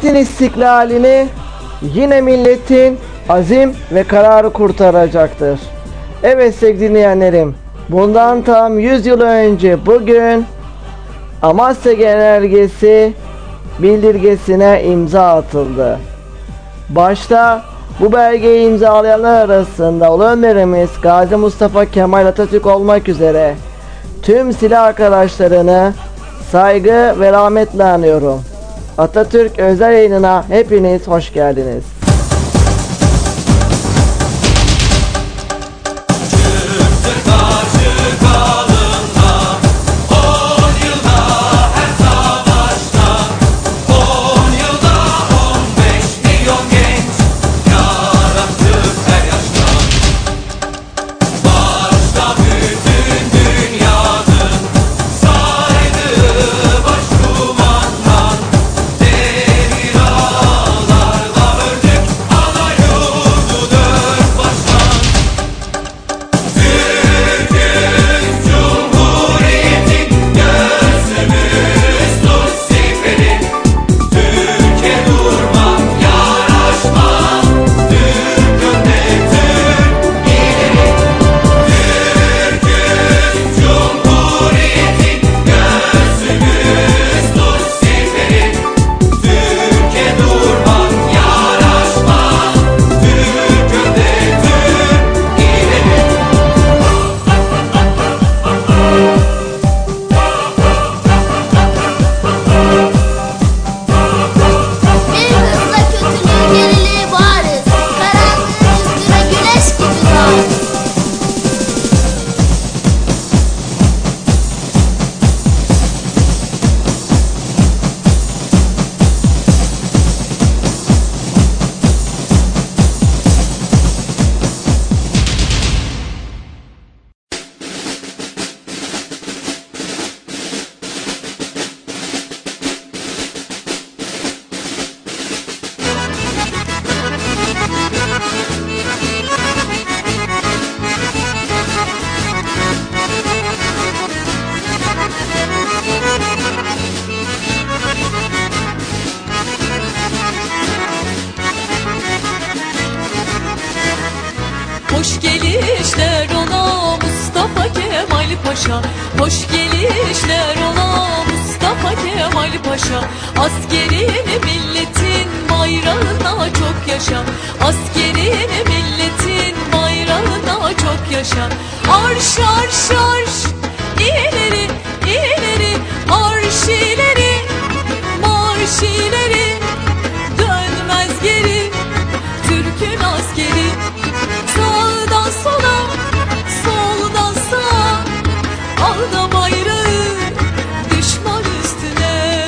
Ülkemizin istiklalini yine milletin azim ve kararı kurtaracaktır. Evet sevgili dinleyenlerim, bundan tam 100 yıl önce bugün Amasya Genelgesi bildirgesine imza atıldı. Başta bu belgeyi imzalayanlar arasında Ulu Önderimiz Gazi Mustafa Kemal Atatürk olmak üzere tüm silah arkadaşlarını saygı ve rahmetle anıyorum. Atatürk özel yayınına hepiniz hoş geldiniz. Hoş gelişler ola Mustafa Kemal Paşa, hoş gelişler ola Mustafa Kemal Paşa. Askerini milletin bayrağına çok yaşa, askerini milletin bayrağına çok yaşa. Arş arş arş, ileri ileri, arş ileri, marş ileri, dönmez geri Türk'ün askeri. Sağdan sola, soldan sağa, al da bayrağı düşman üstüne.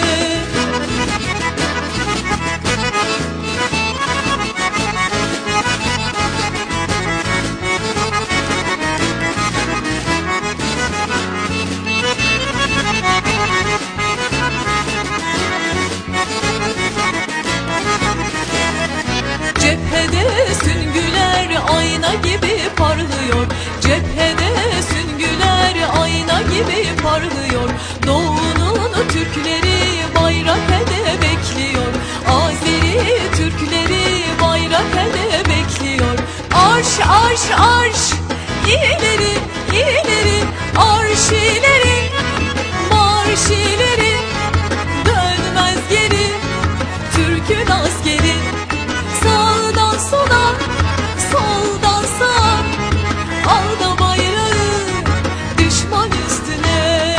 Cephede süngüler ayna gibi parlıyor, cephede süngüler ayna gibi parlıyor. Doğunun Türkleri bayrak ele bekliyor, Azeri Türkleri bayrak ele bekliyor. Arş arş arş, ileri ileri, arş ileri, marş ileri, dönmez geri Türk'ün askeri. Sağdan sola, soldan sağa, al da bayrağı düşman üstüne.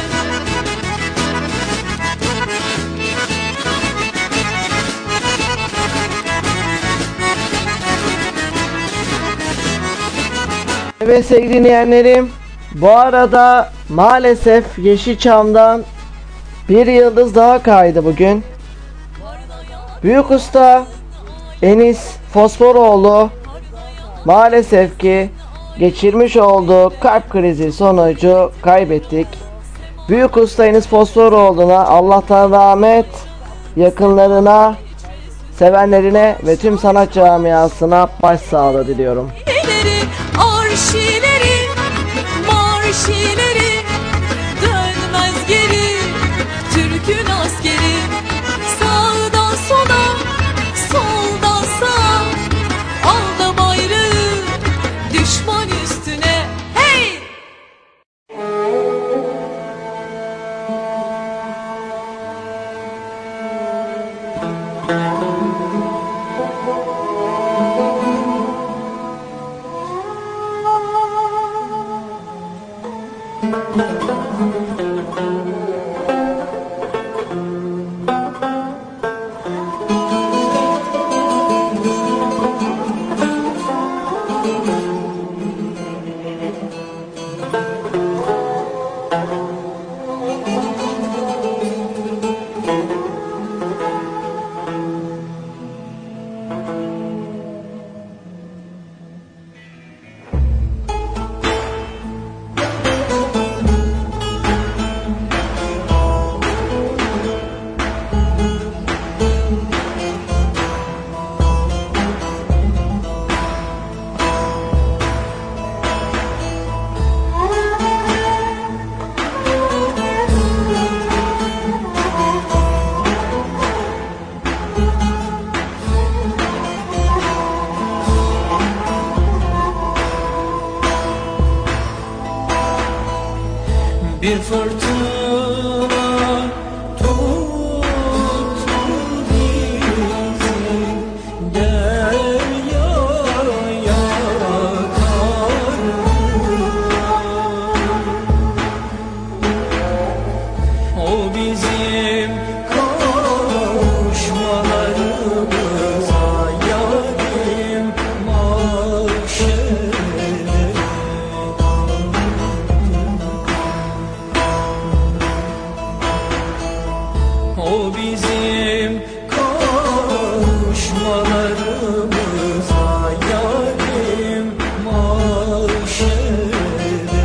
Evet sevgili dinleyenlerim, bu arada maalesef Yeşilçam'dan bir yıldız daha kaydı bugün. Büyük usta Enis Fosforoğlu maalesef ki geçirmiş olduğu kalp krizi sonucu kaybettik. Büyük usta Enis Fosforoğlu'na Allah'tan rahmet, yakınlarına, sevenlerine ve tüm sanat camiasına başsağlığı diliyorum. İleri, arş ileri, marş ileri, dönmez geri Türk'ün askeri. Sağdan sola, Bir fırtına tuttu bizi, deryaya karlı. O bizim kavuşmalarımıza yarim mahşere. O bizim kavuşmalarımıza yarim mahşere.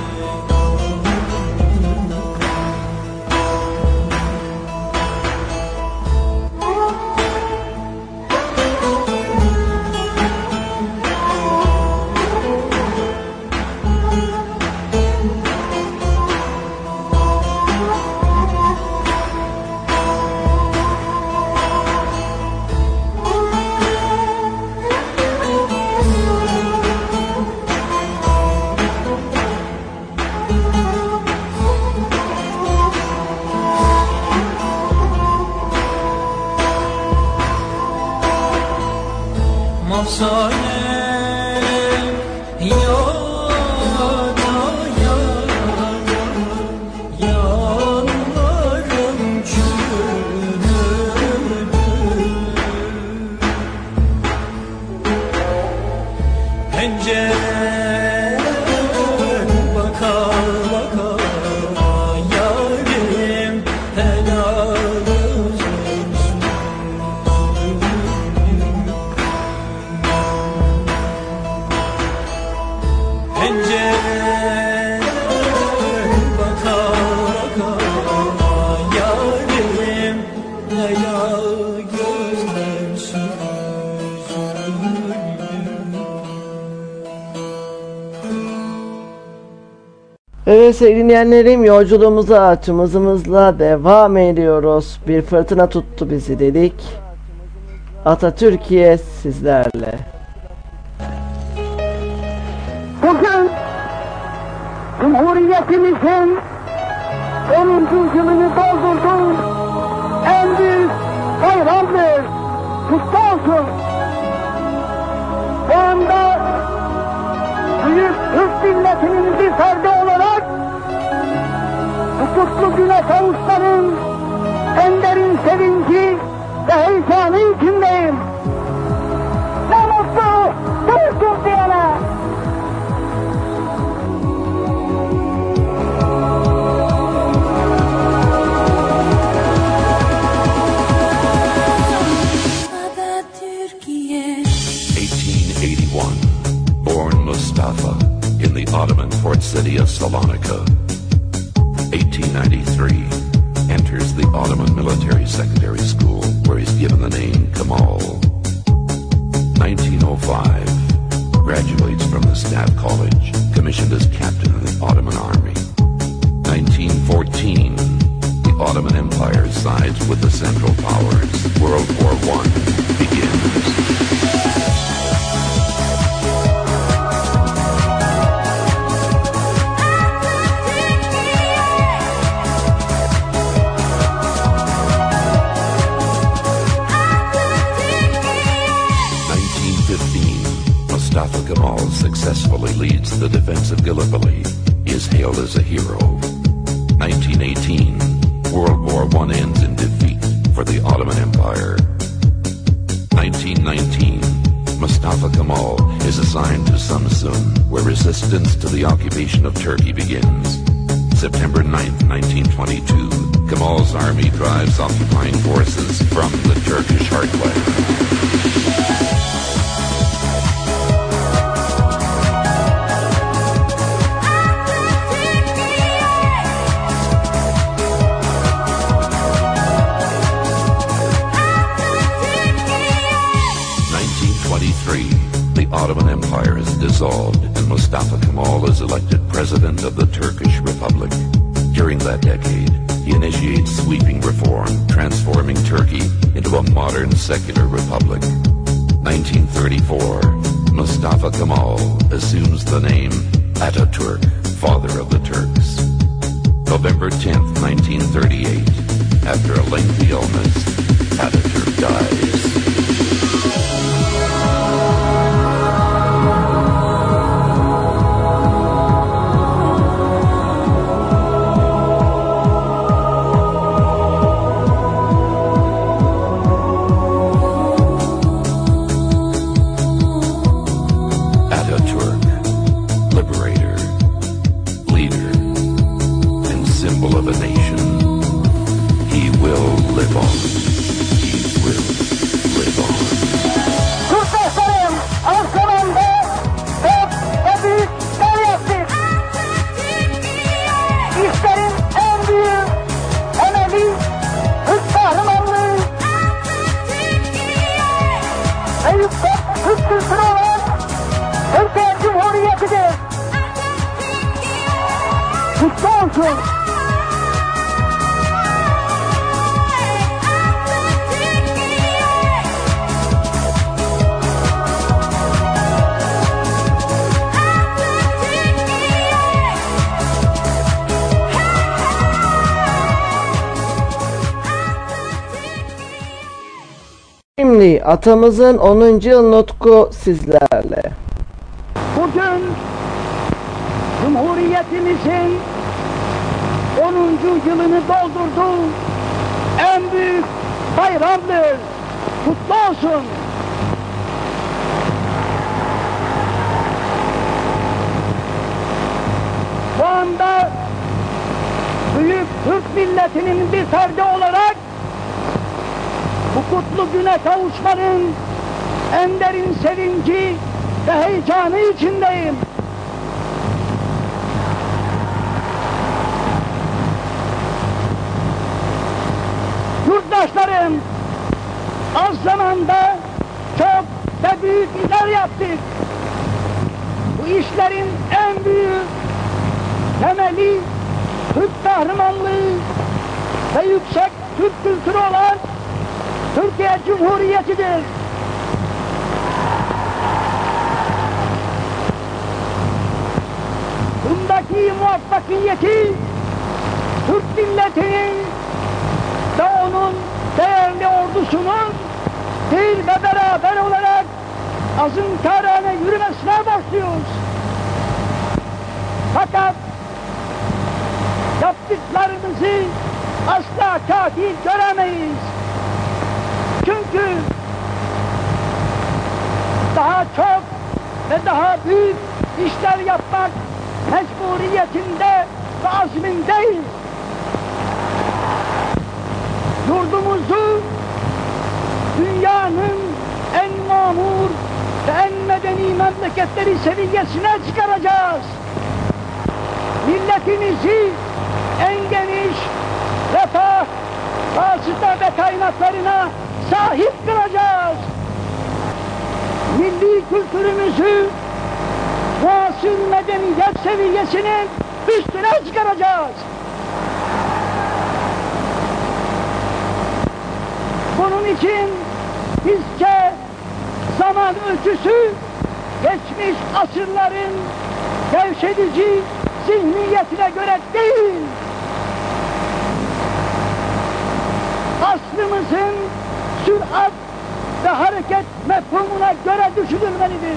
Mafsalem yada yada, yanlarım çürüdü. Pencereden baka baka yarim helal olsun. Pencereden baka baka yarim helal gözler süzüldü. Evet sevgili dinleyenlerim, yolculuğumuza tımızımızla devam ediyoruz. Bir fırtına tuttu bizi dedik. Atatürk'e sizlerle. Bugün Cumhuriyetimizin 10. yılını doldurduğu en büyük bayramdır. Kutlu olsun. Bu anda büyük Türk milletinin bir ferdi olarak bu kutlu güne kavuşmanın en derin sevinci ve heyecanı içindeyim. Ne mutlu Türk'üm diyene. Atatürk'e 1881, born Mustafa in the Ottoman port city of Salonika. 1893, enters the Ottoman Military Secondary School, where he's given the name Kemal. 1905, graduates from the Staff College, commissioned as captain in the Ottoman Army. 1914, the Ottoman Empire sides with the Central Powers. World War I begins. 1915, Mustafa Kemal successfully leads the defense of Gallipoli. He is hailed as a hero. 1918, World War I ends in defeat for the Ottoman Empire. 1919, Mustafa Kemal is assigned to Samsun, where resistance to the occupation of Turkey begins. September 9th, 1922, Kemal's army drives occupying forces from the Turkish heartland. 1923, the Ottoman Empire is dissolved and Mustafa Kemal is elected president of the Turkish Republic. During that decade, he initiates sweeping reform, transforming Turkey into a modern secular republic. 1934, Mustafa Kemal assumes the name Ataturk, father of the Turks. November 10th, 1938, after a lengthy illness, Ataturk dies. Şimdi atamızın 10. yıl nutku sizlerle. Bugün Cumhuriyetimizin 10. yılını doldurdu. En büyük bayramdır. Kutlu olsun. Bu anda büyük Türk milletinin bir ferdi olarak bu kutlu güne kavuşmanın en derin sevinci ve heyecanı içindeyim. Yurttaşlarım, az zamanda çok ve büyük işler yaptık. Bu işlerin en büyük temeli Türk kahramanlığı ve yüksek Türk kültürü olan Türkiye Cumhuriyeti'dir. Bundaki muvaffakiyeti Türk milletinin ve onun değerli ordusunun bir ve beraber olarak azınkârâne yürümesine başlıyoruz. Fakat yaptıklarımızı asla kafi göremeyiz. Çünkü daha çok ve daha büyük işler yapmak mecburiyetinde ve azmindeyiz. Yurdumuzu dünyanın en mamur ve en medeni memleketleri seviyesine çıkaracağız. Milletimizi en geniş refah, vasıta ve kaynaklarına sahip kılacağız. Milli kültürümüzü muasır medeniyet seviyesinin üstüne çıkaracağız. Bunun için bizce zaman ölçüsü geçmiş asırların gevşedici zihniyetine göre değil, aslımızın sürat ve hareket mefhumuna göre düşünülmelidir.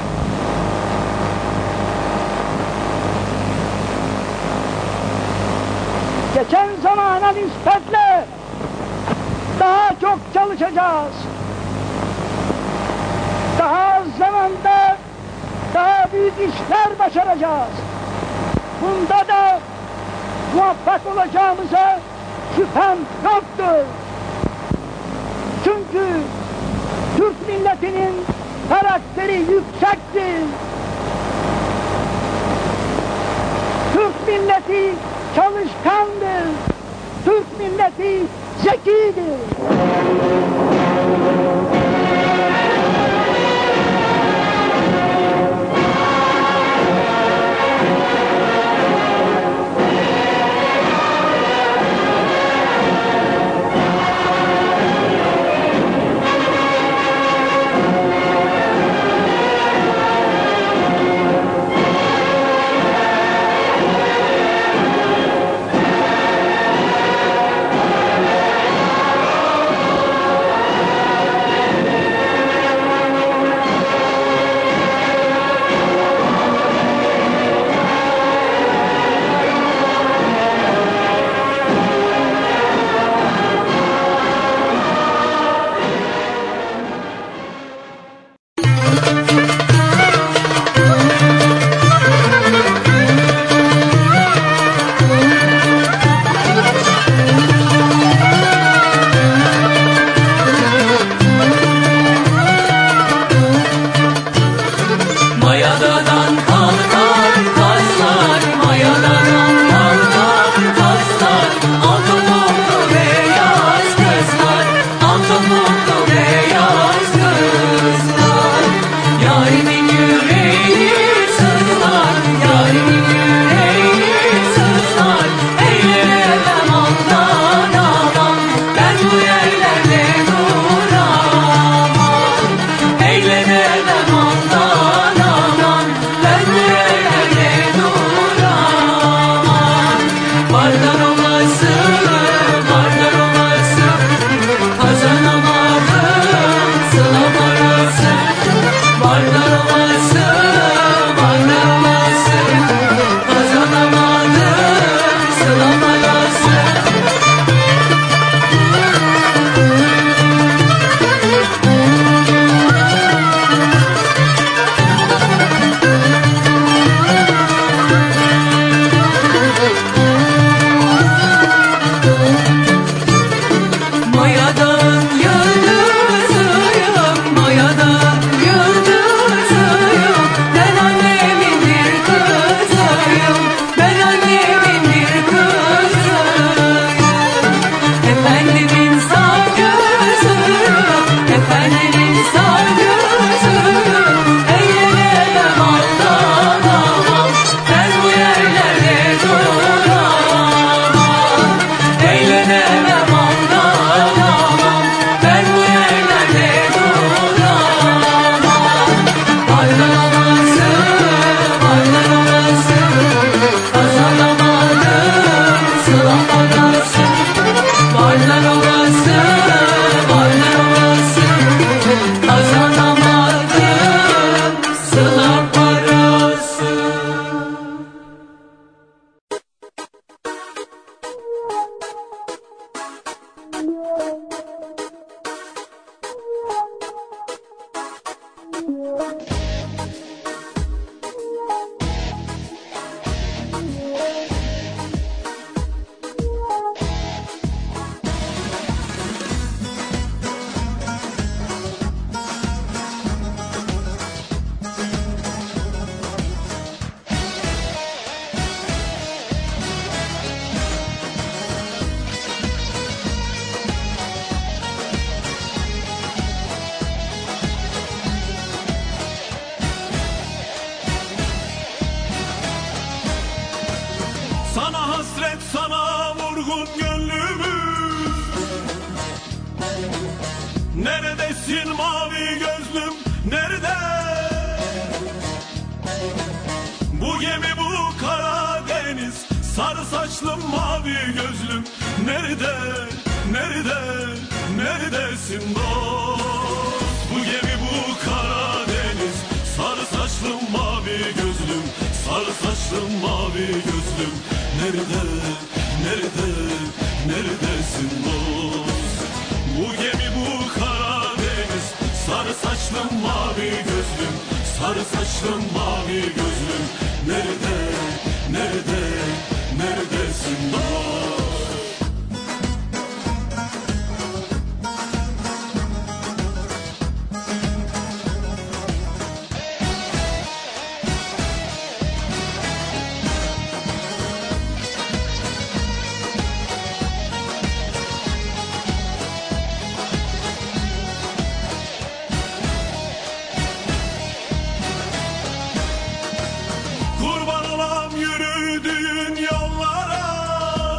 Geçen zamana nispetle daha çok çalışacağız. Daha az büyük işler başaracağız. Bunda da muvaffak olacağımıza şüphem yoktur. Çünkü Türk milletinin karakteri yüksektir. Türk milleti çalışkandır. Türk milleti zekidir. Neredesin mavi gözlüm, nerede? Bu gemi, bu Karadeniz, sarı saçlım mavi gözlüm, nerede, nerede, neredesin dost? Bu gemi, bu Karadeniz, sarı saçlım mavi gözlüm, sarı saçlım mavi gözlüm, nerede, nerede, neredesin dost? Bu gemi, bu Karadeniz, sarı saçlım mavi gözlüm, sarı saçlım mavi gözlüm. Nerede, nerede, neredesin dost? Kurban olam yürüdüğün yollara,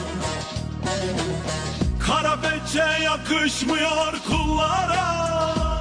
kara pençe yakışmıyor kullara.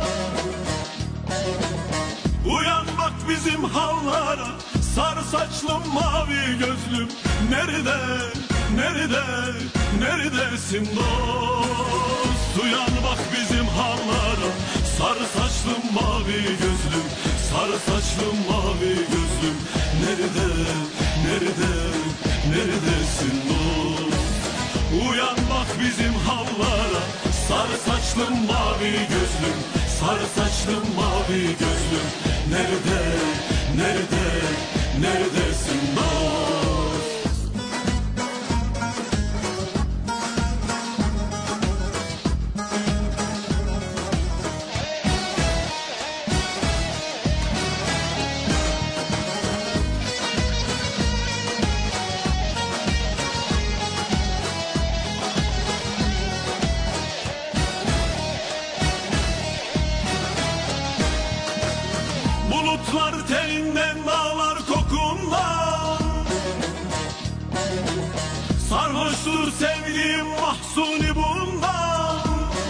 Uyan bak bizim hallara, sarı saçlım mavi gözlüm. Nerede, nerede, neredesin dost? Uyan bak bizim hallara, sarı saçlım mavi gözlüm. Sarı saçlım mavi gözlüm. Nerede, nerede, neredesin dost? Uyan bak bizim hallara, sarı saçlım mavi gözlüm. Sarı saçlım mavi gözlüm. Nerede, nerede, neredesin dost? Bulutlar teninden, dağlar kokundan. Sarhoştur sevdiğim mahzuni bundan.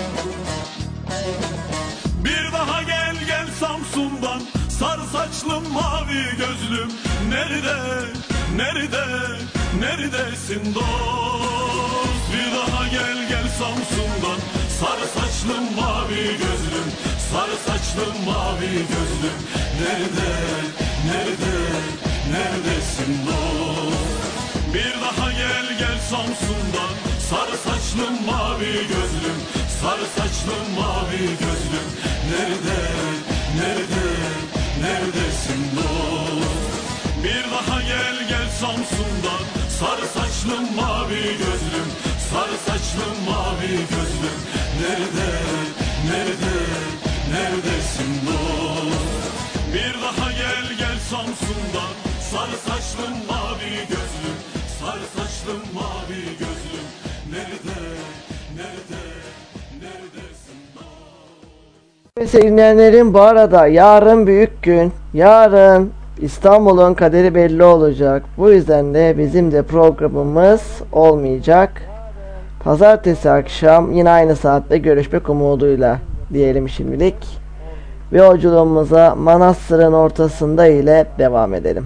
Bir daha gel gel Samsun'dan, sarı saçlım mavi gözlüm. Nerede, nerede, neredesin dost? Bir daha gel gel Samsun'dan, sarı saçlım mavi gözlüm. Sarı saçlım mavi gözlüm. Nerede, nerede, neredesin dost? Bir daha gel gel Samsun'dan, sarı saçlım mavi gözlüm. Sarı saçlım mavi gözlüm. Nerede, nerede, neredesin dost? Bir daha gel gel Samsun'dan, sarı saçlım mavi gözlüm. Sarı saçlım mavi gözlüm. Nerede, nerede, neredesin dost? Bir daha gel gel Samsun'dan, sarı saçlım mavi gözlüm. Sarı saçlım mavi gözlüm. Nerede, nerede, neredesin dost? Ve sevgili dinleyenlerim, bu arada yarın büyük gün. Yarın İstanbul'un kaderi belli olacak. Bu yüzden de bizim de programımız olmayacak. Pazartesi akşam yine aynı saatte görüşmek umuduyla diyelim şimdilik. Ve yolculuğumuza Manastır'ın ortasında ile devam edelim.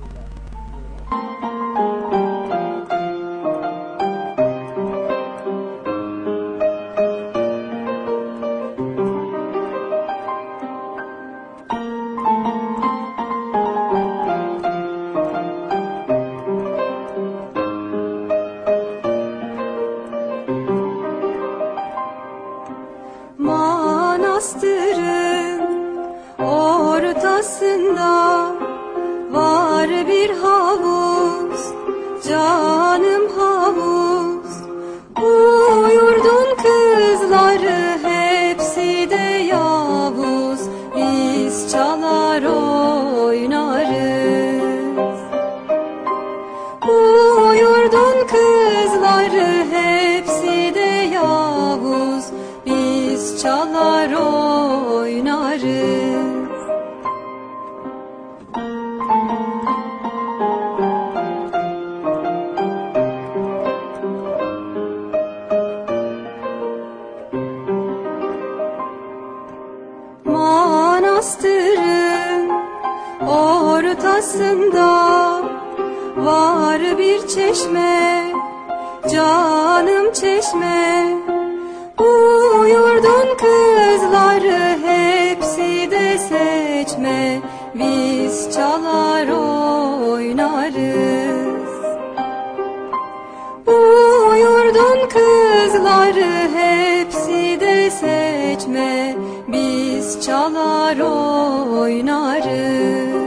Manastırın ortasında var bir havuz, canım havuz. Bu yurdun kızları hepsi de yavuz, biz çalar oynarız. Bu yurdun kızları hepsi de yavuz, biz çalar oynarız. Manastırın ortasında var bir çeşme, canım çeşme. Bu yurdun kızları hepsi de seçme, biz çalar oynarız. Bu yurdun kızları hepsi de seçme, biz çalar oynarız.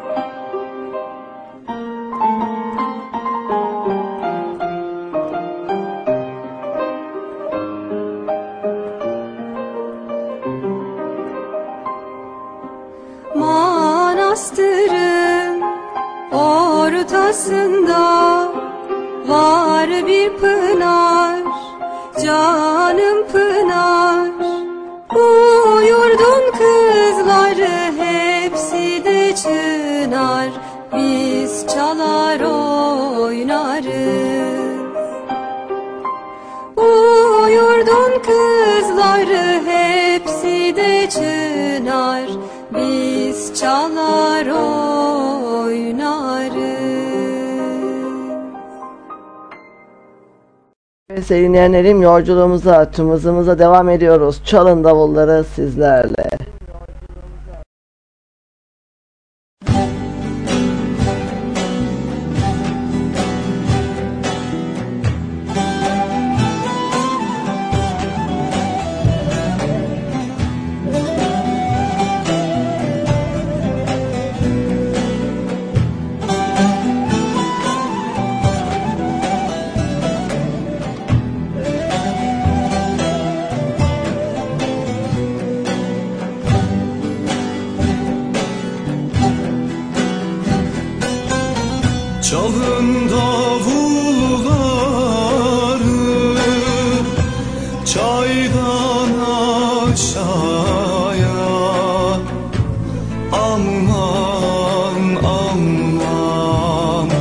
Manastırın ortasında var bir pınar, canım pınar. Bu yurdun kızları hepsi de çınar, biz çalar oynarız. Bu yurdun kızları hepsi de çınar, biz çalar oynarız. Sevgili dinleyenlerim, yolculuğumuza, tüm hızımıza devam ediyoruz. Çalın davulları sizlerle. Çalın davulları çaydan aşağıya, aman aman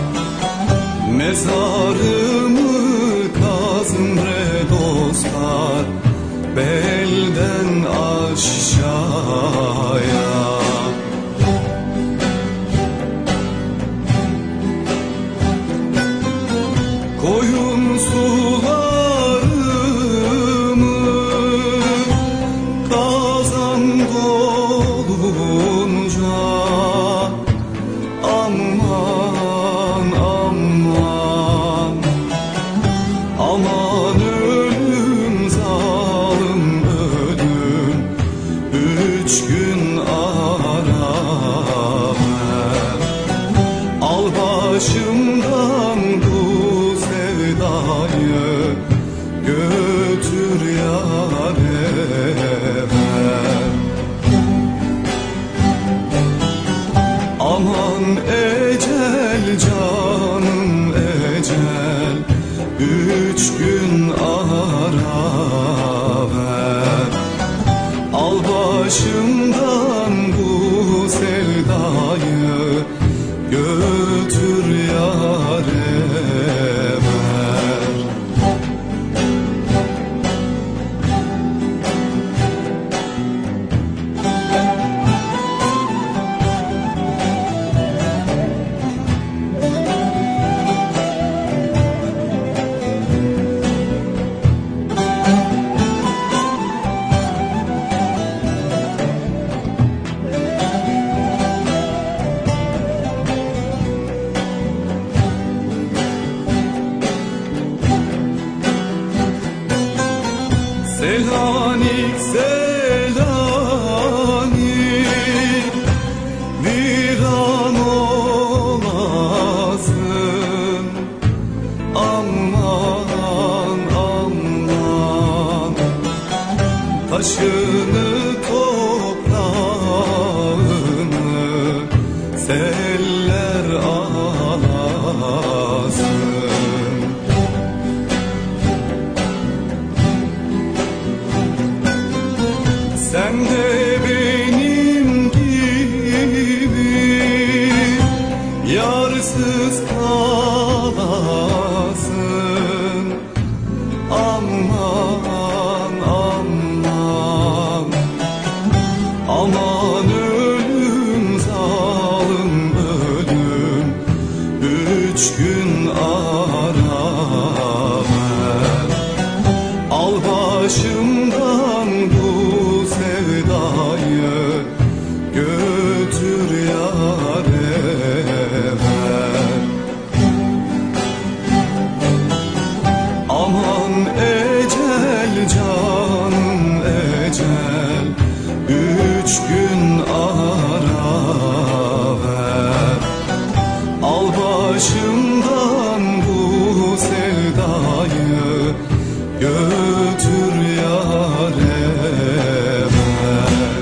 mezarımı kazın bre dostlar, belden aşağıya. Koyun sularımı kazan dolunca, aman aman aman ölüm zalim ölüm, 3 gün ara ver. Al başımdan bu sevdayı, götür yâre ver. Aman ecel canım ecel, 3 gün ara ver. Al başımdan bu sevdayı, götür yâre ver. Selanik Selanik viran olasın, aman aman taşını toprağını seller alasın. Sen de benim gibi yarsız kalasın, aman aman aman ölüm zalim ölüm, 3 gün ara ver. Al başımdan bu sevdayı, götür yâre ver. Aman ecel canım ecel, başımdan bu sevdayı götür yâre ver.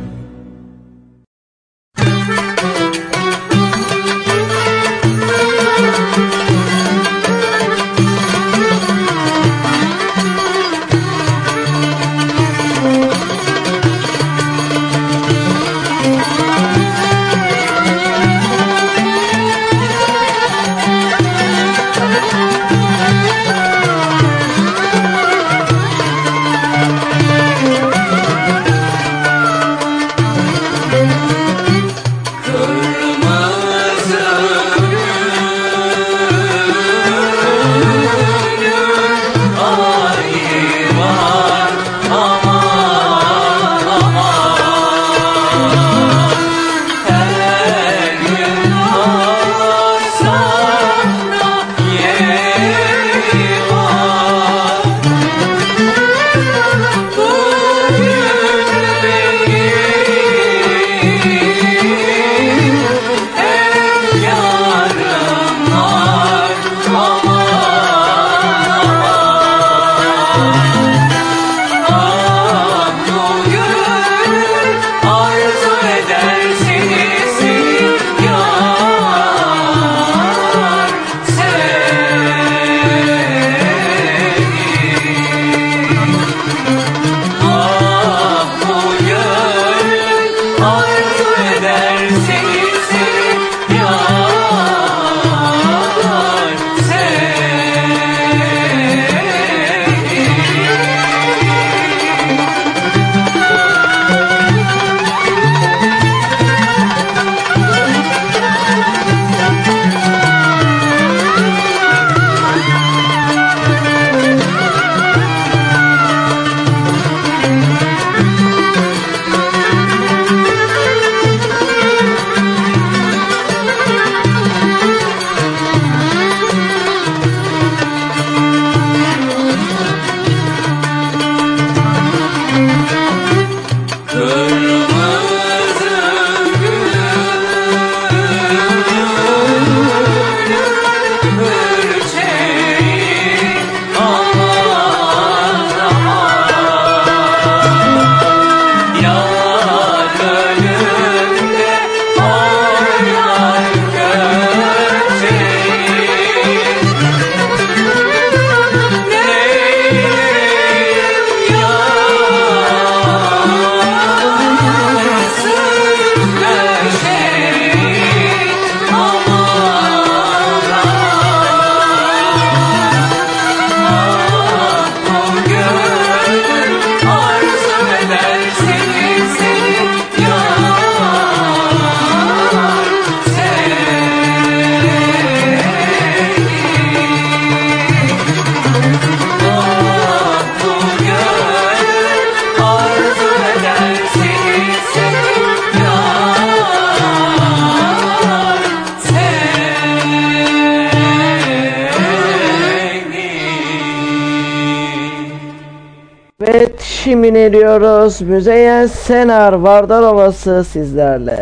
Evet, şimdi dinliyoruz. Müzeyyen Senar, Vardar Ovası sizlerle.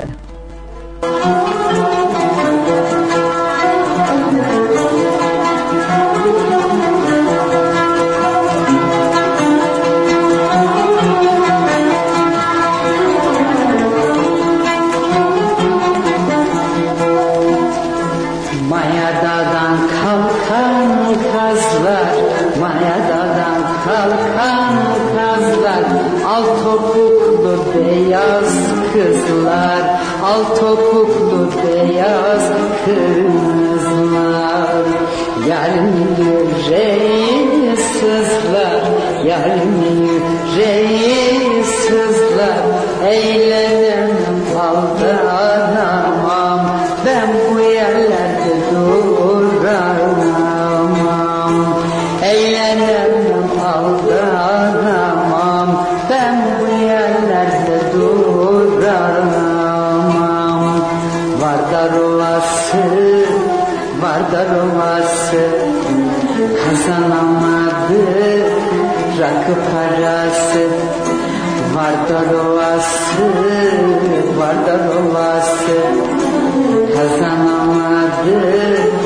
Mayadadan kalkan kazlar, mayadadan kalkan kazlar, al topuklu beyaz kızlar, al topuklu beyaz kızlar. Yarın yüreği sızlar, yarın yüreği sızlar, eğlenem aldanamam, ben bu yerlerde duramam. Eğlenem aldanamam, ben bu yerlerde duramam. Vardar Ovası, Vardar Ovası, kazanamadı rakı parası. Vardar Ovası, Vardar Ovası, kazanamadı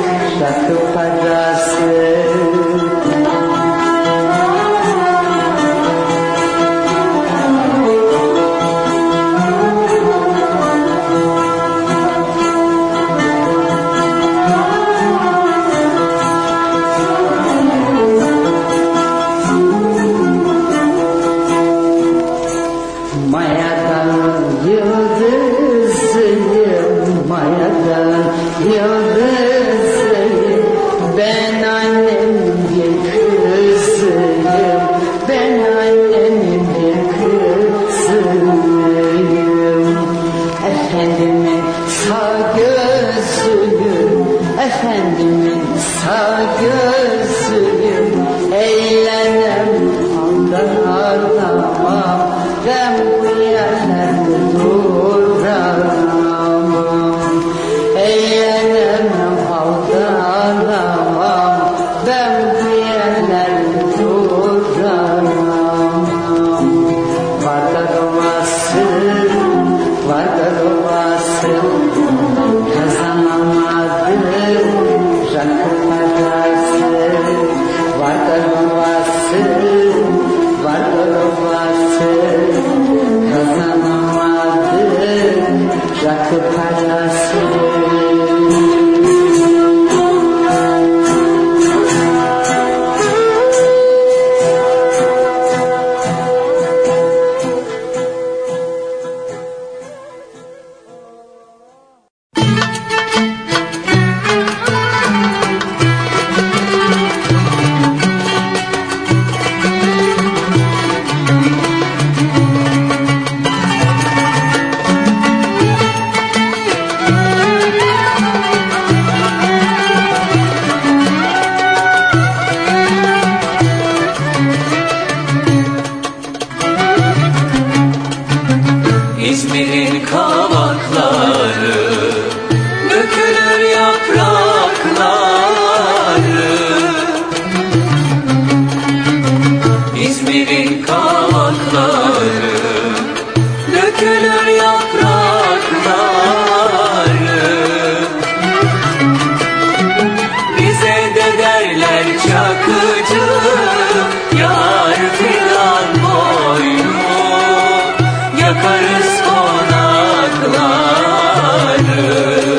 efendimin sağ gözüyüm. Eğlenem haldan anlamam, ben bu yerlerde duramam. Eğlenem haldan anlamam, ben bu yerlerde duramam. Vardar ovası, Vardar ovası, kazanamadım rakı parası. Vardar ovası, Vardar ovası, kazanamadım rakı parası. İzmir'in kavakları, dökülür yaprakları. İzmir'in kavakları, dökülür yaprakları. Bize de derler çakıcı, yar filan boynu, yakarız konakları.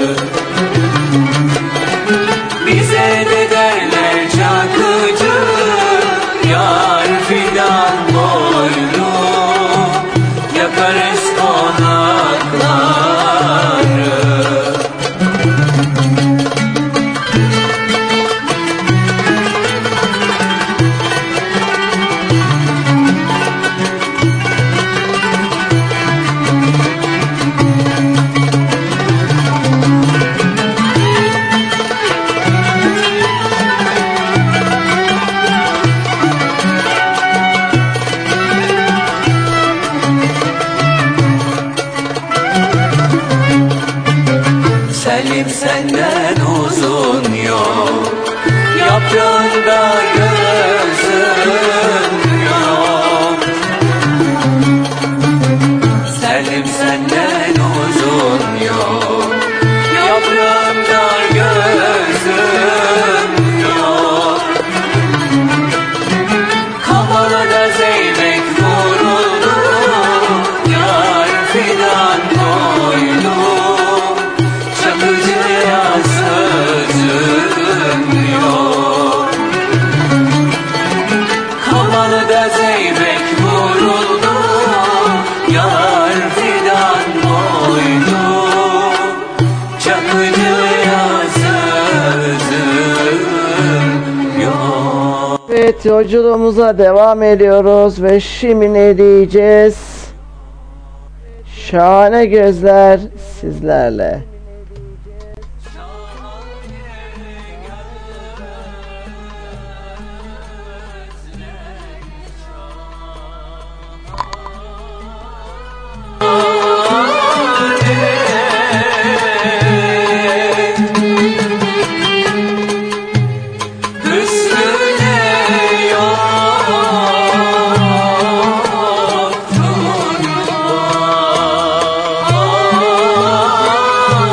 Bize de derler çakıcı, yar fidan boynu, yakarız konakları. Selim senden uzun yol, yaprağında gözün yok. Selim senden uzun yol, yaprağında gözün yok. Kavalada zeybek vuruldu, yar fidan koydu. Çakıcıya sözüm yok. Kavalıda zeybek vuruldu, yar fidan koydu. Çakıcıya sözüm yok. Evet, yolculuğumuza devam ediyoruz ve şimdi ne diyeceğiz? Şahane gözler sizlerle. Yoktur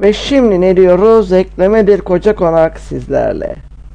Ve şimdi ne diyoruz? Ekleme bir koca konak sizlerle.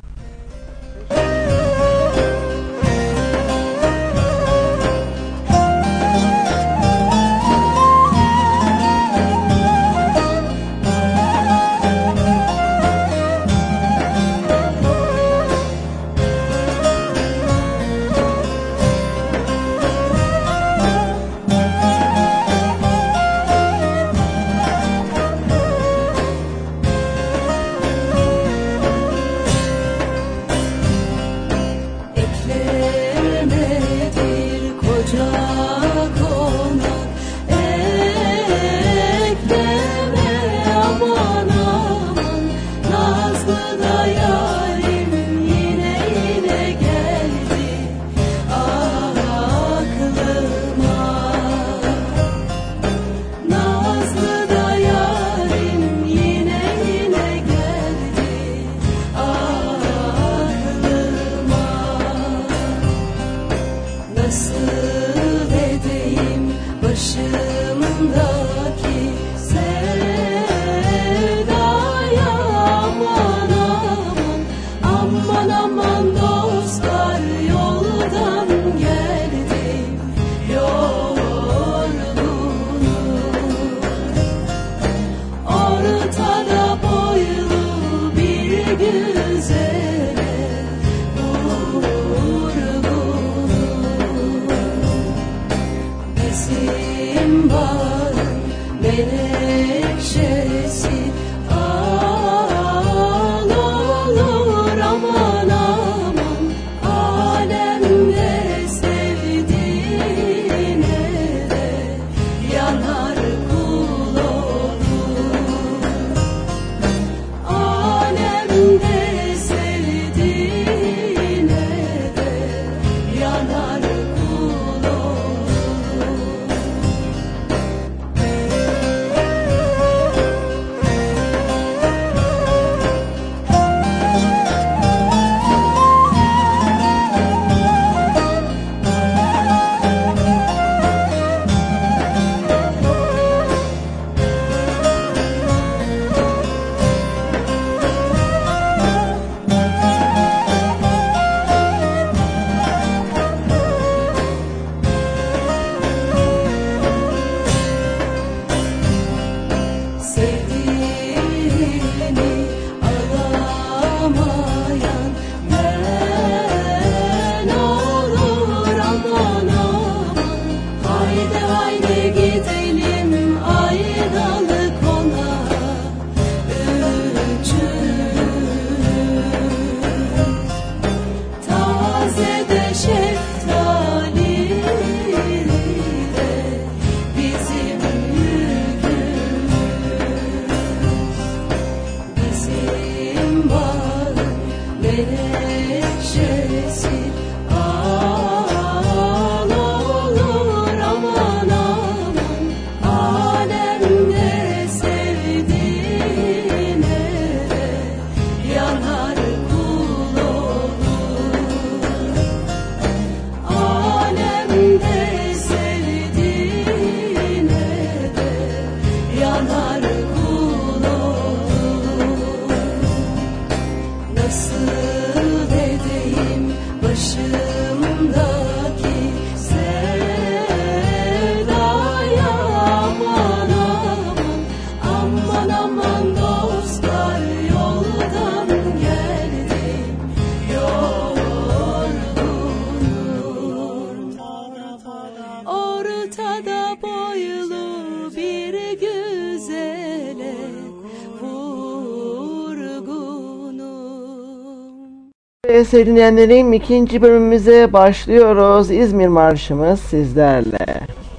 Sevgili dinleyenlerim, ikinci bölümümüze başlıyoruz. İzmir Marşımız sizlerle.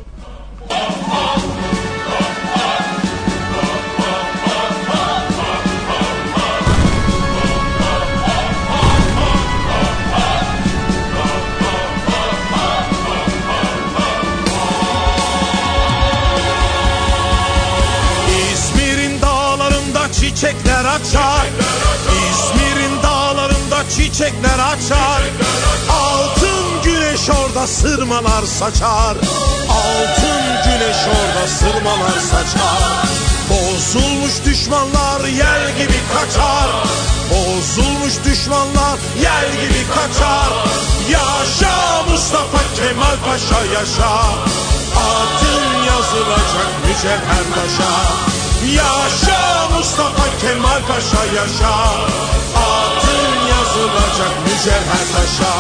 İzmir'in dağlarında çiçekler açar. İzmir'in dağlarında çiçekler açar. Altın güneş orada sırmalar saçar. Altın güneş orada sırmalar saçar. Bozulmuş düşmanlar yel gibi kaçar. Bozulmuş düşmanlar yel gibi kaçar. Yaşa Mustafa Kemal Paşa yaşa. Adın yazılacak mücevher taşa. Yaşa Mustafa Kemal Paşa yaşa. Adın yazılacak mücevher taşa.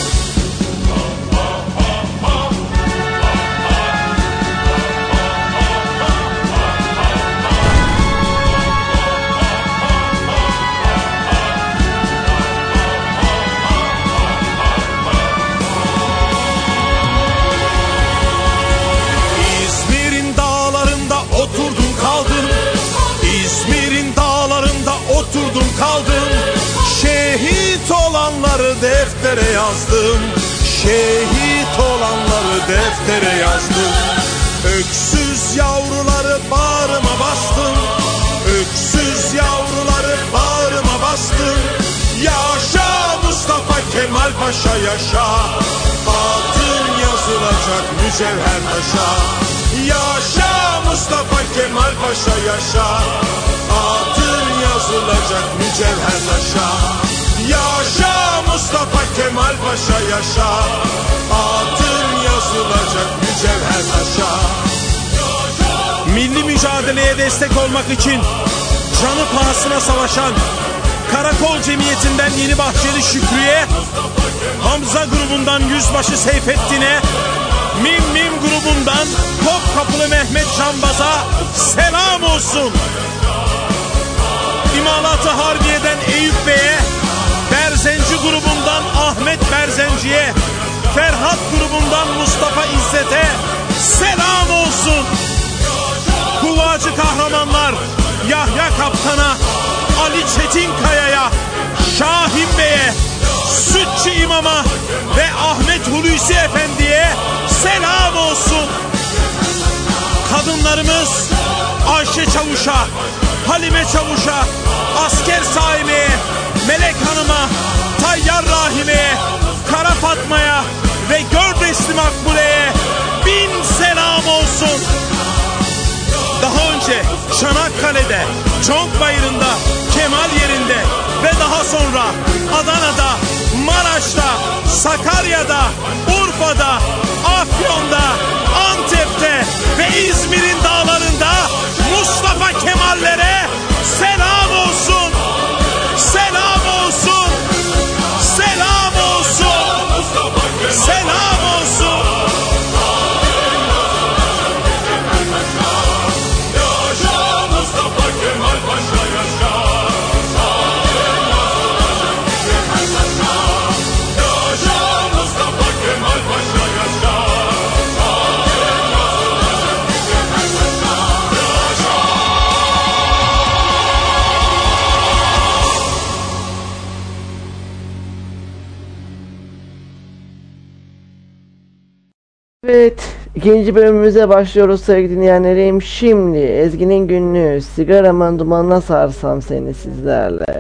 İzmir'in dağlarında oturdum kaldım. Şehit olanları deftere yazdım. Şehit olanları deftere yazdım. Öksüz yavruları bağrıma bastım. Öksüz yavruları bağrıma bastım. Yaşa Mustafa Kemal Paşa yaşa. Adın yazılacak mücevher taşa. Yaşa Mustafa Kemal Paşa yaşa. Adın yazılacak mücevher taşa. Yaşa Mustafa Kemal Paşa yaşa. Adın yazılacak mücevher taşa. Milli mücadeleye destek olmak için canı pahasına savaşan Karakol Cemiyeti'nden Yeni Bahçeli Şükrü'ye, Hamza grubundan Yüzbaşı Seyfettin'e, Mim grubundan Topkapılı Mehmet Canbaz'a selam olsun. İmalat-ı Harbiye'den Eyüp Bey'e, Berzenci grubundan Ahmet Berzenci'ye, Ferhat grubundan Mustafa İzzet'e selam olsun. Kuvacı kahramanlar Yahya Kaptan'a, Ali Çetinkaya'ya, Şahin Bey'e, Sütçü İmam'a ve Ahmet Hulusi Efendi'ye selam olsun. Kadınlarımız Ayşe Çavuş'a, Halime Çavuş'a, Asker Saime'ye, Melek Hanım'a, Tayyar Rahime'ye, Kara Fatma'ya ve Gördesli Makbule'ye bin selam olsun. Daha önce Çanakkale'de, Çonkbayırı'nda, Kemal yerinde ve daha sonra Adana'da, Maraş'ta, Sakarya'da, Urfa'da, Afyon'da, Antep'te ve İzmir'in dağlarında Mustafa Kemal'lere selam olsun. Selam olsun. Selam olsun. Selam olsun. Yaşa Mustafa Kemal Paşa yaşa. Yaşa Mustafa Kemal Paşa yaşa. Evet, ikinci bölümümüze başlıyoruz sevgili dinleyenlerim. Şimdi Ezgi'nin günlüğü, sigaramın dumanına sarsam seni sizlerle.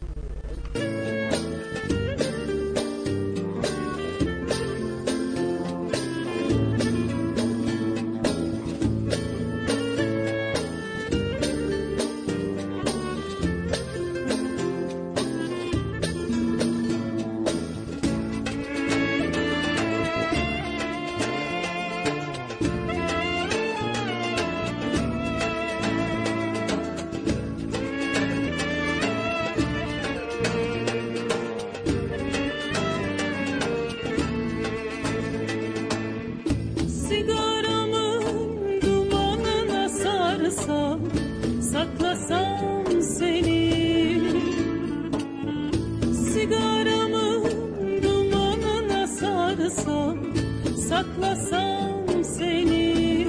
Saklasam seni,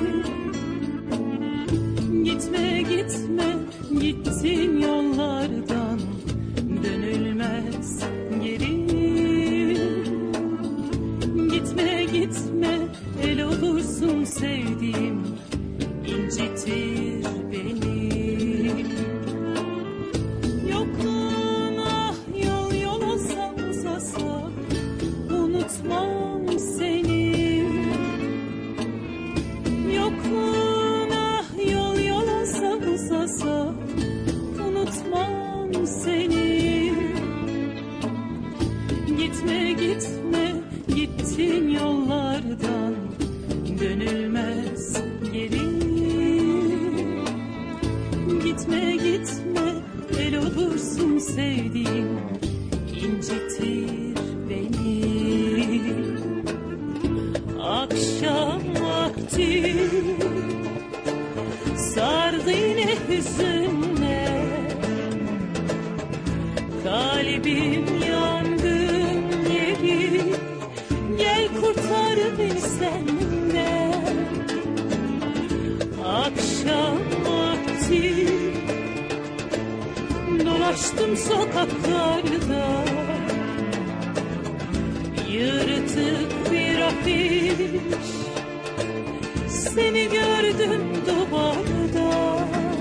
gitme gitme gittin yollardan, dönülmez geri. Gitme gitme el olursun sevdiğim, incitir beni. Yokluğuna yol yol olsa uzasa, unutmam seni. Yokluğuna yol yol olsa uzasa, Akşam vakti sardı yine hüzünle, kalbim yangın yeri, gel kurtar beni senden. Akşam vakti dolaştım sokaklarda, yırtık bir afiş, seni gördüm duvarda.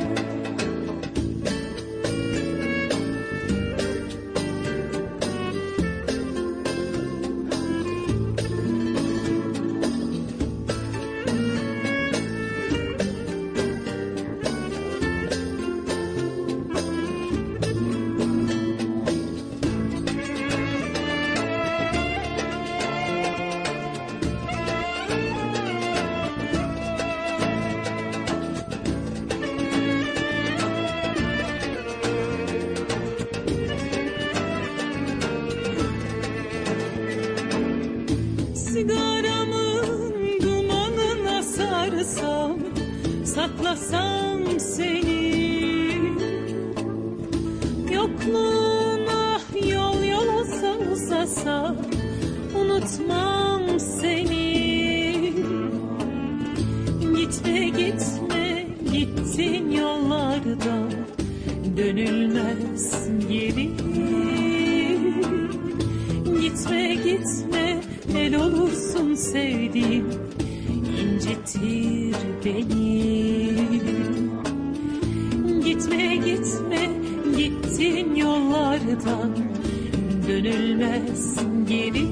Sigaramın dumanına sarsam, saklasam seni, yokluğuna yol yolasa uzasa, unutmam seni. Gitme gitme gittin yollardan, dönülmez geri. Gitme gitme el olursun sevdiğim, incitir beni. Gitme gitme gittin yollardan, dönülmez geri.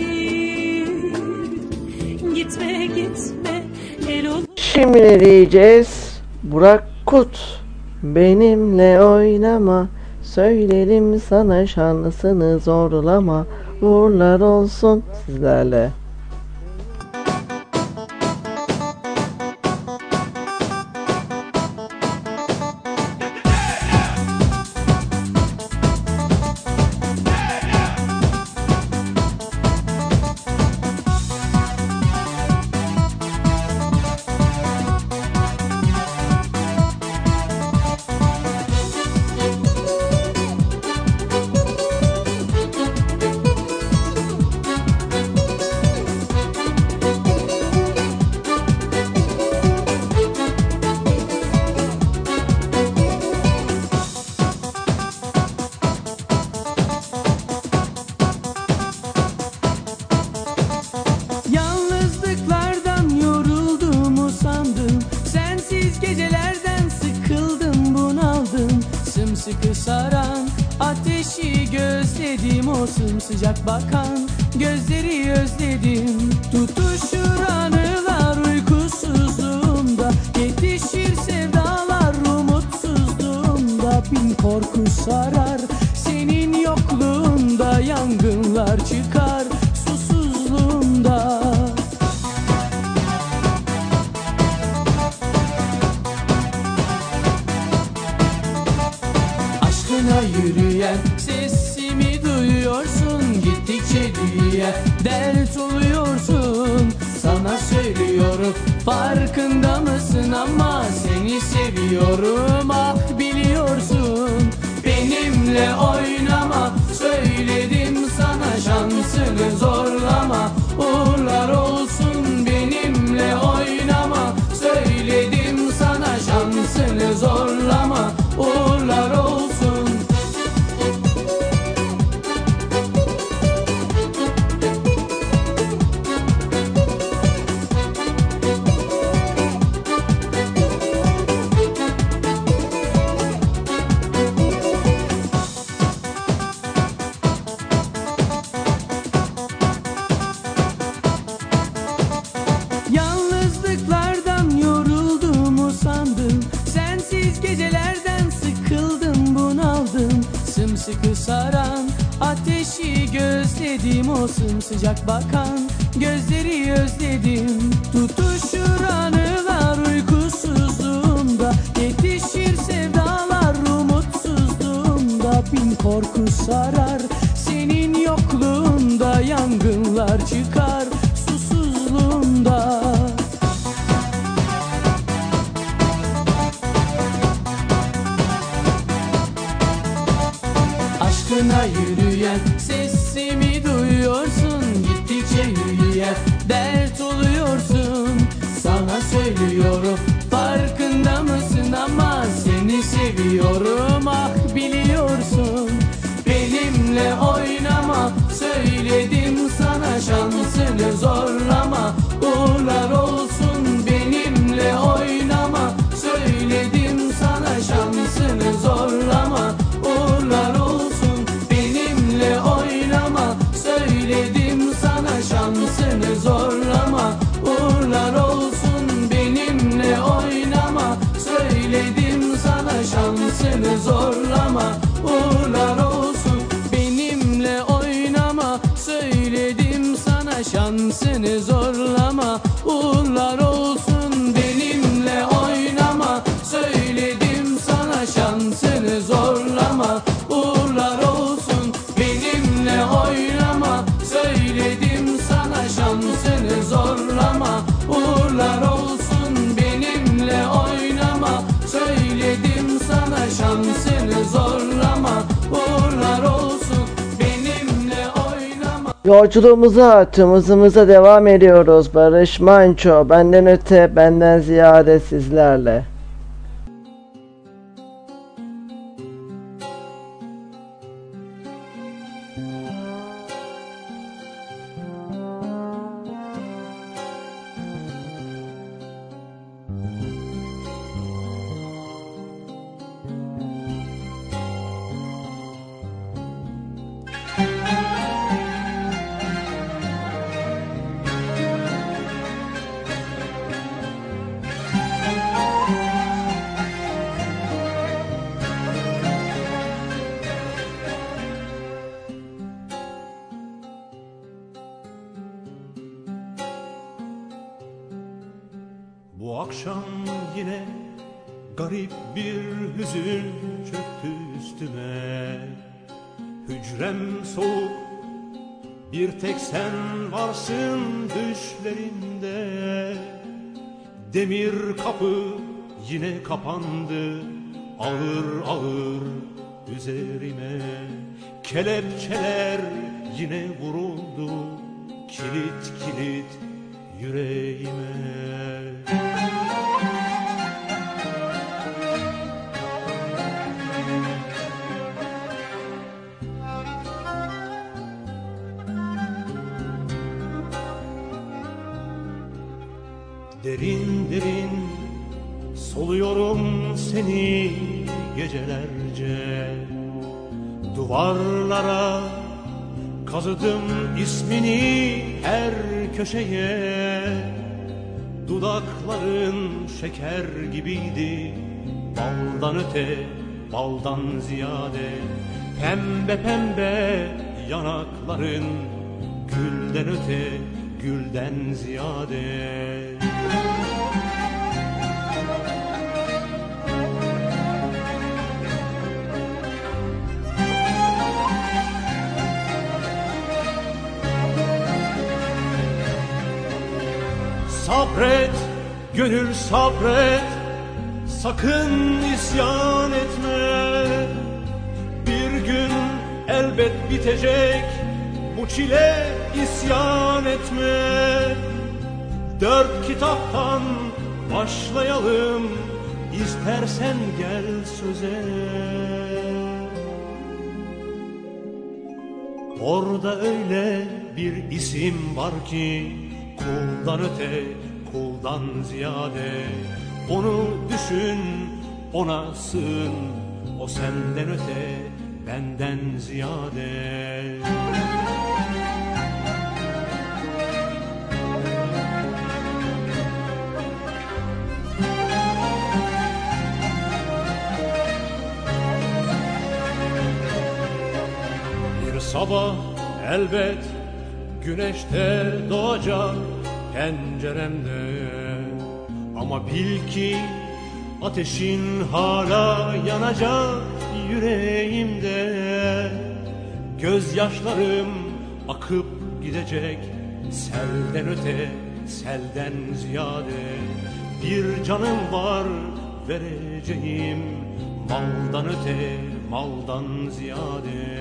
Gitme gitme el ol. Şimdi ne diyeceğiz? Burak Kut. Benimle oynama, söylerim sana şansını zorlama. Uğurlar olsun sizlerle. Yalnızlıklardan yorulduğumu sandım, sensiz gecelerden sıkıldım, bunaldım. Sımsıkı saran ateşi gözledim, o sımsıcak bakan gözleri özledim. Tutuşur anılar uykusuzluğumda, yetişir sevdalar umutsuzluğumda. Bin korku sarar senin yokluğunda, yangınlar çıkar susuzluğumda. Aşkına yürüyen sesimi duyuyorsun, gittikçe büyüyen dert oluyorsun. Sana söylüyorum, farkında mısın ama seni seviyorum, ah biliyorsun. Benimle oynama, söyledim sana şansını zorlama. Uğurlar olsun, benimle oynama, söyledim sana şansını zorlama. Uğurlar olsun. Yalnızlıklardan yorulduğumu sandım, sensiz gecelerden sıkıldım, bunaldım. Sımsıkı saran ateşi gözledim, o sımsıcak bakan gözleri özledim. Tutuşur anılar uykusuzluğumda, yetişir sevdalar umutsuzluğumda. Bin korku sarar senin yokluğunda, yangınlar çıkar susuzluğumda. Yolculuğumuza, tüm hızımıza devam ediyoruz. Barış Manço, benden öte, benden ziyade sizlerle. Bu akşam yine garip bir hüzün çöktü üstüme. Hücrem soğuk, bir tek sen varsın düşlerimde. Demir kapı yine kapandı ağır ağır üzerime. Kelepçeler yine vuruldu kilit kilit yüreğime. Derin derin soluyorum seni gecelerce. Duvarlara kazıdım ismini her köşeye. Dudakların şeker gibiydi, baldan öte, baldan ziyade. Pembe pembe yanakların, gülden öte, gülden ziyade. Sabret, gönül sabret, sakın isyan etme. Bir gün elbet bitecek bu çile, isyan etme. 4 kitaptan başlayalım, istersen gel söze. Orada öyle bir isim var ki, kuldan öte, kuldan ziyade. Onu düşün, ona sığın, o senden öte, benden ziyade. Bir sabah elbet güneşte doğacak penceremde. Ama bil ki ateşin hala yanacak yüreğimde. Gözyaşlarım akıp gidecek selden öte, selden ziyade. Bir canım var vereceğim, maldan öte, maldan ziyade.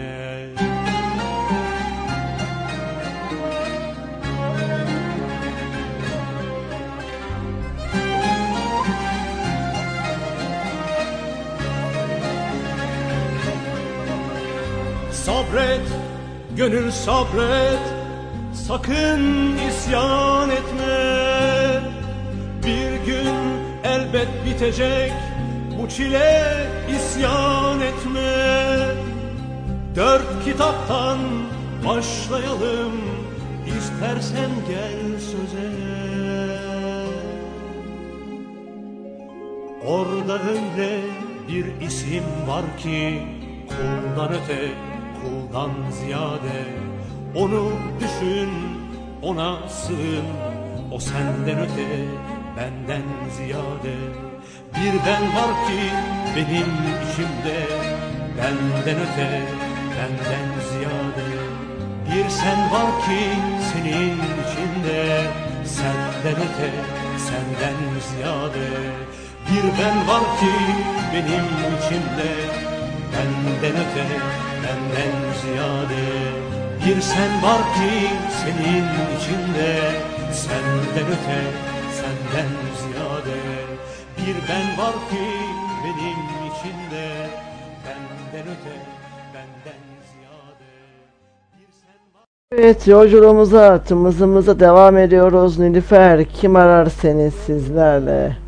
Sabret, gönül sabret, sakın isyan etme. Bir gün elbet bitecek bu çile, isyan etme. 4 kitaptan başlayalım, istersen gel söze. Orada öyle bir isim var ki, kuldan öte, kuldan ziyade. Onu düşün, ona sığın, o senden öte, benden ziyade. Bir ben var ki benim içimde, benden öte, benden ziyade. Bir sen var ki senin içinde, senden öte, senden ziyade. Bir ben var ki benim içimde, benden öte, benden ziyade. Bir sen var ki senin içinde, senden öte, senden ziyade. Bir ben var ki benim içinde, benden öte, benden ziyade. Bir sen var... Evet, yolculuğumuza, tımızımıza devam ediyoruz. Nilüfer, kim arar seni sizlerle?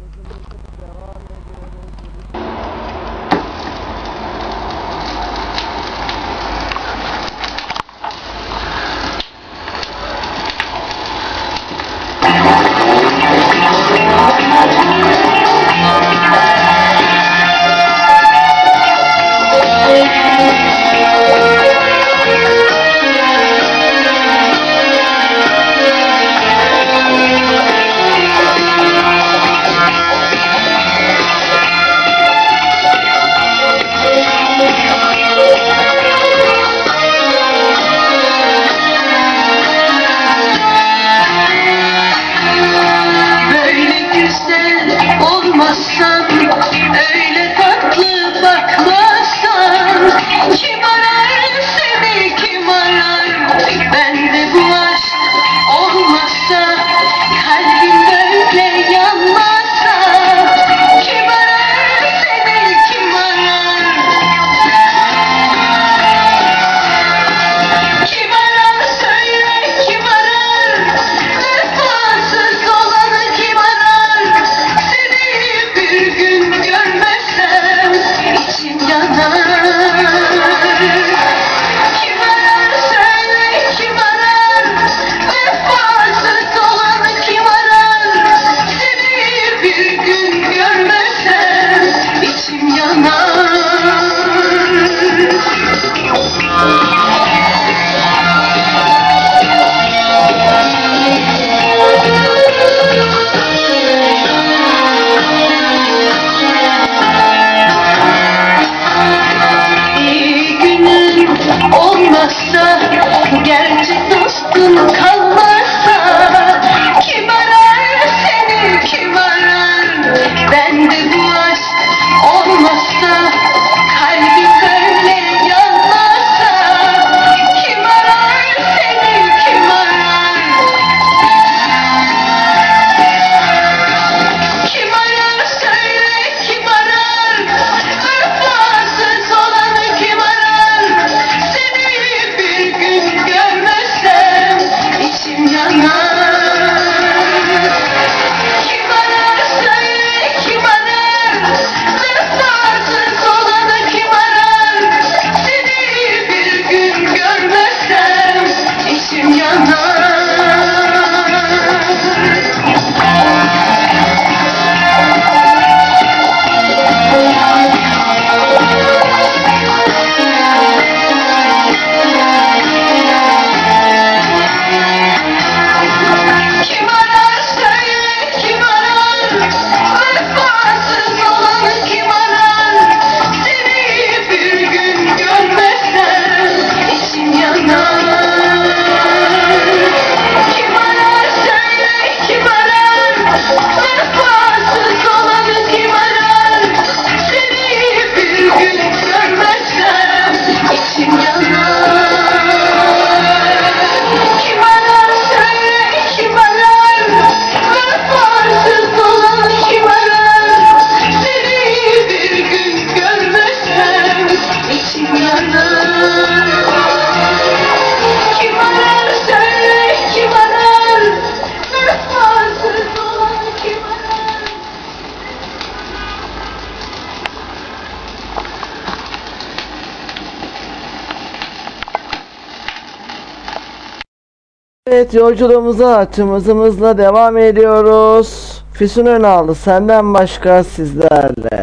Evet, yolculuğumuza tımızımızla devam ediyoruz. Füsun Önal'ı senden başka sizlerle.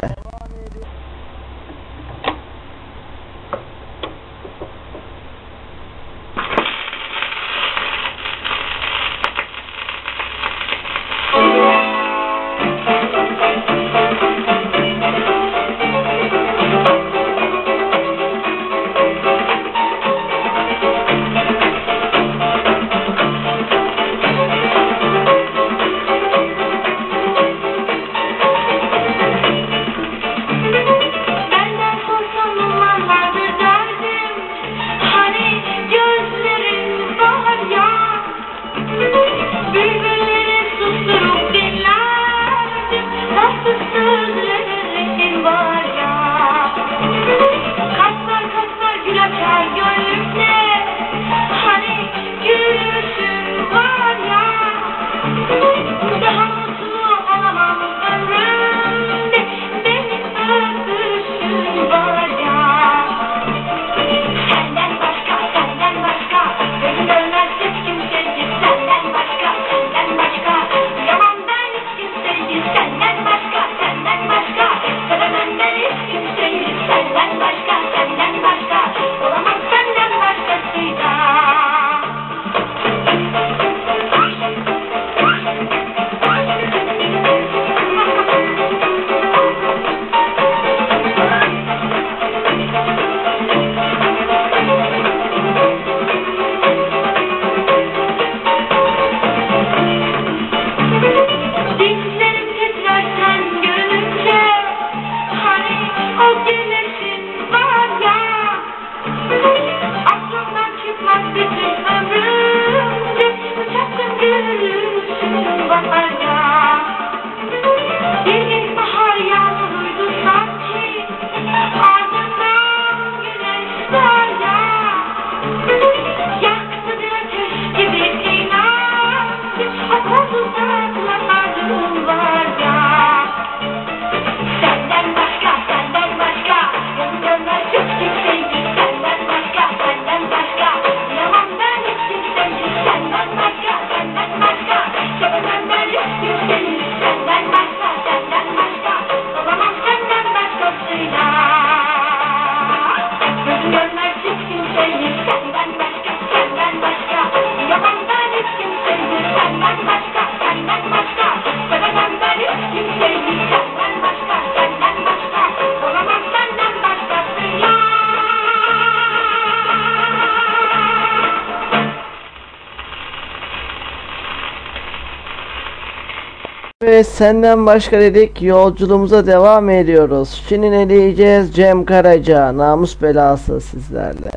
Ve senden başka dedik, yolculuğumuza devam ediyoruz. Şimdi ne diyeceğiz? Cem Karaca, namus belası sizlerle.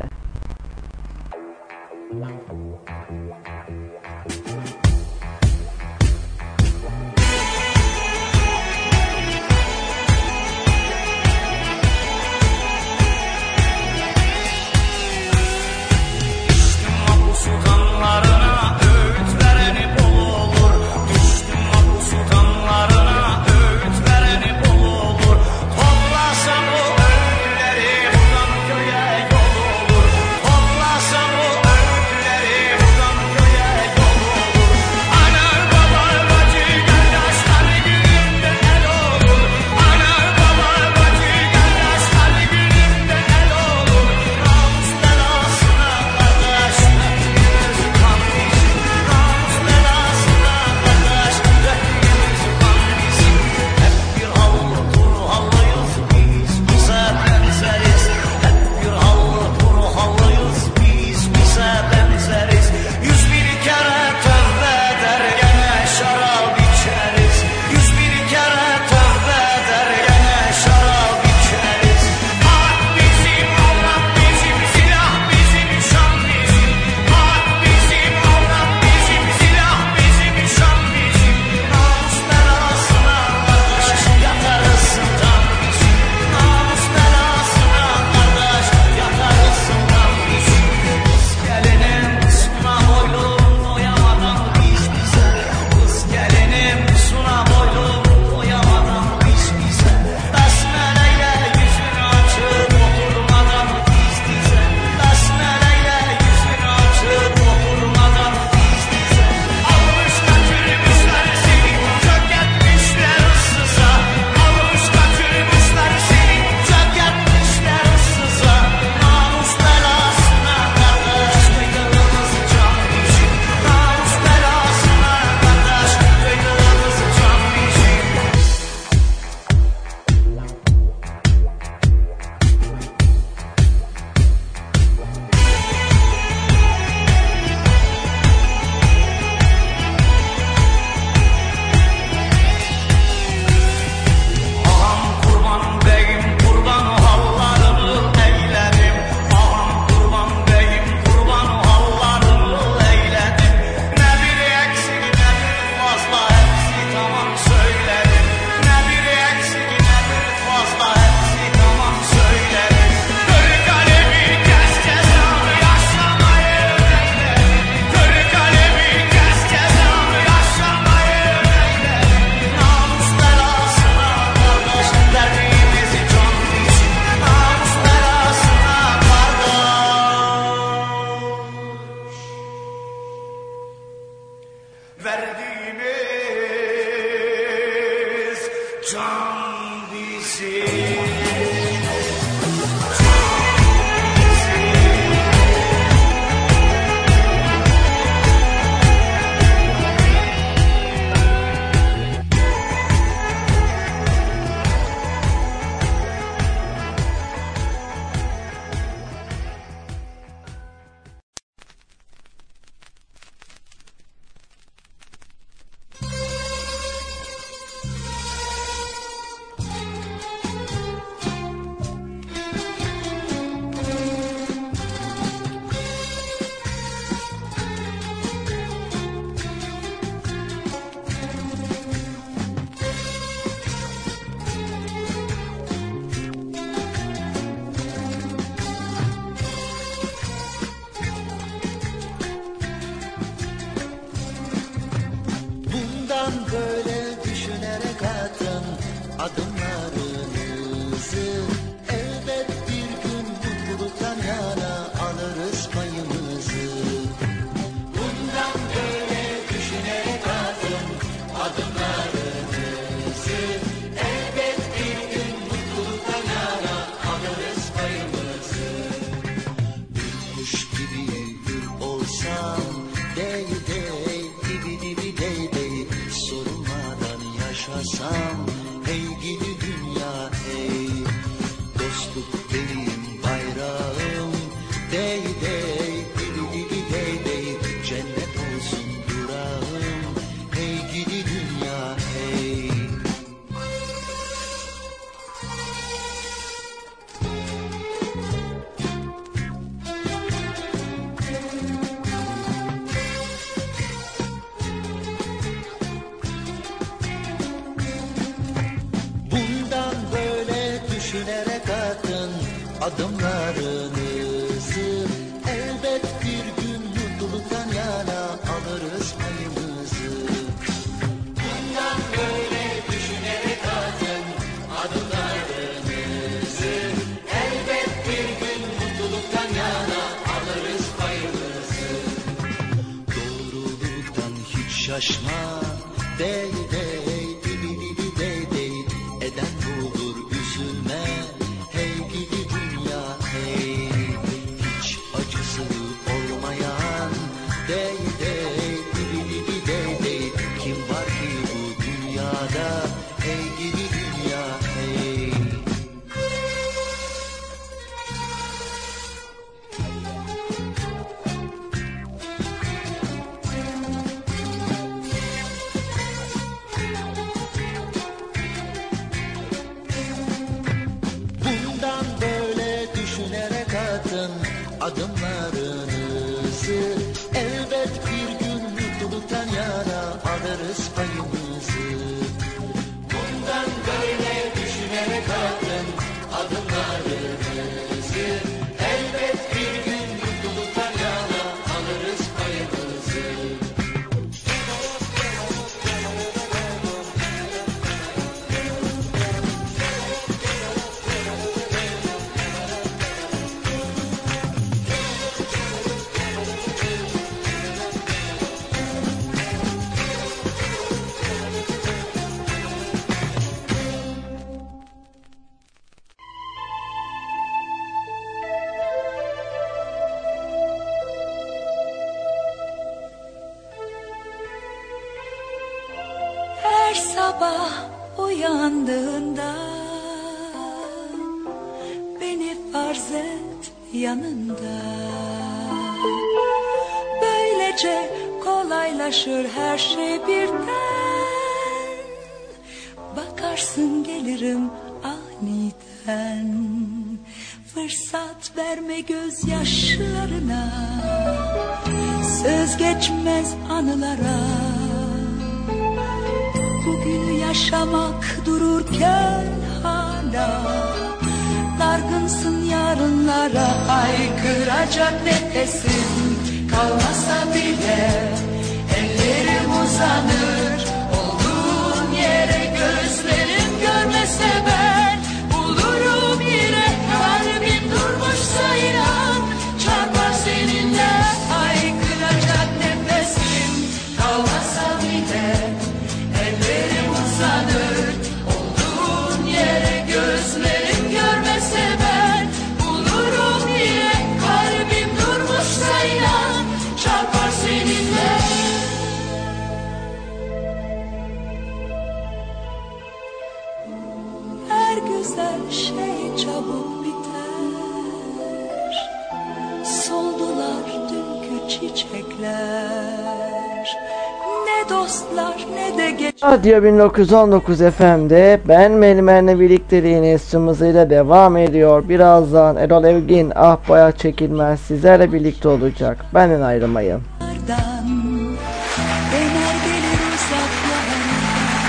Cennet olsun durağım, hey gidi dünya hey. adımlarınızı. Elbet bir gün mutluluktan yana alırız payımızı. Bundan böyle düşünerek atın adımlarınızı. Elbet bir gün mutluluktan yana alırız payımızı. Doğruluktan hiç şaşma, dey dey, dibi dibi dey dey, eden bulur üzülme, hey gidi dünya hey. Hiç acısı olmayan, dey dey, dibi dibi dey dey, kim var ki bu dünyada, hey gidi dünya hey. Bundan böyle düşünerek atın adımlarınızı. Elbet bir gün mutluluktan yana alırız payımızı. Bundan böyle düşünerek atın adımlarınızı. Elbet bir gün mutluluktan yana alırız payımızı. Her sabah uyandığında beni farz et yanında. Böylece kolaylaşır her şey birden. Bakarsın gelirim aniden. Fırsat verme gözyaşlarına. Söz geçmez anılara. Bugün yaşamak dururken hala dargınsın yarınlara. Haykıracak nefesim kalmasa bile ellerim uzanır. Olduğun yere gözlerim görmese ben bulurum yine. Kalbim durmuşsa inan çarpar seninle. Haykıracak nefesim kalmasa bile ellerim uzanır. Olduğun yere gözlerim görmese ben bulurum yine. Kalbim durmuşsa inan çarpar seninle. Her güzel şey çabuk biter. Soldular dünkü çiçekler. Ne dostlar ne de geç. Radyo 1919 FM'de ben Melimen'le birlikteliğiniz ile devam ediyor. Birazdan Erol Evgin Ah Boya Çekilmez sizlerle birlikte olacak. Benden ayrılmayın. Döner gelir uzaklardan.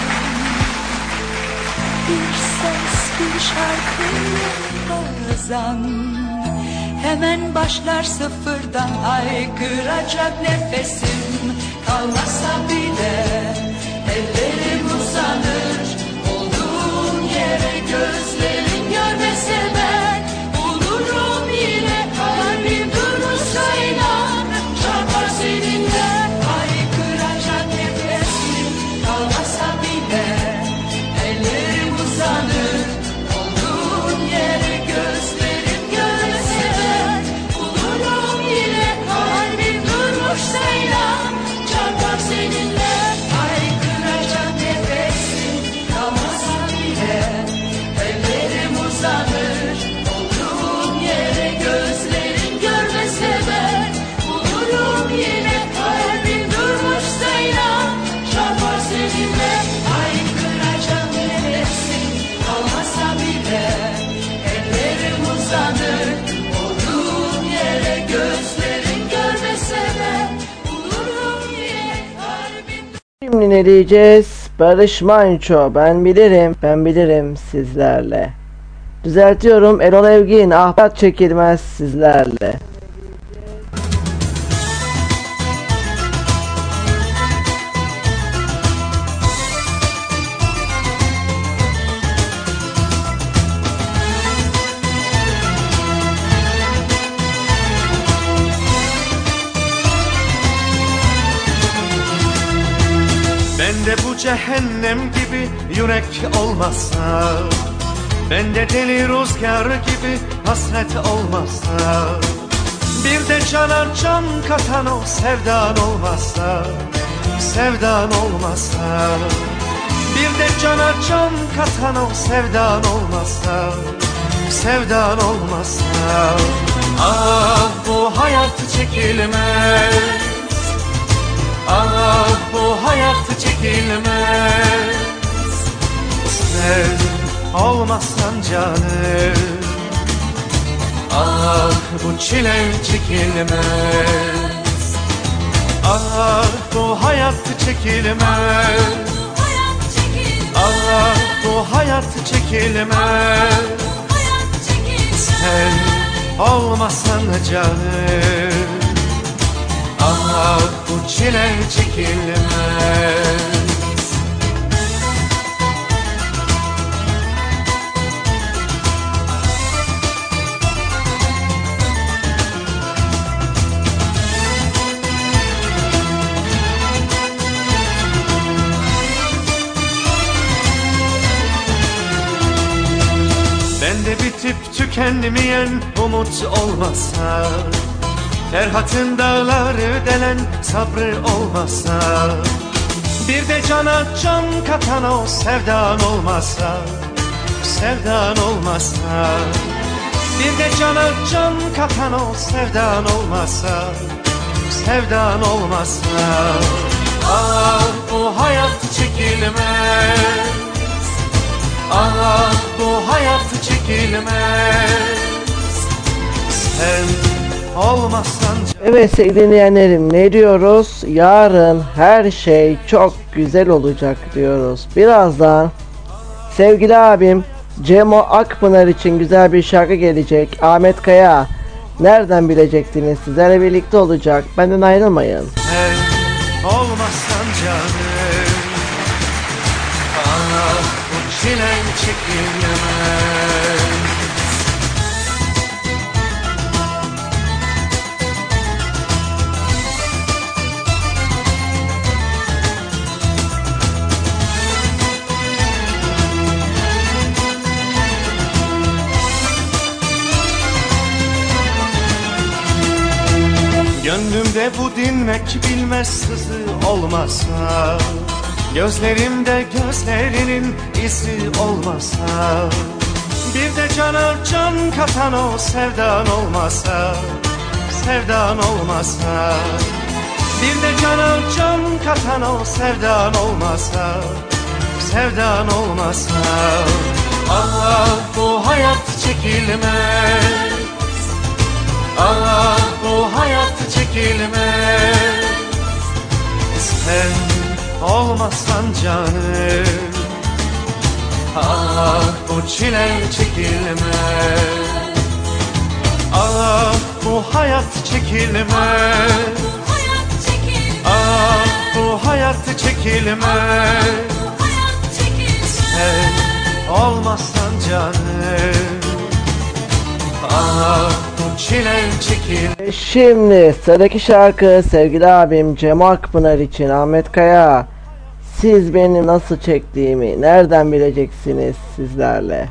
Bir ses bir şarkı bazen. Hemen başlar sıfırdan. Haykıracak nefesim kalmasa bile ellerim uzanır. Olduğun yere gözlerim görmese ben bulurum yine. Kalbim durursa inan çarpar seninle. Haykıracak nefesim kalmasa bile ellerim uzanır. Olduğun yere gözlerim görmese ben bulurum yine. Kalbim durmuşsa inan çarpar seninle. Haykıracak nefesim kalmasa bile ellerim uzanır. Olduğun yere gözlerim görmese ben bulurum yine. Kalbim durmuşsa inan çarpar seninle. Haykıracak nefesim kalmasa bile ellerim uzanır. Olduğun yere gözlerim görmese ben bulurum yine. Kalbim. Şimdi ne diyeceğiz? Barış Manço ben bilirim sizlerle. Düzeltiyorum, Erol Evgin, ahbap çekilmez sizlerle. Bende bu cehennem gibi yürek olmazsa, bende deli rüzgar gibi hasret olmazsa, bir de cana can katan o sevdan olmazsa, sevdan olmazsa, bir de cana can katan o sevdan olmazsa, sevdan olmazsa. Ah bu hayat çekilmez, ah bu hayat çekilmez. Sen olmazsan canım, ah bu çile çekilmez. Ah bu hayat çekilmez, ah bu hayat çekilmez. Sen olmazsan canım, ah bu çile çekilmez. Bende bitip tükenmeyen umut olmazsa, Ferhat'ın dağları delen sabrı olmazsa, bir de cana can katan o sevdan olmazsa, sevdan olmazsa, bir de cana can katan o sevdan olmazsa, sevdan olmazsa. Ah bu hayat çekilmez, ah bu hayat çekilmez. Sen olmazsan. Evet sevgili dinleyenlerim, ne diyoruz? Yarın her şey çok güzel olacak diyoruz. Birazdan sevgili abim Cemo Akpınar için güzel bir şarkı gelecek. Ahmet Kaya, nereden bilecektiniz? Sizlerle birlikte olacak. Benden ayrılmayın. Sen olmazsan canım, ah bu çilen çekilmez. Gönlümde bu dinmek bilmez sızı olmasa, gözlerimde gözlerinin izi olmasa, bir de cana can katan o sevdan olmasa, sevdan olmasa, bir de cana can katan o sevdan olmasa, sevdan olmasa. Ah bu hayat çekilmez, ah bu hayat çekilmez. Sen olmazsan canım, ah bu çile çekilmez. Ah bu hayat çekilmez, ah bu hayat çekilmez. Sen olmazsan canım, ah bu çile çekilmez. Şimdi sıradaki şarkı sevgili abim Cemo Akpınar için. Ahmet Kaya, siz benim nasıl çektiğimi nereden bileceksiniz sizlerle.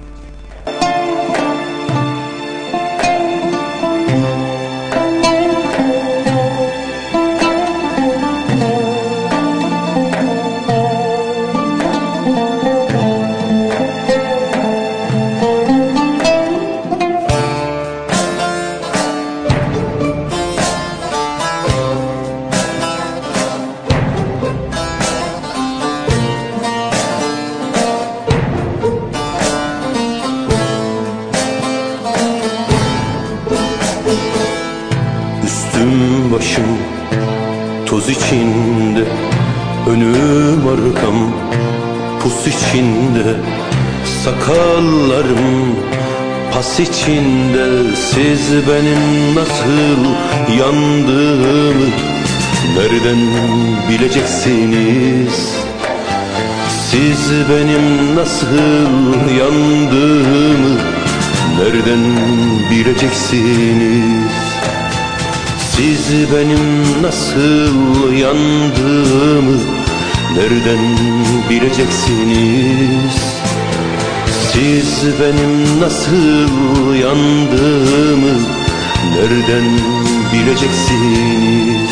Başım toz içinde, önüm arkam pus içinde. Sakallarım pas içinde, siz benim nasıl yandığımı nereden bileceksiniz? Siz benim nasıl yandığımı nereden bileceksiniz? Siz benim nasıl yandığımı nereden bileceksiniz? Siz benim nasıl yandığımı nereden bileceksiniz?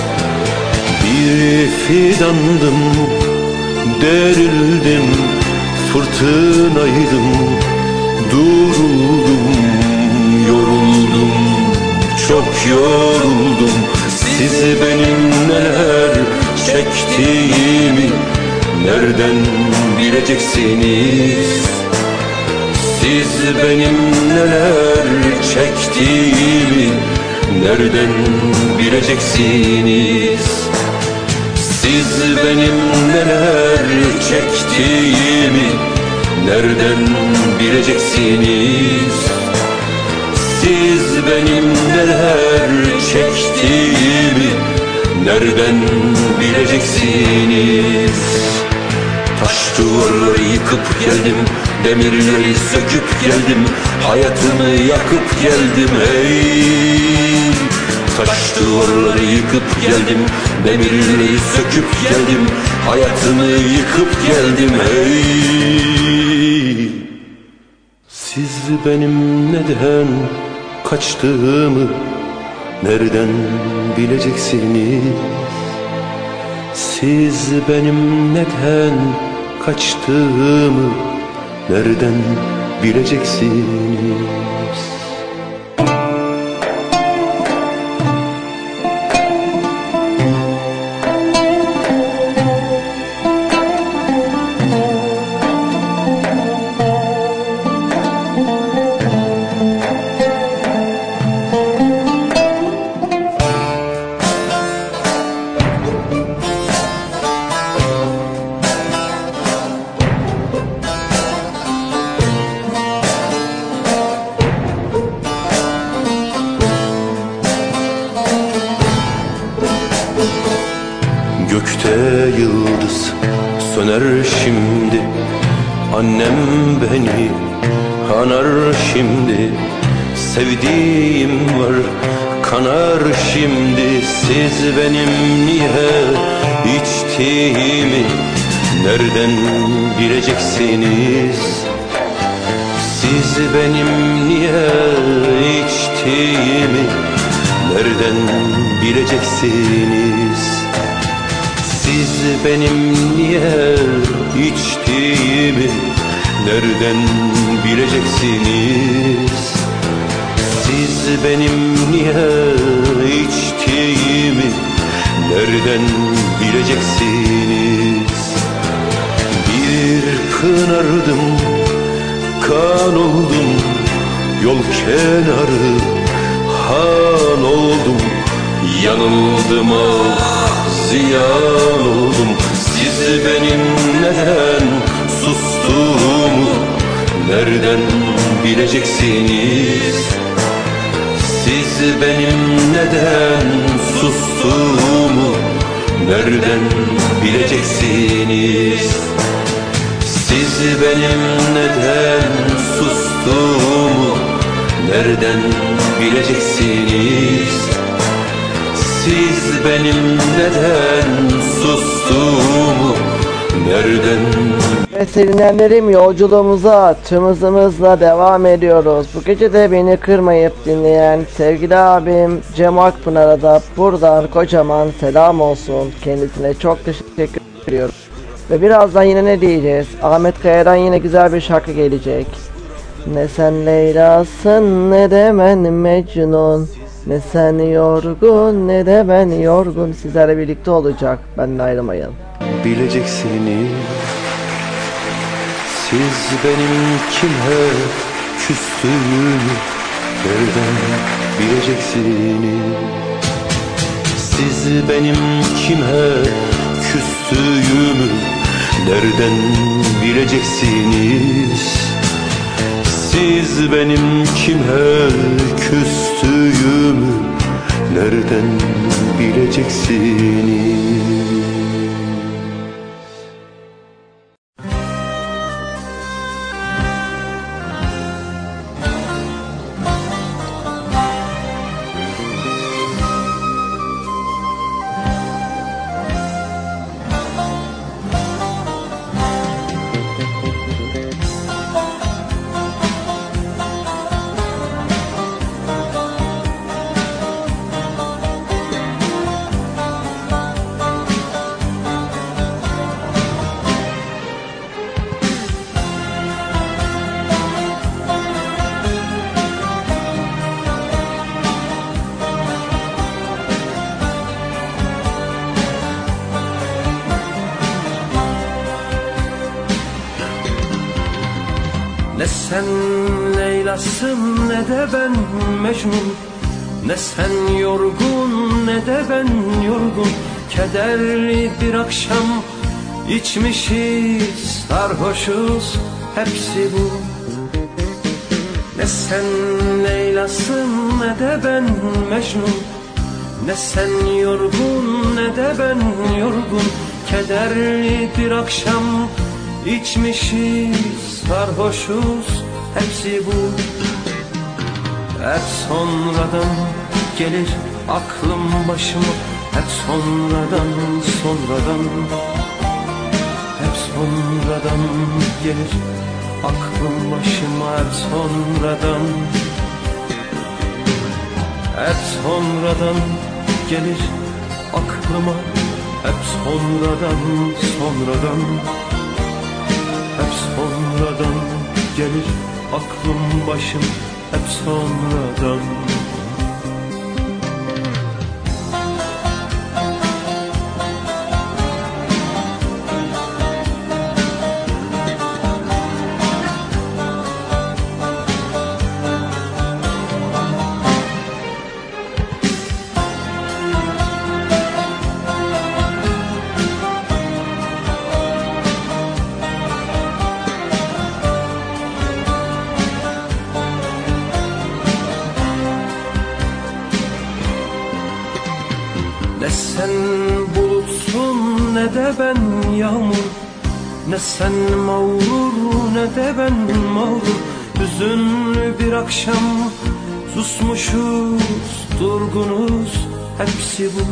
Bir fidandım, derildim, fırtınaydım, duruldum, yoruldum, çok yoruldum. Siz benim neler çektiğimi nereden bileceksiniz? Siz benim neler çektiğimi nereden bileceksiniz? Siz benim neler çektiğimi nereden bileceksiniz? Siz benim neler çektiğimi nereden bileceksiniz? Taş duvarları yıkıp geldim, demirleri söküp geldim, hayatımı yakıp geldim hey. Taş duvarları yıkıp geldim, demirleri söküp geldim, hayatımı yıkıp geldim hey. Siz benim neden kaçtığımı nereden bileceksiniz? Siz benim neden kaçtığımı nereden bileceksiniz? Gökte yıldız söner şimdi, annem beni anar şimdi. Sevdiğim var kanar şimdi, siz benim niye içtiğimi nereden bileceksiniz? Siz benim niye içtiğimi nereden bileceksiniz? Siz benim niye içtiğimi nereden bileceksiniz? Siz benim niye içtiğimi nereden bileceksiniz? Bir pınardım, kan oldum, yol kenarı han oldum. Yanıldım ah, ziyan oldum. Siz benim neden sustuğumu nereden bileceksiniz? Siz benim neden sustuğumu nereden bileceksiniz? Siz benim neden sustuğumu nereden bileceksiniz? Siz benim neden sustuğumu nereden? Ve sevinenlerim, yolculuğumuza tüm hızımızla devam ediyoruz. Bu gece de beni kırmayıp dinleyen sevgili abim Cem Akpınar'a da buradan kocaman selam olsun. Kendisine çok teşekkür ediyorum. Ve birazdan yine ne diyeceğiz? Ahmet Kaya'dan yine güzel bir şarkı gelecek. Ne sen Leyla'sın ne de ben Mecnun, ne sen yorgun ne de ben yorgun. Sizlerle birlikte olacak, benden ayrılmayın. Bileceksiniz, siz benim kime küstüğümü nereden bileceksiniz? Siz benim kime küstüğümü nereden bileceksiniz? sensiz benim kime küstüğümü nereden bileceksiniz? Ne sen Leyla'sın ne de ben Mecnun, ne sen yorgun ne de ben yorgun. Kederli bir akşam içmişiz, sarhoşuz, hepsi bu. Ne sen Leyla'sın ne de ben Mecnun, ne sen yorgun ne de ben yorgun. Kederli bir akşam içmişiz, sarhoşuz, hepsi bu. Hep sonradan gelir aklım başıma, hep sonradan, sonradan. Hep sonradan gelir aklım başıma, hep sonradan. Hep sonradan gelir aklıma, hep sonradan, sonradan. Hep sonradan gelir aklım başım, hep sonradan. Ne sen bulutsun ne de ben yağmur, ne sen mağrur ne de ben mağrur. Hüzünlü bir akşam susmuşuz, durgunuz, hepsi bu.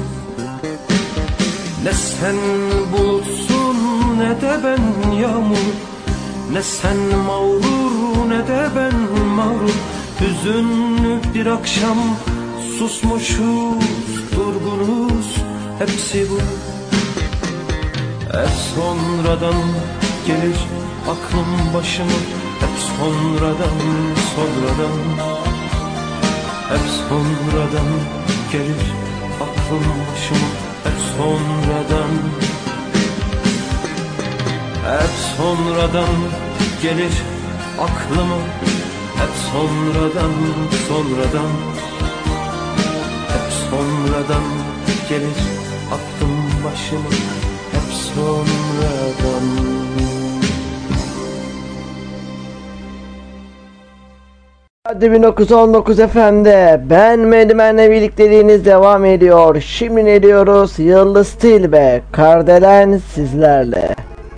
Ne sen bulutsun ne de ben yağmur, ne sen mağrur ne de ben mağrur. Hüzünlü bir akşam susmuşuz, durgunuz, hepsi bu. Hep sonradan gelir aklım başıma, hep sonradan, sonradan. Hep sonradan gelir aklım başıma, hep sonradan. Hep sonradan gelir aklıma, hep sonradan, sonradan. Hep sonradan gelir aklım başıma, hep sonradan. Radyo 1919 FM'de Ben Medimen'le birlikteliğiniz devam ediyor. Şimdi ne diyoruz? Yıldız Tilbe, Kardelen sizlerle.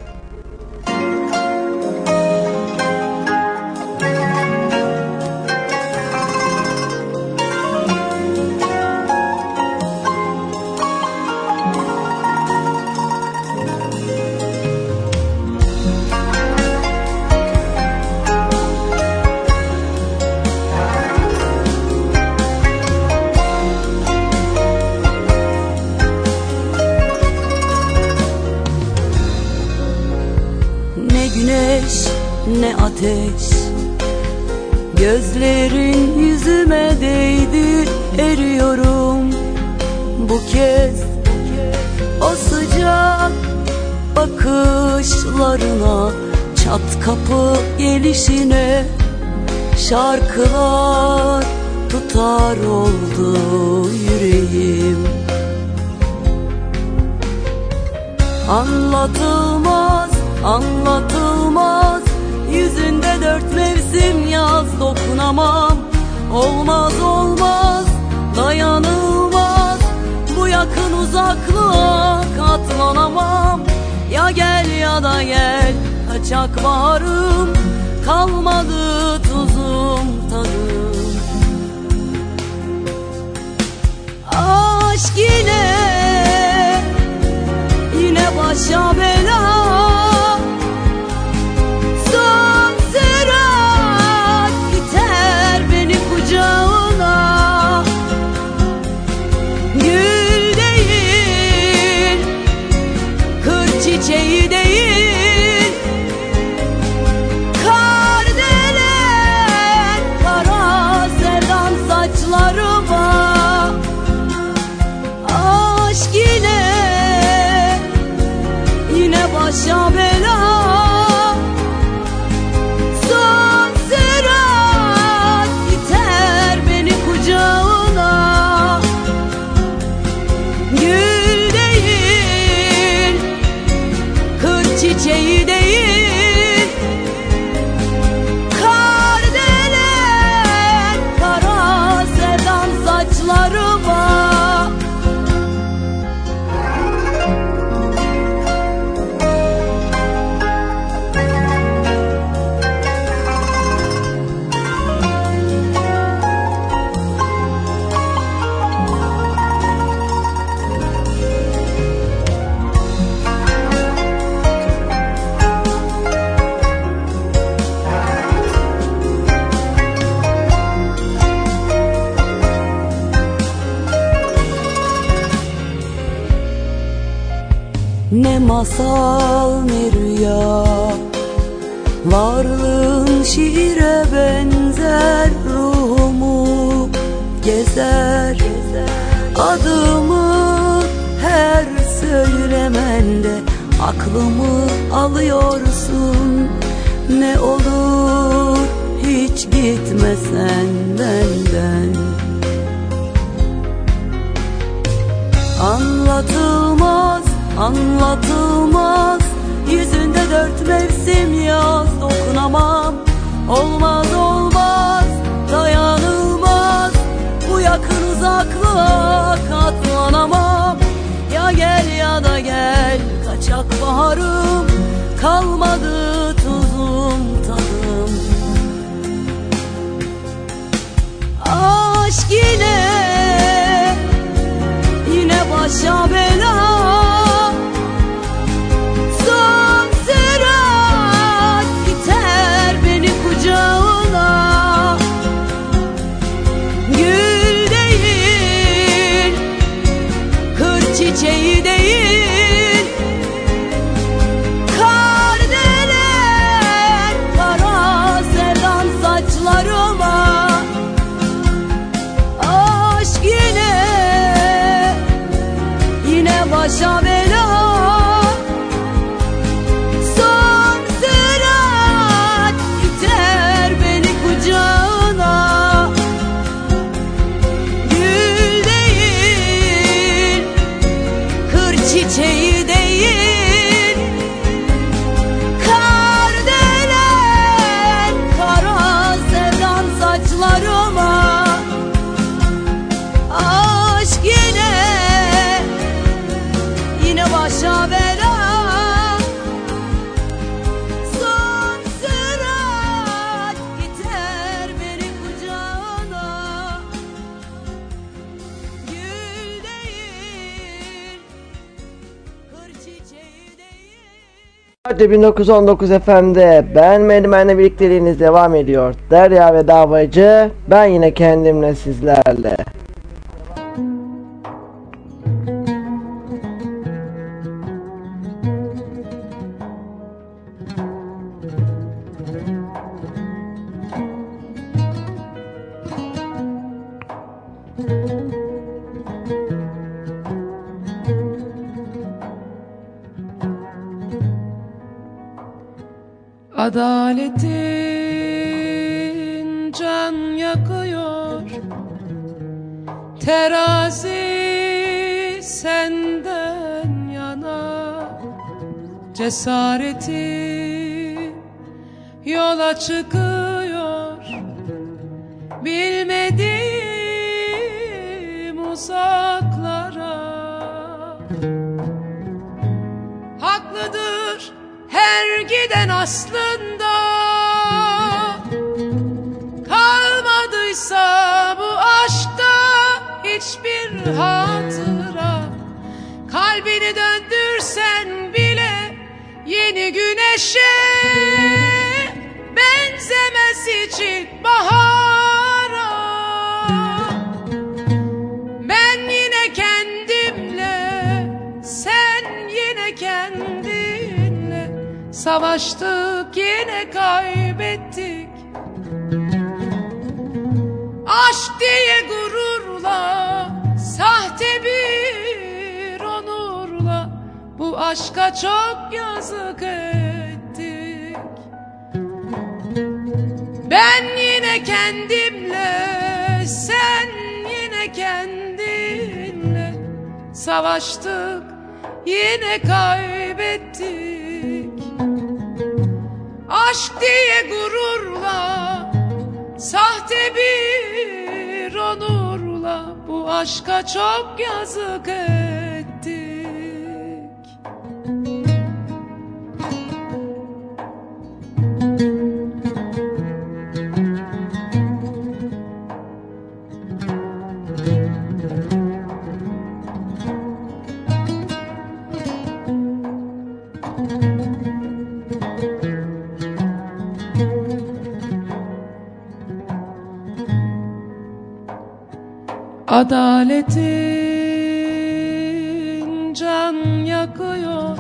Ne ateş gözlerin yüzüme değdi, eriyorum bu kez. O sıcak bakışlarına, çat kapı gelişine şarkılar tutar oldu yüreğim. Anlatılmaz, anlatılmaz, yüzünde dört mevsim yaz. dokunamam. Olmaz olmaz, dayanılmaz, bu yakın uzaklığa katlanamam. Ya gel ya da gel, kaçak baharım, kalmadı tuzum tadım. Aşk yine başa bela. Son sürat iter beni kucağına. Gül değil, kır çiçeği değil, kar delen kara sevdan saçlarıma. Aşk yine başa bela. Son sürat iter beni kucağına. Gül değil, kır çiçeği değil, kar delen kara sevdan saçlarıma. Ne masal ne rüya, varlığın şiire benzer. Ruhumu gezer, adımı her söylemende aklımı alıyorsun. Ne olur hiç gitmesen benden. Anlatılmaz, anlatılmaz, yüzünde 4 mevsim yaz. Dokunamam, olmaz olmaz, dayanılmaz, bu yakın uzaklığa katlanamam. Ya gel ya da gel, kaçak baharım, kalmadı tuzum tadım. Aşk yine başa bela. Son sürat iter beni kucağına. Gül değil, kır çiçeği değil, kar delen kara sevdan saçlarıma. Aşk yine başa bela. Son sürat iter beni kucağına. Gül değil, kır çiçeği değil, kar delen kara sevdan saçlarıma. Aşk yine başa bela. Son sürat iter beni kucağına. Gül değil, kır çiçeği değil. Radyo 1919 FM'de ben Medimen'le birlikteliğiniz devam ediyor. Derya ve Davacı, ben yine kendimle sizlerle. Adaletin can yakıyor, terazi senden yana. Cesareti yola çıkıyor, bilmediğim uzaklara. Haklıdır her giden aslında, kalmadıysa bu aşkta hiçbir hatıra. Kalbini döndürsen bile yeni güneşe benzemez hiç ilk bahara. Ben yine kendimle, sen yine kendinle, savaştık yine kaybettik. Aşk diye gururla, sahte bir onurla bu aşka çok yazık ettik. Ben yine kendimle, sen yine kendinle, savaştık yine kaybettik. Aşk diye gururla, sahte bir onurla bu aşka çok yazık ettik. Adaletin can yakıyor,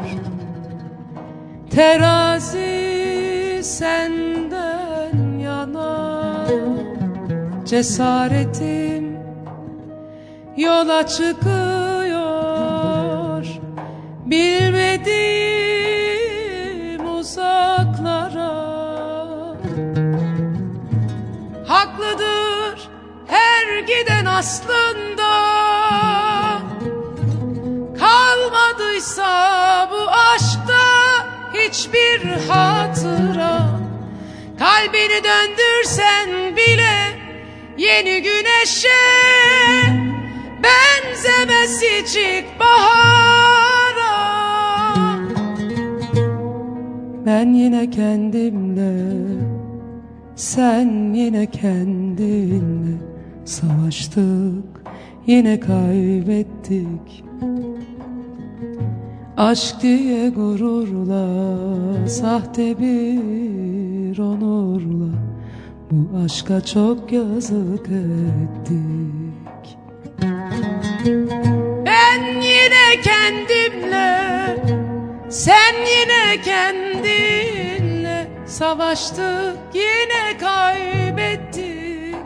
terazi senden yana. Cesaretim yola çıkıyor, bilmediğim uzaklara. Haklıdır her giden aslında, kalmadıysa bu aşkta hiçbir hatıra. Kalbini döndürsen bile yeni güneşe benzemez hiç ilk bahara. Ben yine kendimle, sen yine kendinle, savaştık yine kaybettik. Aşk diye gururla, sahte bir onurla bu aşka çok yazık ettik. Ben yine kendimle, sen yine kendinle, savaştık yine kaybettik.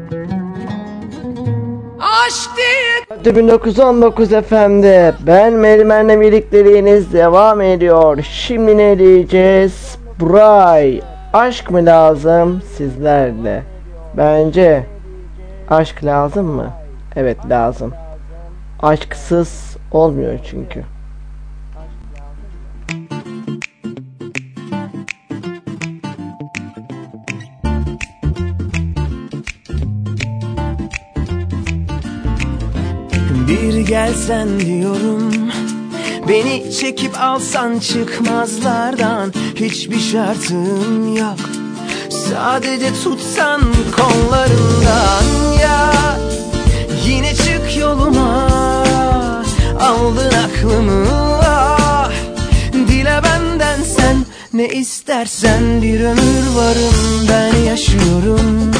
Aşk diye... 1919 efendi. Ben Merimen'le birlikteliğiniz devam ediyor. Şimdi ne diyeceğiz? Buray. Aşk mı lazım sizlerle? Bence aşk lazım mı? Evet lazım. Aşksız olmuyor çünkü. Bir gelsen diyorum, beni çekip alsan çıkmazlardan. Hiçbir şartım yok, sadece tutsan kollarından. Ya yine çık yoluma, aldın aklımı. Ah, dile benden sen ne istersen, bir ömür varım ben yaşıyorum.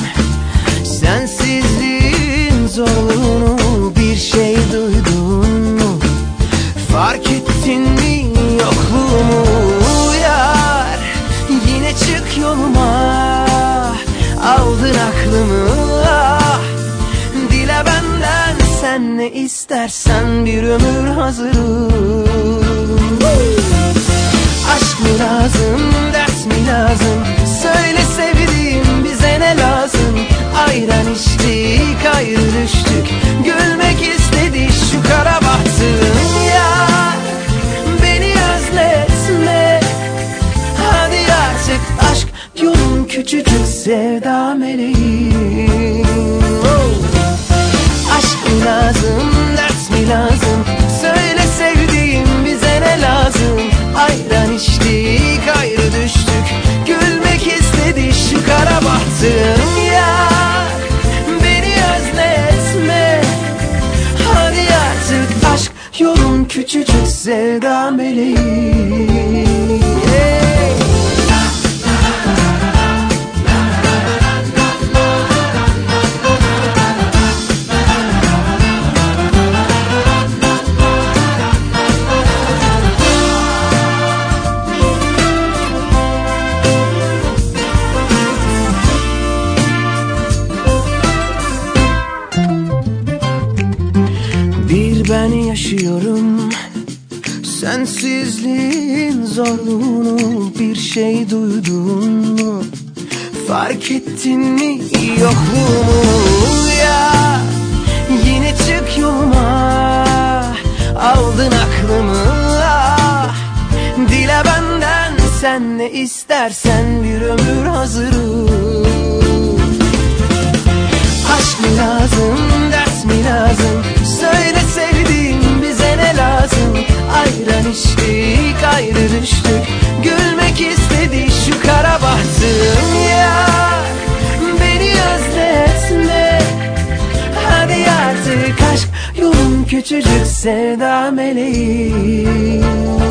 Sensizliğin zorluğunu bir şey duydun mu? Fark ettin mi yokluğumu yar? Yine çık yoluma, aldın aklımı. Ah, dile benden sen ne istersen, bir ömür hazırım. Aşk mı lazım, ders mi lazım? Söyle sevdiğim, bize ne lazım? Ayran içtik, ayrı düştük, gülmek istedi şu kara bahtım. Yar, beni özletme, hadi artık aşk yolun küçücük sevda meleği. sevda meleği. Ben yaşıyorum sensizliğin zorluğunu, bir şey duydun mu, fark ettin mi yokluğumu? Ya yine çık yoluma, aldın aklımı, ah. Dile benden sen ne istersen, bir ömür hazırım. Aşk mı lazım, ders mi lazım? Söyle sevdiğim, bize ne lazım? Ayran içtik, ayrı düştük. Gülmek istedi şu kara bahtım. Yak, beni özletme. Hadi artık aşk yolun küçücük sevda meleği.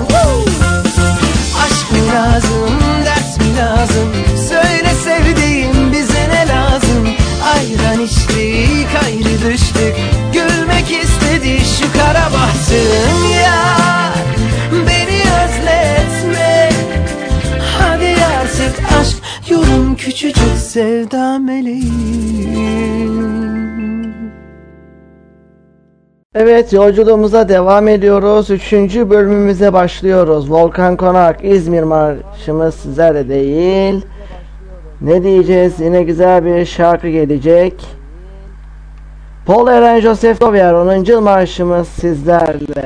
Aşk mı lazım, ders mi lazım? Söyle sevdiğim, bize ne lazım? Ayran içtik, ayrı düştük. Gülmek istedi şu kara bahtım. Ya beni özletme. Hadi artık aşk yolun küçücük sevda meleği. Evet, yolculuğumuza devam ediyoruz. 3. bölümümüze başlıyoruz. Volkan Konak İzmir Marşımız sizlerle değil. Ne diyeceğiz? Yine güzel bir şarkı gelecek. Paul Eren Joseph Dovier 10. yıl marşımız sizlerle.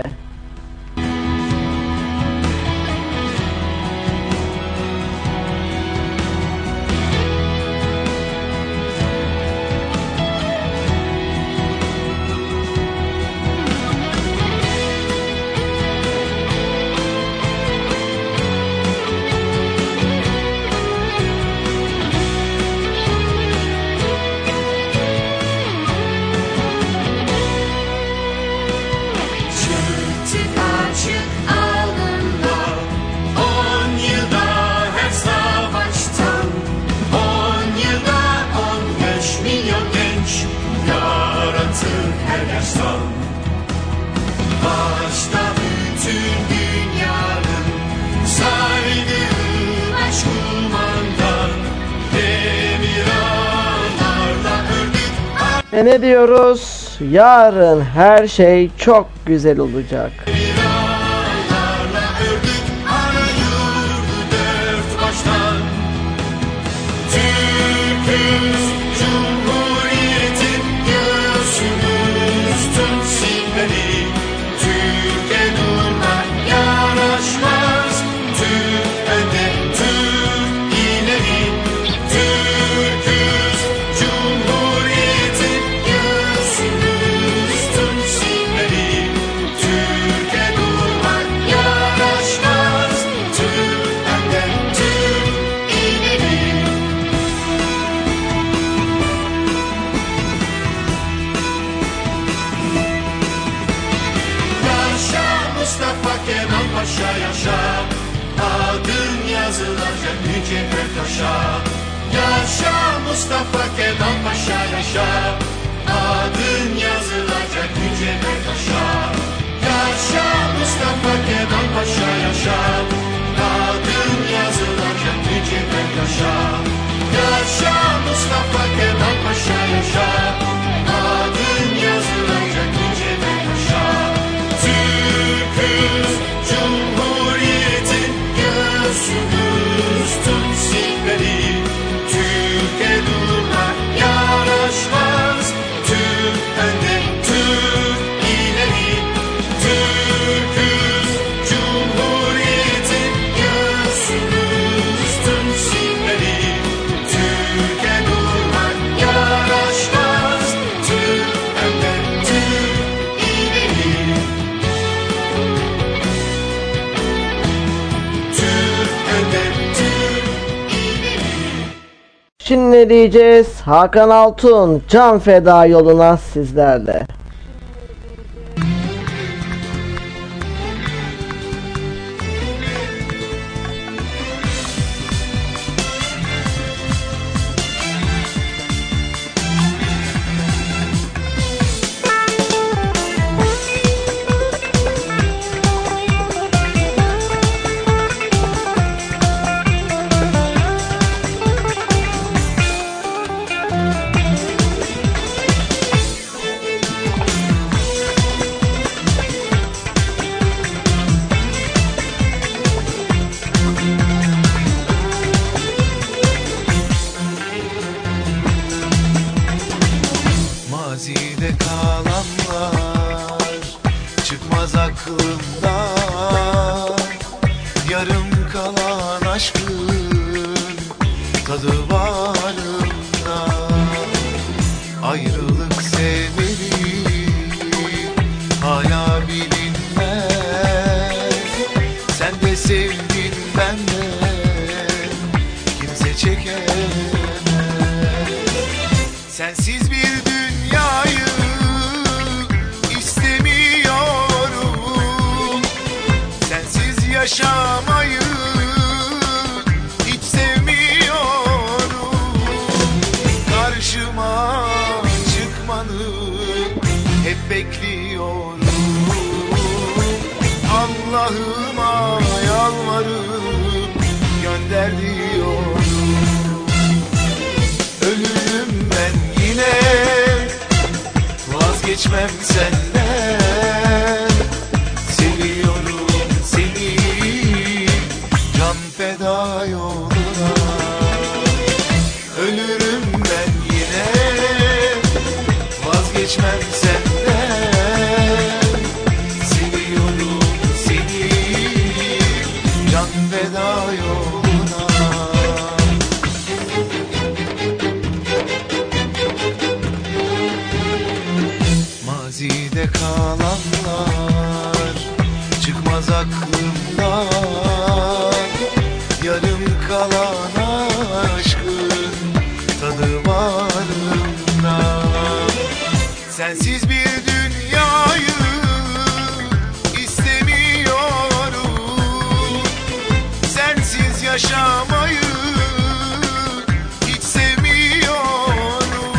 Ve ne diyoruz? Yarın her şey çok güzel olacak. Yaşa Mustafa Kemal Paşa yaşa, adın yazılacak yüce bir taşa. Yaşa Mustafa Kemal Paşa yaşa, adın yazılacak yüce bir taşa. Yaşa Mustafa Kemal Paşa yaşa, adın yazılacak yüce bir taşa. Türk'üz, Cumhuriyet'in göğsünü silmeli. Türkiye durmak yaraşmaz. Türk önde, Türk ileri. Türk'üz, Cumhuriyet'in göğsünü silmeli. Türkiye durmak yaraşmaz. Türk önde, Türk ileri. Türk önde, Şimdi ne diyeceğiz? Hakan Altun, Can Feda yoluna sizlerle. tadı varında. Ayrılık sebebi hala bilinmez. Sen de sevdin, ben de, kimse çekemez. Sensiz bir dünyayı istemiyorum. Sensiz yaşamayı hiç sevmiyorum. Karşıma çıkmanı hep bekliyorum. Allah'ıma yalvarıp gönder diyorum. Ölürüm ben yine, vazgeçmem senden. Seviyorum seni, can feda yoluna. Ölürüm ben yine, vazgeçmem senden. Seviyorum seni, can feda yoluna. Mazide kalanlar çıkmaz aklımdan. Yarım kalan aşkın tadı varında. Sensiz bir dünyayı istemiyorum. Sensiz yaşamayı hiç sevmiyorum.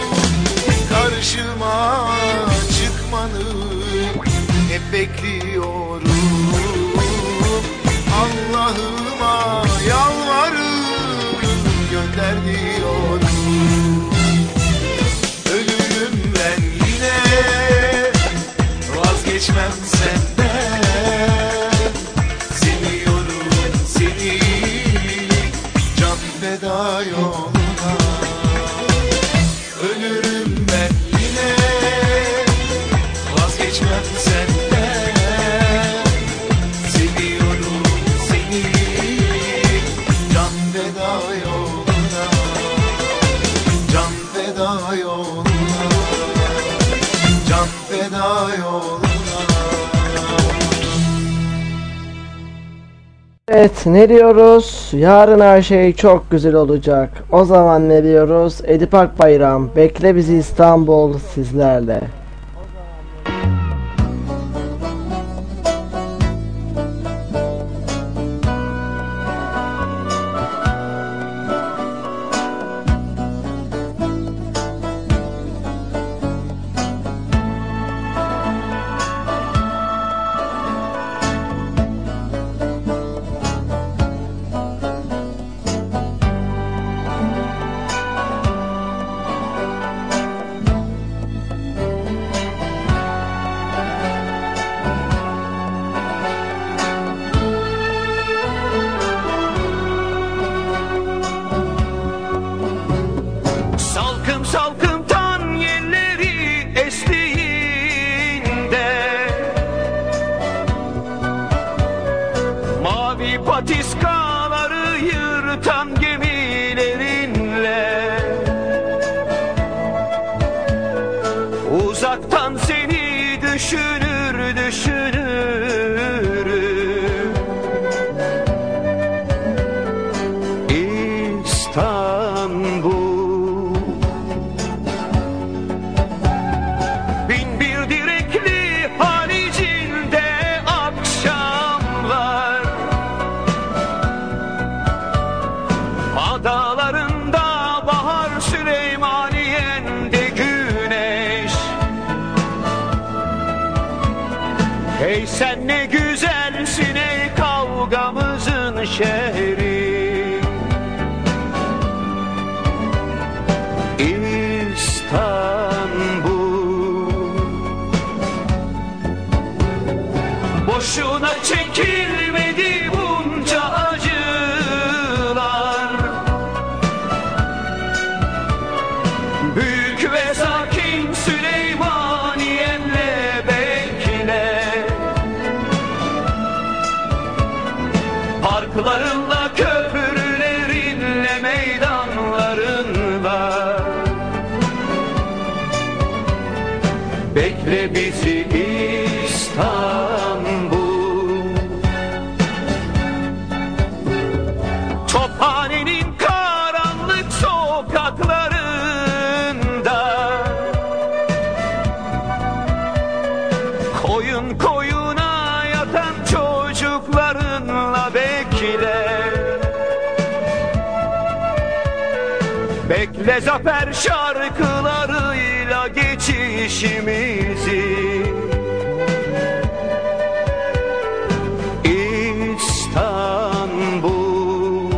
Karşıma çıkmanı hep bekliyorum. Allah'ıma yalvarıp gönder diyorum. Ölürüm ben yine, vazgeçmem senden. Seviyorum seni, can feda yoluna. Ölürüm ben yine, vazgeçmem senden. Seviyorum seni, can feda yoluna. Can feda yoluna. Can feda yoluna. Evet, ne diyoruz? Yarın her şey çok güzel olacak. O zaman ne diyoruz? Edip Akbayram, bekle bizi İstanbul sizlerle. Salkım salkım tan yelleri estiğinde, mavi patiskaları yırtan gemilerinle, uzaktan seni düşünür düşünürüm. İstanbul, bin bir direkli haricinde akşamlar, adalarında bahar, Süleymaniye'nde güneş. Hey sen ne güzelsin ey kavgamızın şehri. İstanbul, boşuna çekilmedi bunca acılar. Büyük ve sakin Süleymaniye'nle bekle. Parklarınla, köprülerinle, meydan bekle bizi İstanbul. Tophanenin karanlık sokaklarında koyun koyuna yatan çocuklarınla bekle. Bekle zafer şarkılarıyla geçişimizi. İstanbul,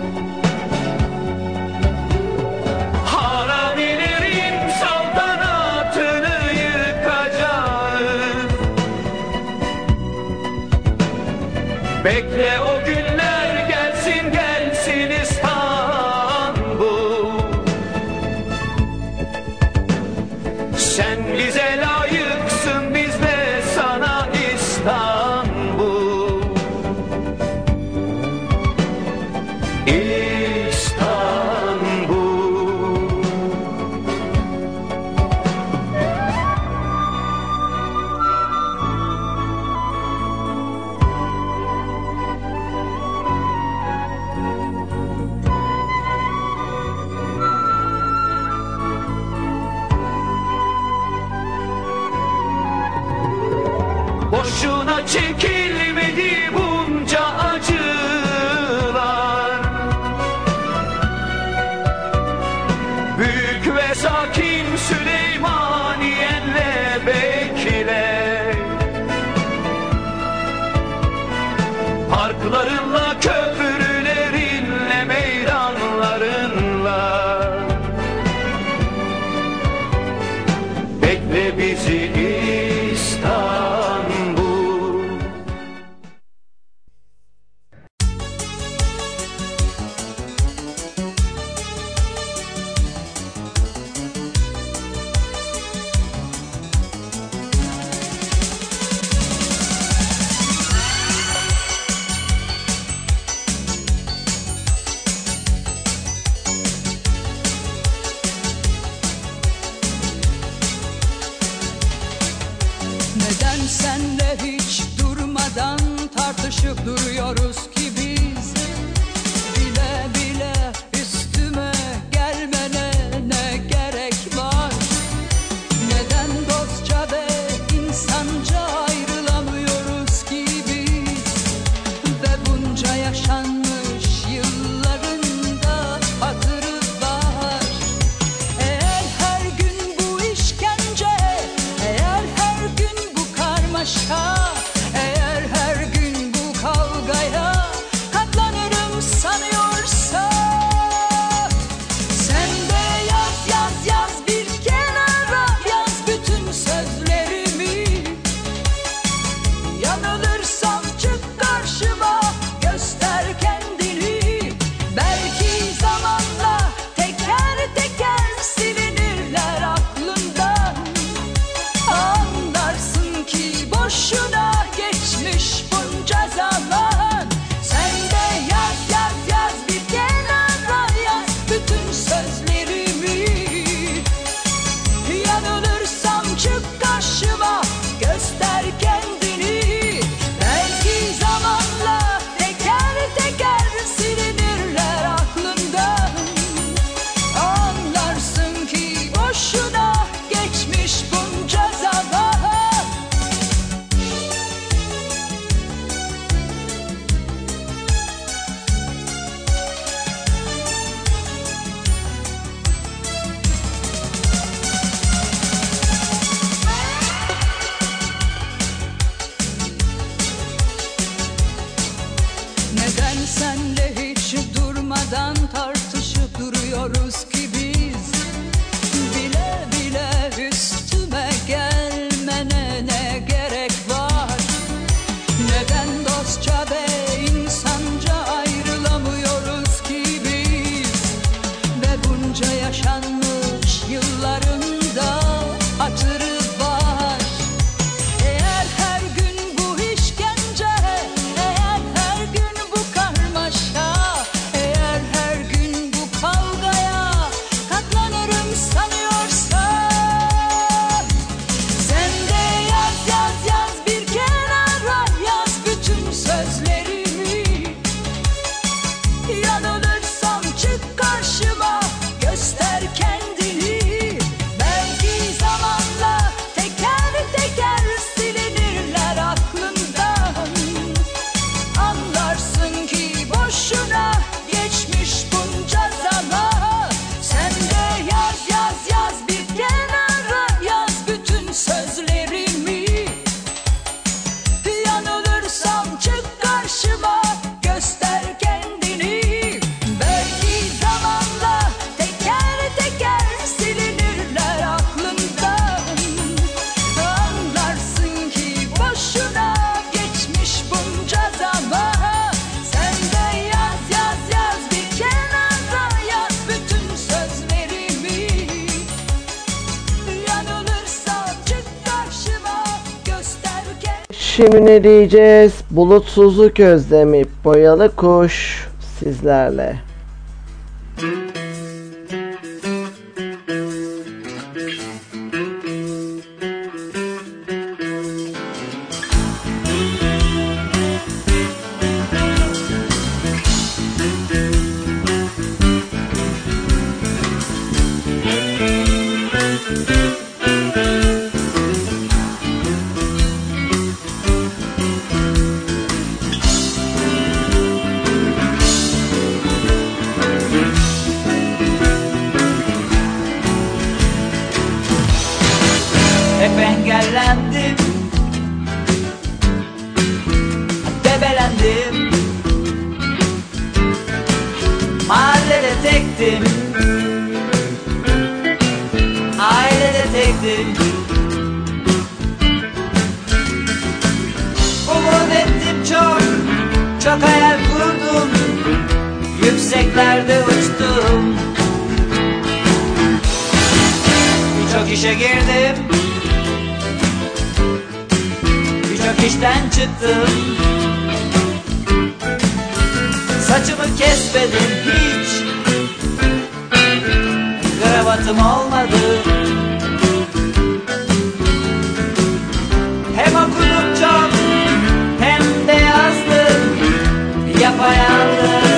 haramilerin saltanatını yıkacağız. Bekle o günler gelsin gelsin İstanbul. Sen bize layıksın, biz de sana İstanbul. İstanbul. Boşuna çekilmedi bunca acılar. Büyük ve sakin Süleymaniye'nle bekle. Parklarınla, köprülerinle, meydanlarınla bekle bizi İstanbul. Neden senle hiç durmadan tartışıp duruyoruz ki biz? Bile bile üstüme gelmene ne gerek var? Neden dostça ve insanca ayrılamıyoruz ki biz? Ve bunca yaşanmış yıllarında hatırı var. Eğer her gün bu işkence, eğer her gün bu karmaşa, eğer her gün bu kavgaya katlanırım sanıyorsan, sen de yaz yaz yaz bir kenara, yaz bütün sözlerimi. Yanılırsam çık karşıma, göster kendini. Belki zamanla teker teker silinirler aklından. Anlarsın ki boşuna geçmiş bunca zaman. Sen de yaz yaz yaz bir kenara, yaz bütün sözlerimi. Yanılırsam çık karşıma, göster kendini. Belki zamanla teker teker silinirler aklından. Anlarsın ki boşuna geçmiş bunca zaman. Neden senle hiç durmadan tartışıp duruyoruz ki biz? Bile bile üstüme gelmene ne gerek var? Neden dostça ve insanca ayrılamıyoruz ki biz? Ve bunca yaşanmış yıllarında hatırı var. Eğer her gün bu işkence, eğer her gün bu karmaşa, eğer her gün bu kavgaya katlanırım sanıyorsan, sen de Şimdi ne diyeceğiz? Bulutsuzluk özlemi, boyalı kuş sizlerle. Hep engellendim, debelendim, mahallede tektim, ailede tektim. Umut ettim çok, çok hayal kurdum, yükseklerde uçtum. Birçok işe girdim, birçok işten çıktım. Saçımı kesmedim hiç, kravatım olmadı. Hem okudum çok, hem de yazdım, yapayalnızdım.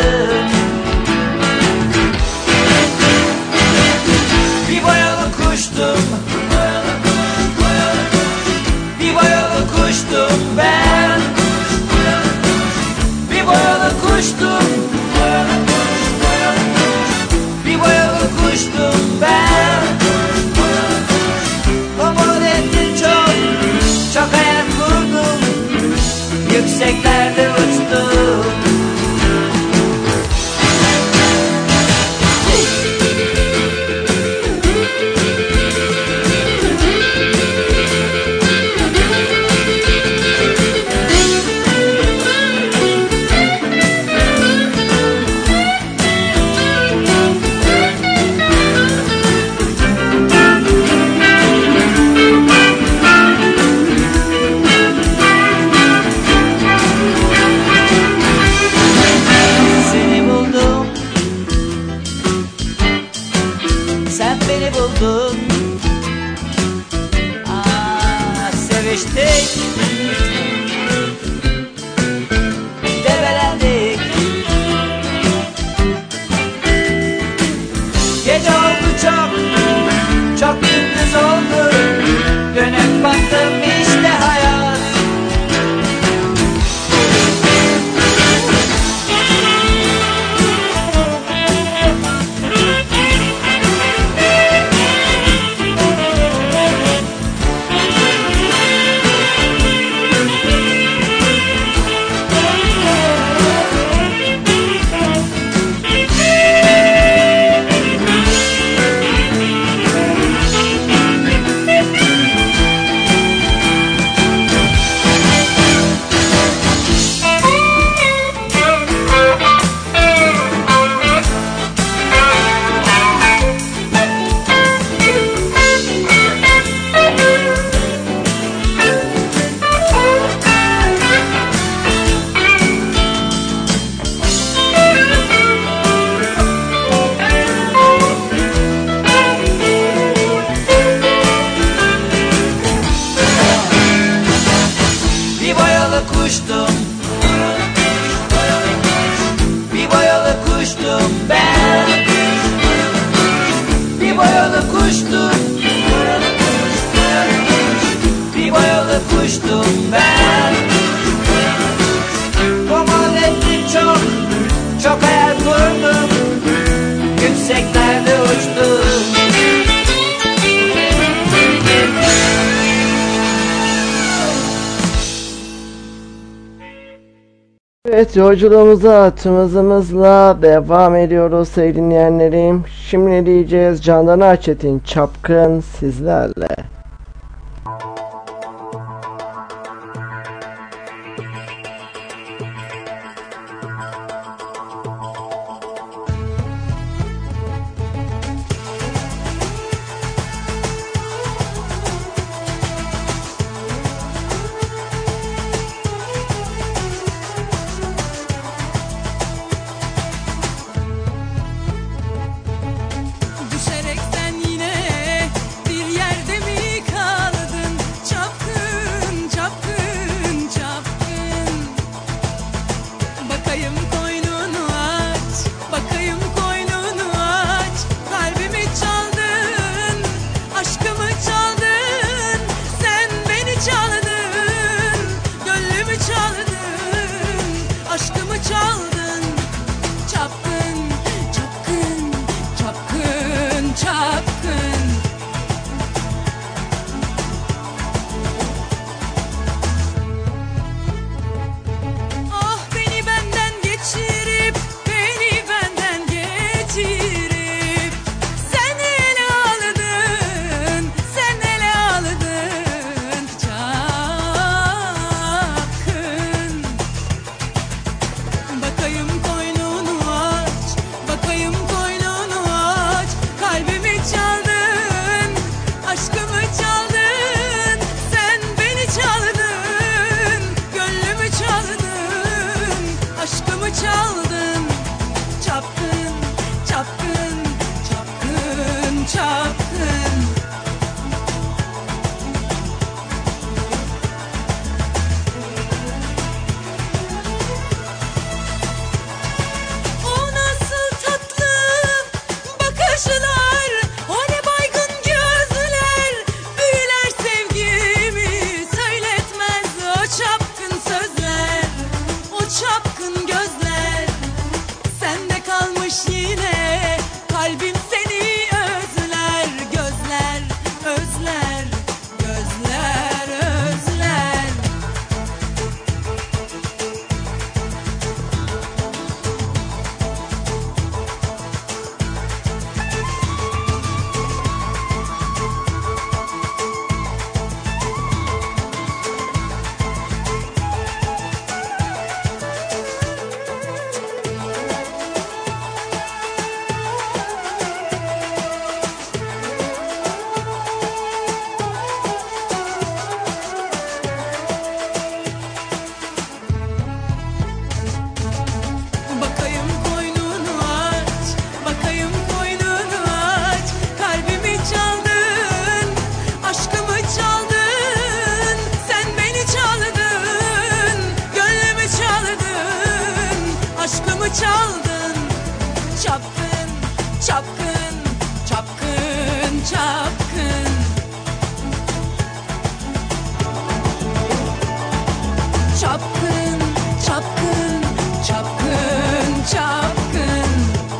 Bir boyalı kuştum, bir boyalı kuştum ben. Bir boyalı kuştum, bir boyalı kuştum ben. Umut ettim çok, çok hayal kurdum, yükseklerde uçtum. Seni buldum, sen beni buldun. Seviştik, debelendik. Gece oldu çok, çok gündüz oldu. Dönüp baktım işte hayat. Bir boyalı kuştum, bir boyalı kuştum ben. Bir boyalı kuştum, bir boyalı kuştum ben. Umut ettim çok, çok hayal kurdum, yükseklerde uçtum. Evet, yolculuğumuza tımızımızla devam ediyoruz sevgili dinleyenlerim. Şimdi ne diyeceğiz? Candan Erçetin, Çapkın sizlerle. Çapkın, çapkın, çapkın. Çapkın, çapkın, çapkın, çapkın.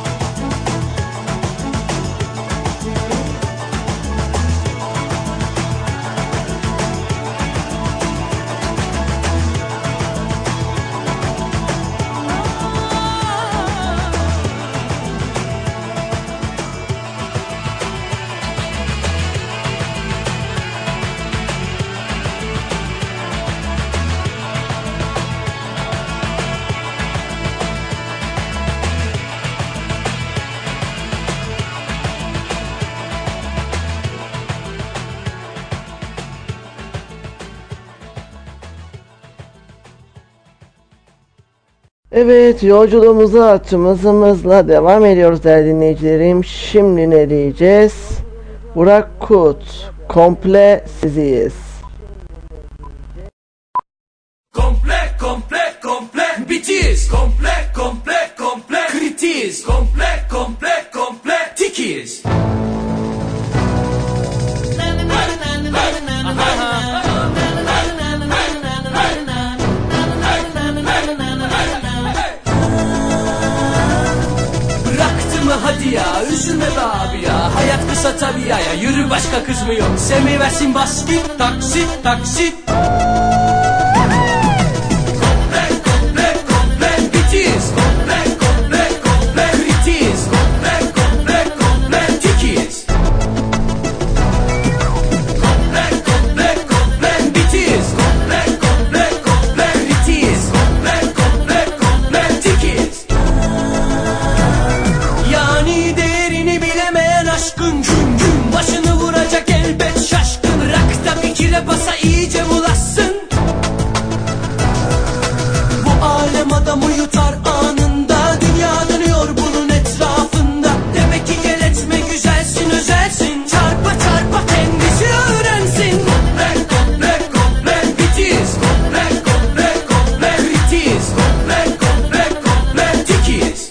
Evet, yolculuğumuza tüm hızımızla devam ediyoruz değerli dinleyicilerim. Şimdi ne diyeceğiz? Burak Kut, komple siziyiz. Komple, komple, komple bitiyiz. Komple, komple, komple kritiyiz. Komple, komple, komple tikiyiz. Hadi ya üzülme be abi ya. Hayat kısa tabi ya. Yürü başka kız mı yok? Sevmeyi bas git. Taksit taksit. Komple komple komple bitiyiz. Komple komple komple kritiyiz. Komple komple komple tikiyiz. Komple komple komple bitiyiz. Komple komple komple kritiyiz. Komple komple komple tikiyiz. Yani değerini bilemeyen aşkın gün gün başını vuracak elbet şaşkın. Bırak da bir kire basa iyice bulaşsın. Bu alem adamı yutar anında. Dünya dönüyor bunun etrafında. Demek ki gel etme güzelsin özelsin. Çarpa çarpa kendisi öğrensin. Komple komple komple bitiyiz. Komple komple komple kritiyiz. Komple komple komple tikiyiz.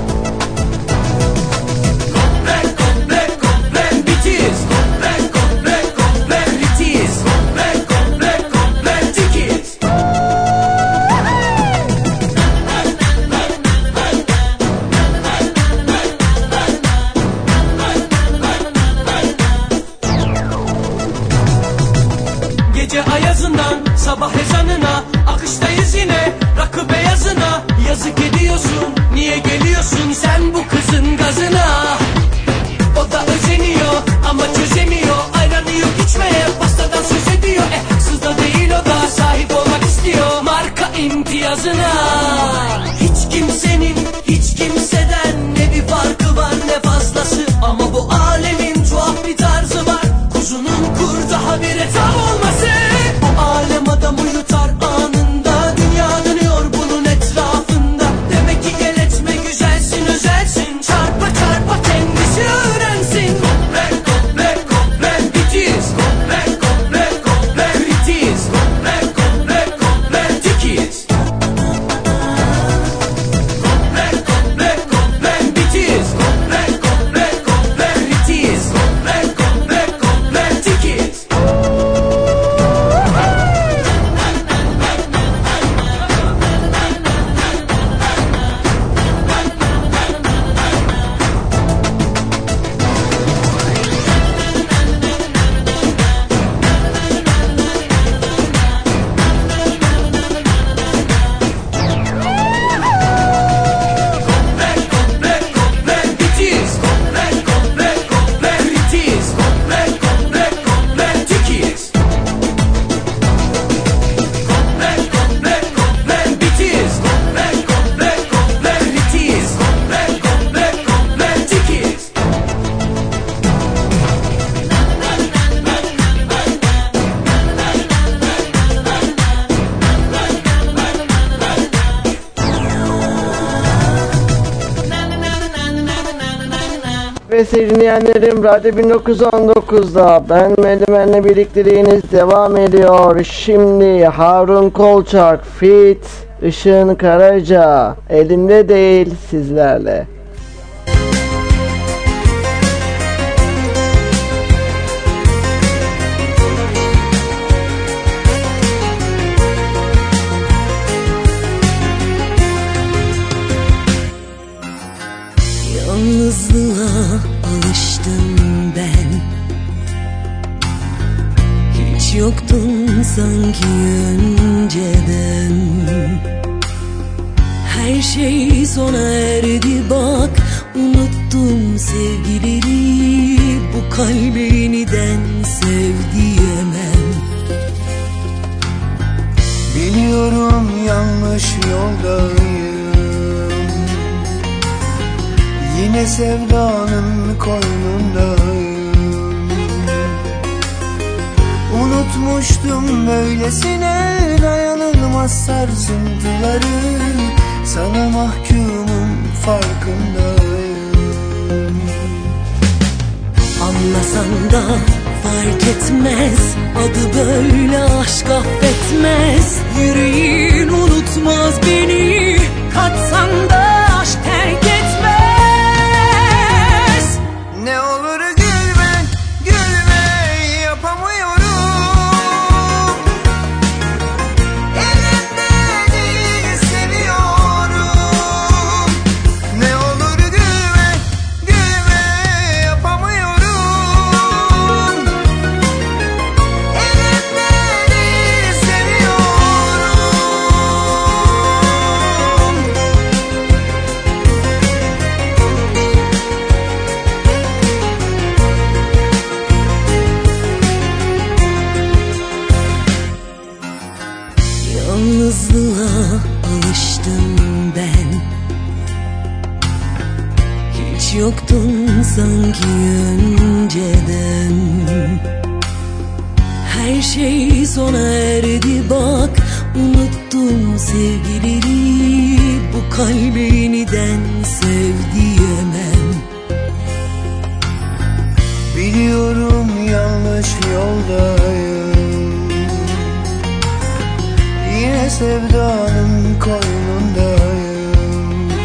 Komple komple komple bitiyiz. Komple komple komple kritiyiz. Komple komple komple tikiyiz. Gece ayazından sabah ezanına akıştayız yine rakı beyazına. Yazık ediyorsun niye geliyorsun sen bu kızın gazına. O da özeniyor ama çözemiyor. Ayranı yok içmeye pastadan söz ediyor. Haksız da değil o da sahip olmak istiyor marka imtiyazına. Hiç kimsenin hiç kimseden ne bir farkı var ne fazlası. Ama bu alemin tuhaf bir tarzı var. Kuzunun kurda habire tam olması. Bu alem adamı yutar anında. Dünya dönüyor bunun etrafında. Demek ki gel etme güzelsin özelsin. Çarpa çarpa kendisi öğrensin. Komple komple komple bitiyiz. Komple komple komple kritiyiz. Komple komple komple tikiyiz. Komple komple komple bitiyiz. Komple komple komple kritiyiz. Komple komple komple tikiyiz. Komple komple komple bitiyiz. Komple komple komple kritiyiz. Komple komple komple tikiyiz. Komple komple komple bitiyiz. Komple komple komple kritiyiz. Komple komple komple tikiyiz. Ve sevgili dinleyenlerim, Radyo 1919'da ben Menemen'le birlikteliğiniz devam ediyor. Şimdi Harun Kolçak feat. Işın Karaca, elimde değil sizlerle. yoktun sanki önceden. Her şey sona erdi bak, unuttum sevgileri. Bu kalbe yeniden sev diyemem. Biliyorum yanlış yoldayım, yine sevdanın koynundayım. Unutmuştum böylesine dayanılmaz sarsıntıları. Sana mahkumum farkındayım. Anlasan da fark etmez, adı böyle aşk affetmez. Yüreğin unutmaz beni, kaçsan da aşk terk etmez. Ne olur gülme, gülme yapamıyorum. Elimde değil seviyorum. Ne olur gülme, gülme yapamıyorum. Elimde değil seviyorum. Yalnızlığa alıştım ben. Hiç yoktun sanki önceden. Her şey sona erdi bak, unuttum sevgileri. Bu kalbe yeniden sev diyemem. Biliyorum yanlış yoldayım, yine sevdanın koynundayım.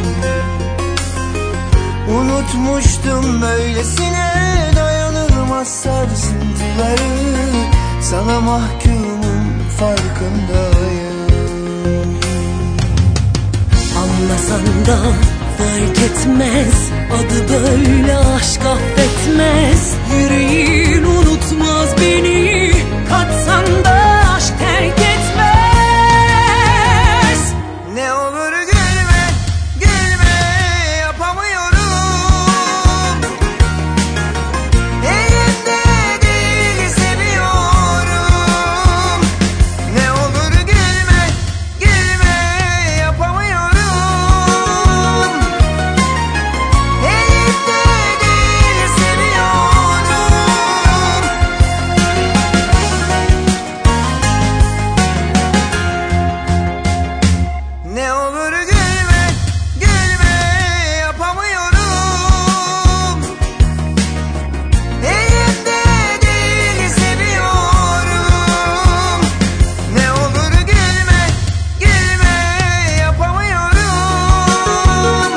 Unutmuştum böylesine dayanılmaz sarsıntıları. Sana mahkumum farkındayım. Anlasan da fark etmez, adı böyle aşk affetmez. Yüreğin unutmaz beni, kaçsan da aşk terk etmez. Ne olur gülme, gülme yapamıyorum. Elimde değil seviyorum. Ne olur gülme, gülme yapamıyorum. Elimde değil seviyorum. Ne olur gülme, gülme yapamıyorum. Elimde değil seviyorum. Ne olur gülme, gülme yapamıyorum.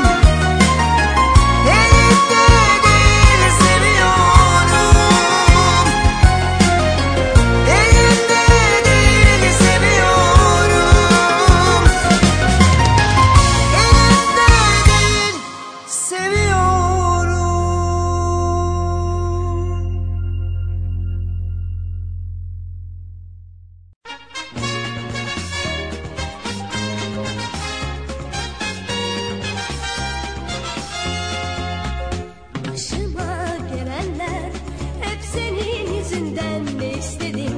Elimde değil seviyorum. Elimde değil seviyorum. Elimde değil seviyorum. Başıma gelenler hep senin yüzünden, ne istedin?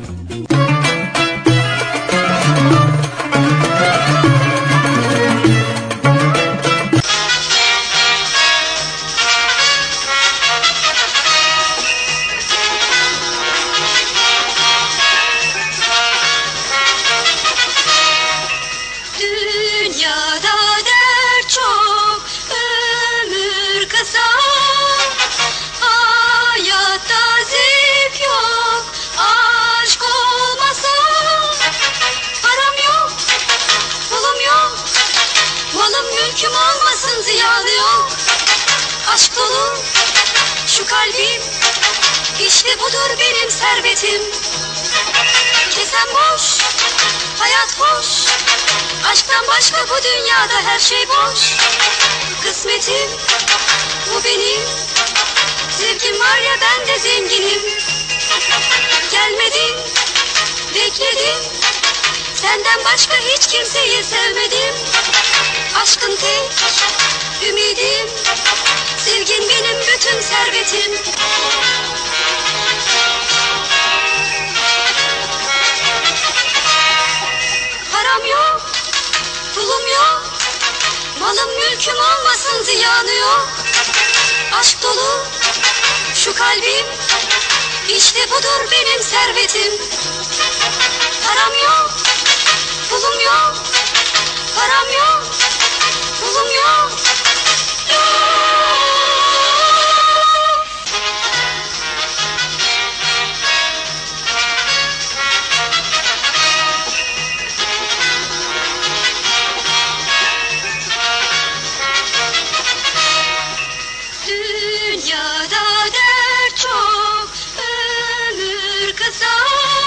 Dünyada dert çok, ömür kısa. Hayatta zevk yok, aşk olmasa. Param yok, pulum yok, malım mülküm olmasın, ziyadı yok. Aşk dolu şu kalbim, işte budur benim servetim. Kesem boş, hayat boş, aşktan başka bu dünyada her şey boş. Kısmetim bu benim, sevgim var ya ben de zenginim. Gelmedin Senden başka hiç kimseyi sevmedim. Aşkın tek ümidim, sevgin benim bütün servetim. Param yok, pulum yok, malım mülküm olmasın ziyanı yok. Aşk dolu şu kalbim, işte budur benim servetim. Param yok, pulum yok, param yok, pulum yok. Dünyada dert çok, ömür kısa.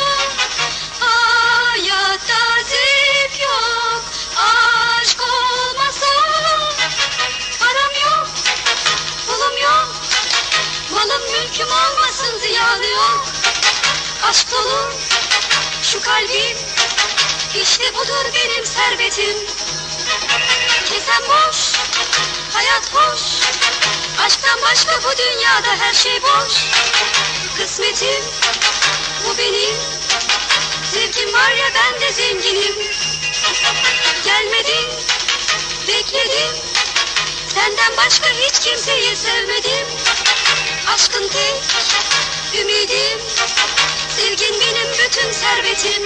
Hayatta zevk yok, aşk olmasa. Param yok, pulum yok, malım mülküm olmasın ziyanı yok. Aşk dolu şu kalbim, işte budur benim servetim. Kesem boş, hayat boş, aşktan başka bu dünyada her şey boş. Kısmetim bu benim, sevgim var ya ben de zenginim. Gelmedin, bekledim, senden başka hiç kimseyi sevmedim. Aşkın tek ümidim, sevgin benim bütün servetim.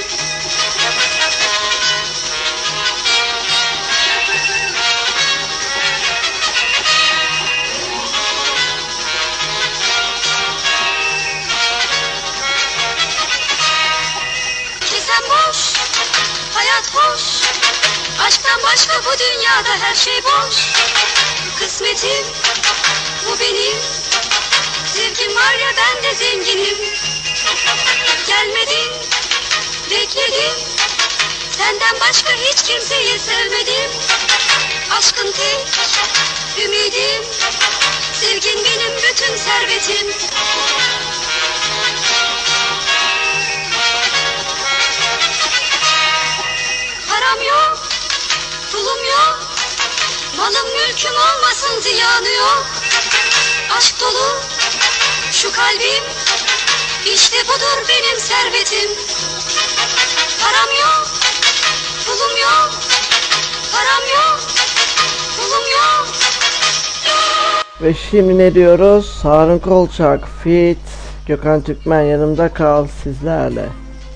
Kesem boş, hayat boş, aşktan başka bu dünyada her şey boş. Kısmetim bu benim, sevgim var ya ben de zenginim. Gelmedin, bekledim, senden başka hiç kimseyi sevmedim. Aşkın tek ümidim, sevgin benim bütün servetim. Param yok, pulum yok, malım mülküm olmasın ziyanı yok. Aşk dolu şu kalbim, işte budur benim servetim. Param yok, pulum yok, param yok, pulum yok. Ve şimdi ne diyoruz? Harun Kolçak, Fit, Gökhan Türkmen yanımda kal sizlerle.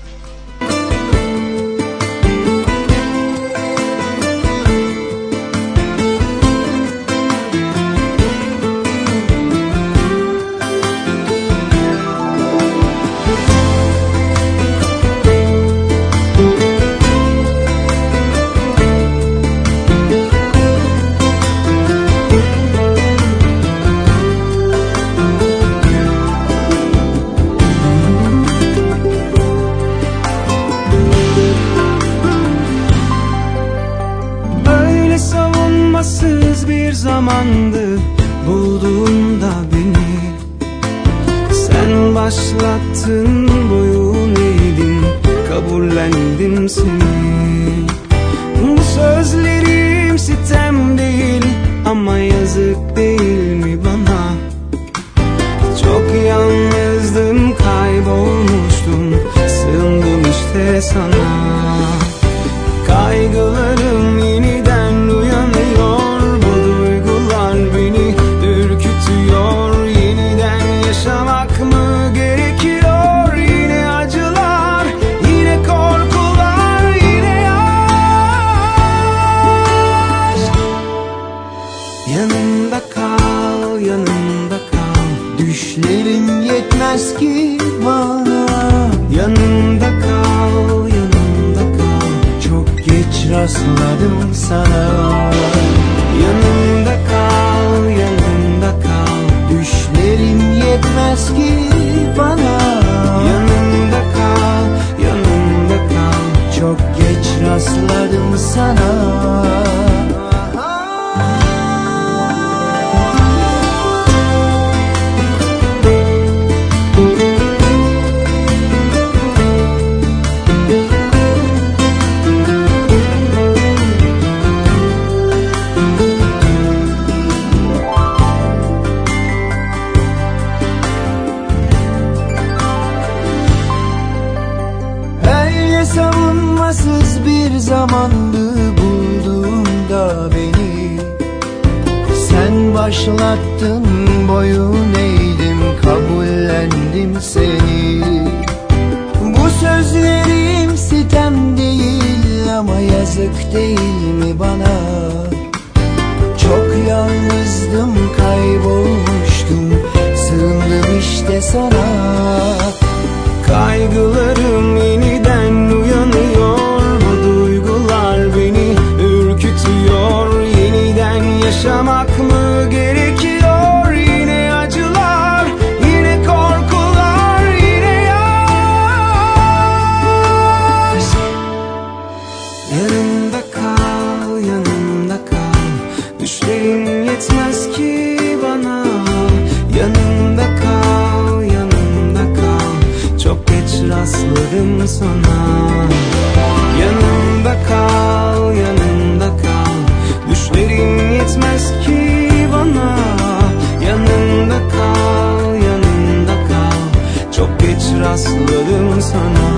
Zamandı bulduğunda beni, sen başlattın, boyun eğdim, kabullendim seni. Bu sözlerim sitem değil ama yazık değil mi bana? Çok yalnızdım, kaybolmuştum, sığındım işte sana. Kaygılarım yeniden uyanıyor, beni ürkütüyor. Yeniden yaşamak mı gerekiyor? Yine acılar, yine korkular, yine aşk. Yanımda kal, yanımda kal, düşlerim yetmez ki bana. Yanımda kal, yanımda kal, çok geç rastladım sana. Yanımda kal, yanımda kal, düşlerim yetmez ki bana. Yanımda kal, yanımda kal, çok geç rastladım sana. başlattın, boyun eğdim, kabullendim seni. Bu sözlerim sitem değil ama yazık değil mi bana? Çok yalnızdım, kaybolmuştum, sığındım işte sana. Kaygılarım yeniden uyanıyor, bu duygular beni ürkütüyor. Yeniden yaşamak mı gerekiyor? Yine acılar, yine korkular, yine yaz. Yanımda kal, yanımda kal, düşlerim yetmez ki bana. Yanımda kal, yanımda kal, çok geç rastladım sana. Yanımda kal, yanımda kal, düşlerim yetmez ki bana. Yanımda kal, yanımda kal, çok geç rastladım sana.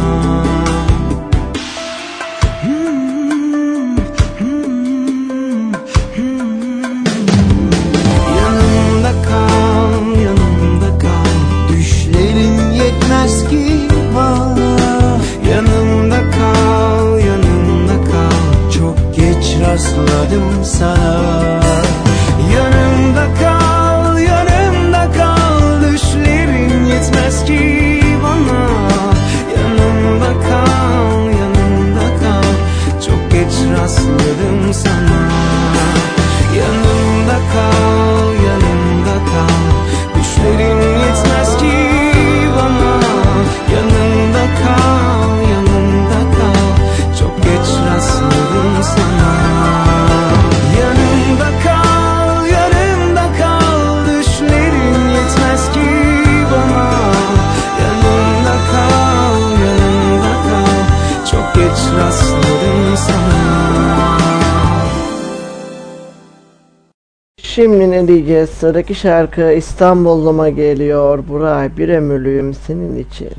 Yanımda kal, yanımda kal, düşlerim yetmez ki bana. Yanımda kal, yanımda kal, çok geç rastladım sana. Yanımda kal, yanımda kal, düşlerim yetmez ki bana. Yanımda kal, yanımda kal, çok geç rastladım sana. Yanımda kal, yanımda kal, düşlerim yetmez ki bana. Yanımda kal, yanımda kal, çok geç rastladım sana. Yanımda kal, yanımda kal, düşlerim yetmez ki bana. Yanımda kal, yanımda kal, çok geç rastladım sana. Şimdi ne diyeceğiz? Sıradaki şarkı İstanbul'uma geliyor. Buray, bir ömürlüyüm senin için.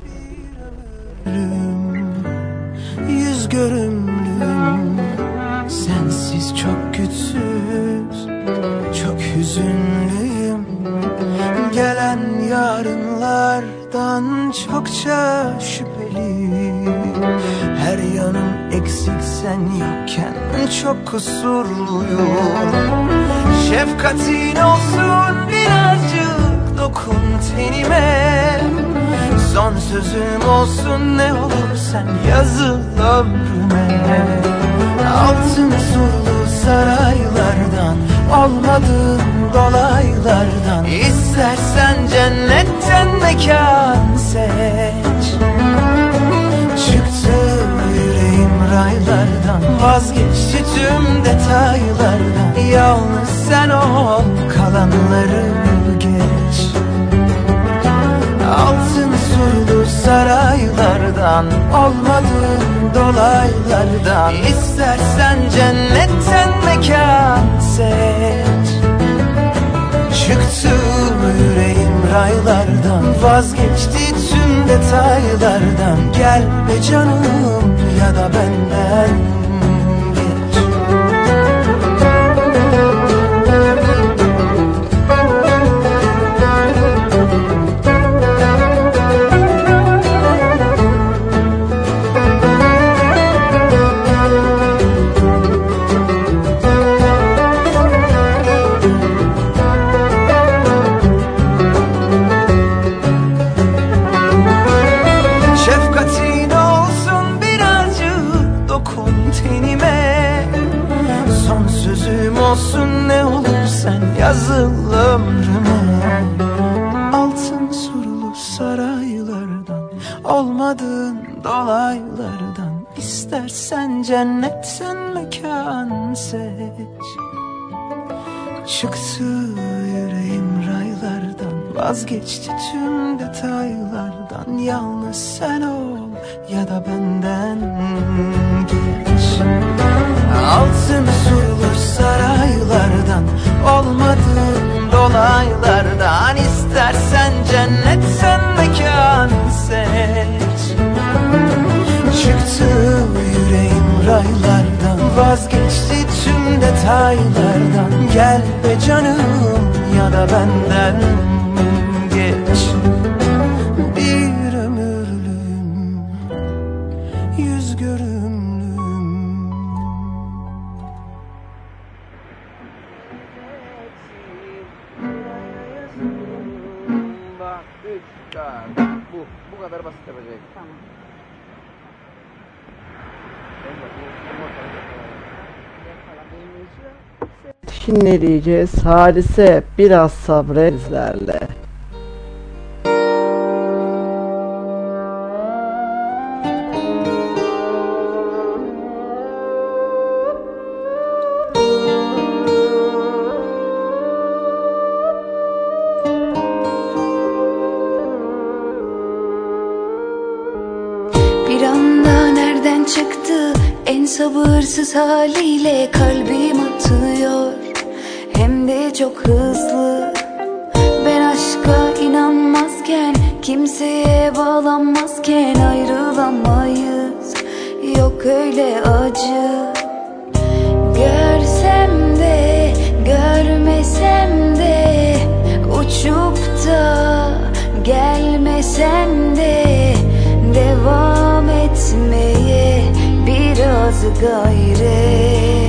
Yüz görümlüm, sensiz çok güçsüz, çok hüzünlüyüm. Gelen yarınlardan çokça şüpheli. Her yanım eksik sen yokken çok kusurluyum. Şefkatin olsun birazcık, dokun tenime. Son sözüm olsun ne olur sen yazıl ömrüme. Altın surlu saraylardan, olmadığın dolaylardan, İstersen cennetten mekan seç. Çıktı yüreğim raylardan, vazgeçti tüm detaylardan. Yalnız sen ol, kalanları geç. Altın surlu saraylardan, olmadığın dolaylardan, İstersen cennetten mekan seç. Çıktı yüreğim raylardan, vazgeçti tüm detaylardan. Gel be canım ya da benden geç. Şefkatin olsun birazcık, dokun tenime. Son sözüm olsun ne olur sen yazıl ömrüme. Altın surlu saraylardan, olmadığın dolaylardan, İstersen cennetten mekan seç. Çıktı yüreğim raylardan, vazgeçti tüm detaylardan. Yalnız sen ol ya da benden geç. Altın surlu saraylardan, olmadığın dolaylardan, İstersen cennetten mekan seç. Çıktı yüreğim raylardan, vazgeçti tüm detaylardan. Gel be canım ya da benden geç. Bir ömürlüm, yüz görümlüm. Bu kadar basit yapacak. Tamam. Şimdi diyeceğiz Hadise biraz sabret bizlerle. Bir anda nereden çıktı en sabırsız haliyle kalbim atıyor, hem de çok hızlı. Ben aşka inanmazken, kimseye bağlanmazken ayrılamayız, yok öyle acı. Görsem de görmesem de, uçup da gelmesem de devam etmeye biraz gayret.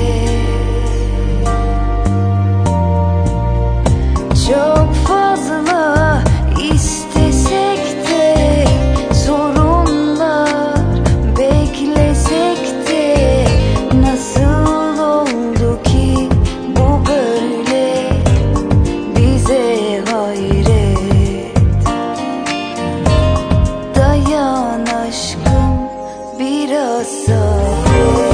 Çok fazla istesek de, sorunlar beklesek de, nasıl oldu ki bu böyle, bize hayret. Dayan aşkım biraz sabret.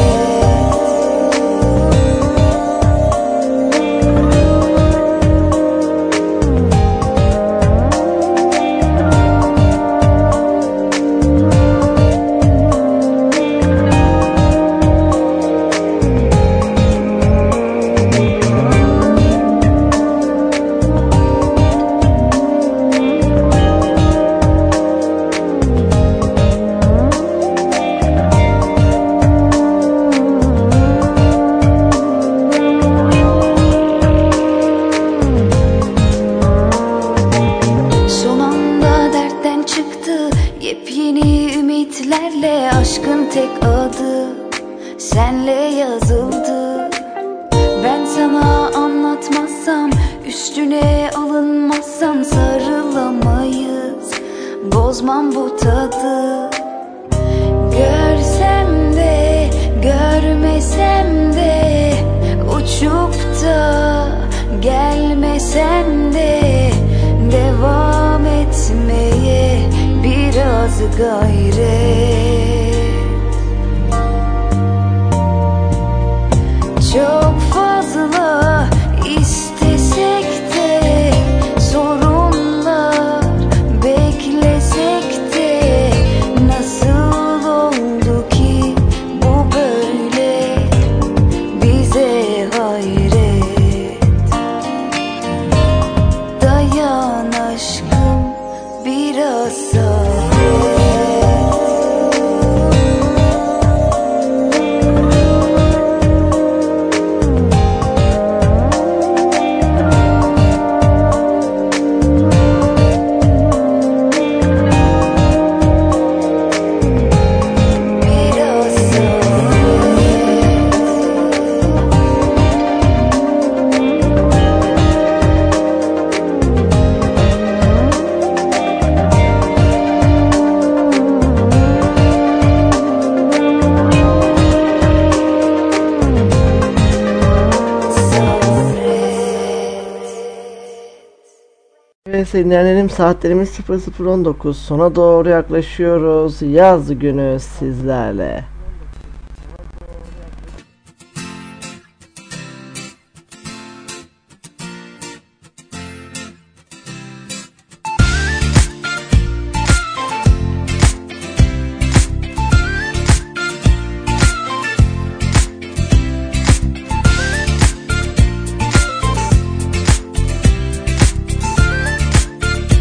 Son anda dertten çıktı yepyeni ümitlerle, aşkın tek adı senle yazıldı. Ben sana anlatmazsam, üstüne alınmazsam sarılamayız, bozmam bu tadı. Görsem de görmesem de, uçup da gelmesem de devam etmeye biraz gayret. Çok fazla istesek de, sorunlar beklesek de, nasıl oldu ki bu böyle, bize hayret. Dayan aşkım biraz sabret. Evet dinleyelim, saatlerimiz 00:19, sona doğru yaklaşıyoruz. Yaz günü sizlerle.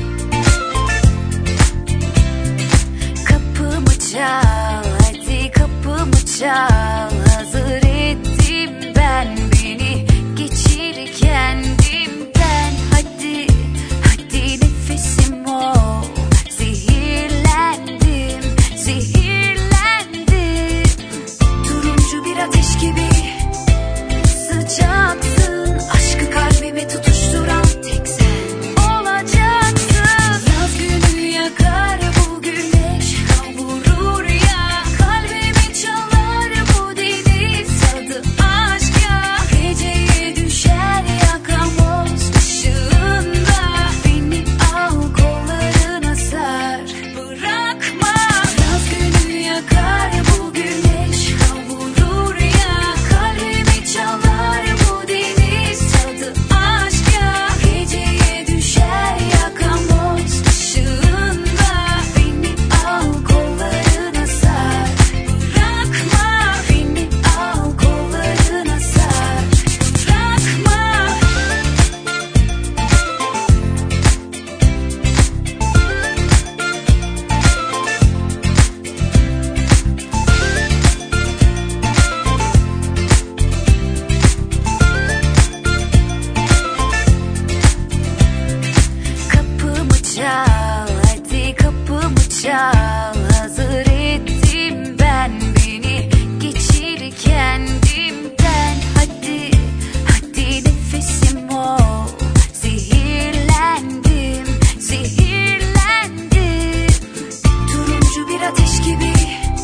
Kapımı çal, hadi kapımı çal, hadi kapımı çal. Hazır ettim ben beni, geçir kendimden. Hadi, hadi nefesim ol. Zehirlendim, zehirlendim. Turuncu bir ateş gibi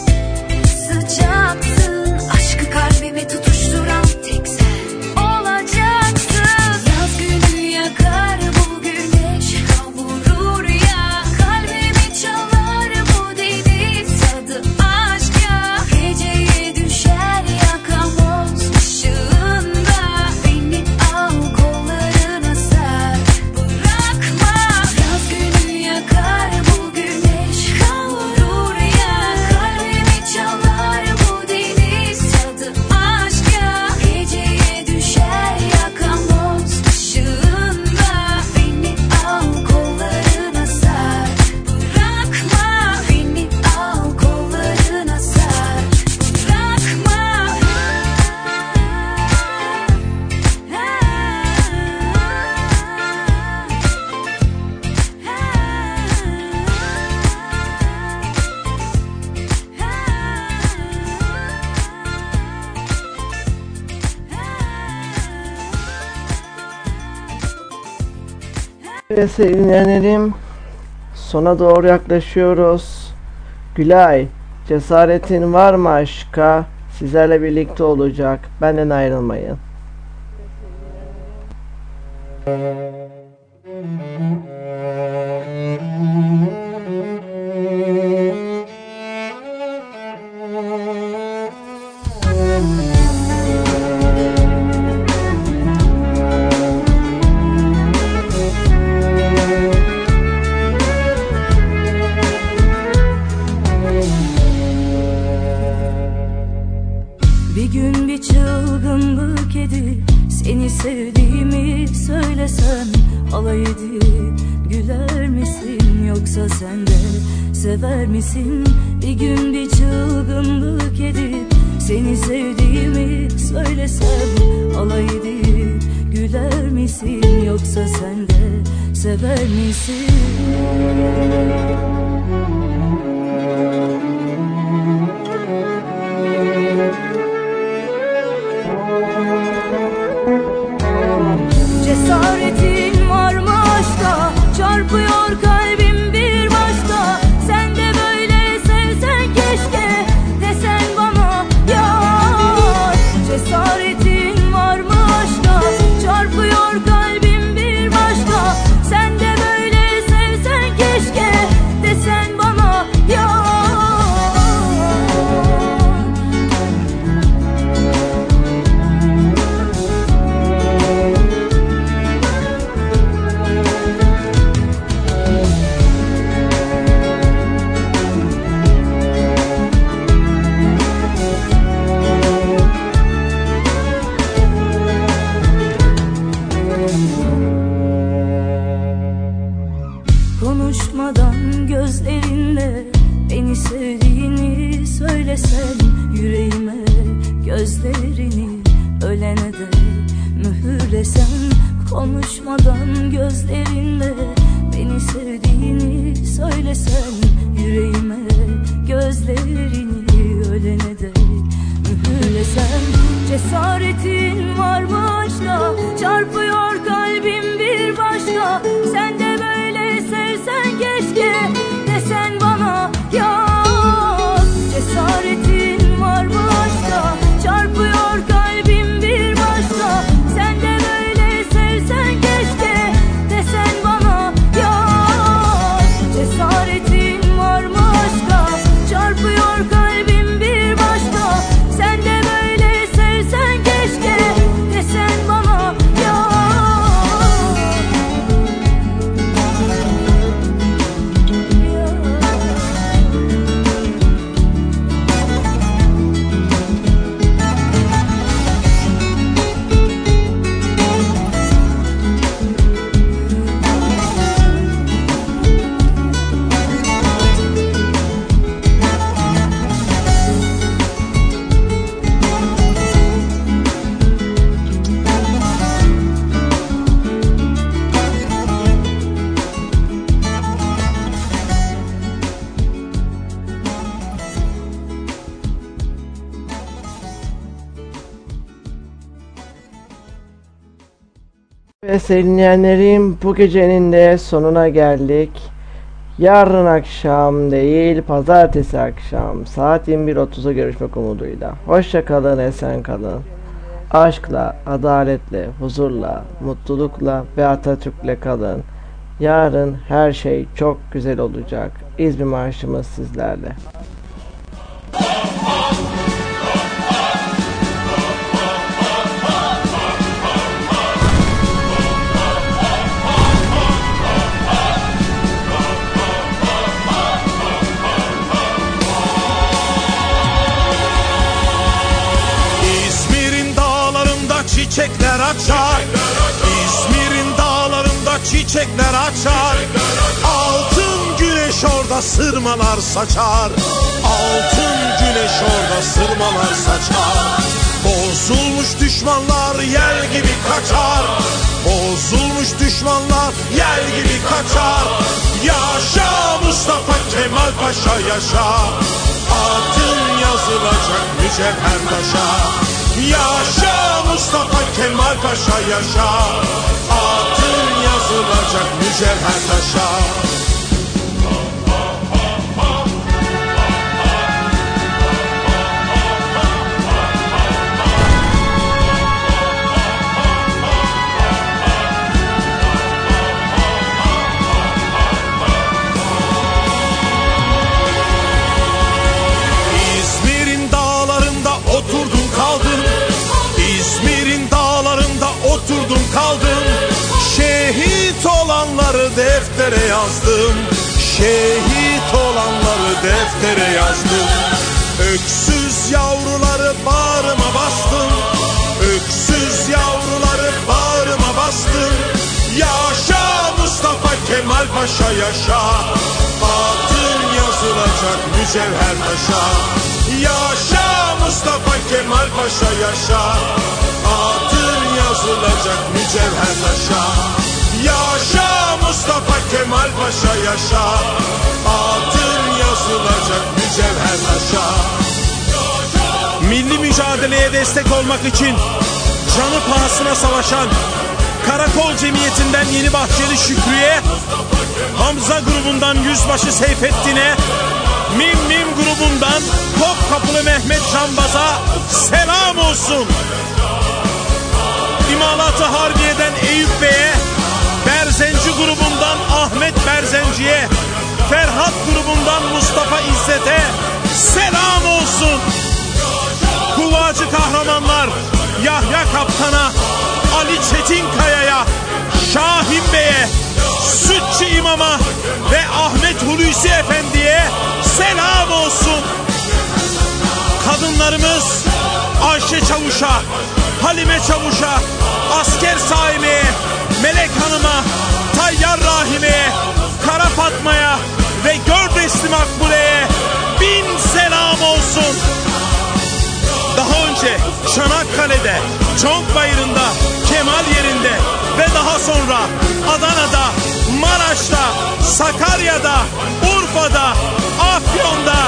sıcaksın. Aşkı kalbime tutuşturan tek sen olacaksın. Yaz günü yakar bu güneş, kavurur ya kalbimi çalar bu deniz. Tadı aşk ya, geceye düşer yakamoz ışığında. Beni al kollarına sar, bırakma. Yaz günü yakar bu güneş, kavurur ya kalbimi çalar bu deniz. Tadı aşk ya, geceye düşer yakamoz ışığında. Beni al kollarına sar, bırakma. Beni al kollarına sar, bırakma. Evet sevgili dinleyenlerim, sona doğru yaklaşıyoruz. Gülay, cesaretin var mı aşka? Sizlerle birlikte olacak. Benden ayrılmayın. Bir gün bir çılgınlık edip seni sevdiğimi söylesem, alay edip güler misin, yoksa sen de sever misin? Bir gün bir çılgınlık edip seni sevdiğimi söylesem, alay edip güler misin, yoksa sen de sever misin? Cesaretin var mı aşka? Çarpıyor kalbim bir başka. Sen de böyle sevsen keşke, desen bana yar. Cesaretin var mı aşka? Çarpıyor kalbim bir başka. Sen de böyle sevsen keşke, desen bana yar. Konuşmadan gözlerinle beni sevdiğini söylesen, yüreğime gözlerini ölene dek mühürlesen. Konuşmadan gözlerinle beni sevdiğini söylesen, yüreğime gözlerini ölene dek mühürlesen. Cesaretin var mı aşka? Çarpıyor kalbim bir başka. Sen de böyle sevsen keşke, desen bana yar. Cesaretin var mı aşka? Çarpıyor kalbim bir başka. Sen de böyle sevsen keşke, desen bana Evet sevgili dinleyenlerim, bu gecenin de sonuna geldik. Yarın akşam değil, pazartesi akşam saat 21.30'da görüşmek umuduyla. Hoşça kalın, esen kalın. Aşkla, adaletle, huzurla, mutlulukla ve Atatürk'le kalın. Yarın her şey çok güzel olacak. İzmir Marşımız sizlerle. Çiçekler açar, İzmir'in dağlarında çiçekler açar. Altın güneş orada sırmalar saçar, altın güneş orada sırmalar saçar. Bozulmuş düşmanlar yel gibi kaçar, bozulmuş düşmanlar yel gibi kaçar. Yaşa Mustafa Kemal Paşa yaşa, adın yazılacak mücevher taşa. Yaşa Mustafa Kemal Paşa yaşa, adın yazılacak mücevher taşa. İzmir'in dağlarında oturdum kaldım, İzmir'in dağlarında oturdum kaldım. Şehit olanları deftere yazdım, şehit olanları deftere yazdım. Öksüz yavruları bağrıma bastım, öksüz yavruları bağrıma bastım. Yaşa Mustafa Kemal Paşa yaşa, adın yazılacak mücevher taşa. Yaşa Mustafa Kemal Paşa yaşa, adın yazılacak mücevher taşa. Yaşa Mustafa Kemal Paşa yaşa, adın yazılacak mücevher taşa. Milli mücadeleye destek olmak için canı pahasına savaşan Karakol Cemiyeti'nden Yeni Bahçeli Şükrü'ye, Hamza grubundan Yüzbaşı Seyfettin'e, Mim grubundan Topkapılı Mehmet Canbaz'a selam olsun. İmalat-ı Harbiye'den Eyüp Bey'e, Berzenci grubundan Ahmet Berzenci'ye, Ferhat grubundan Mustafa İzzet'e selam olsun. Kuvacı kahramanlar Yahya Kaptan'a, Ali Çetinkaya'ya, Şahin Bey'e, Sütçü İmam'a ve Ahmet Hulusi Efendi'ye selam olsun. Kadınlarımız Ayşe Çavuş'a, Halime Çavuş'a, Asker Saime'ye, Melek Hanım'a, Tayyar Rahime'ye, Kara Fatma'ya ve Gördesli Makbule'ye bin selam olsun. Daha önce Çanakkale'de, Çonkbayırı'nda, Kemal yerinde ve daha sonra Adana'da, Maraş'ta, Sakarya'da, Urfa'da, Afyon'da,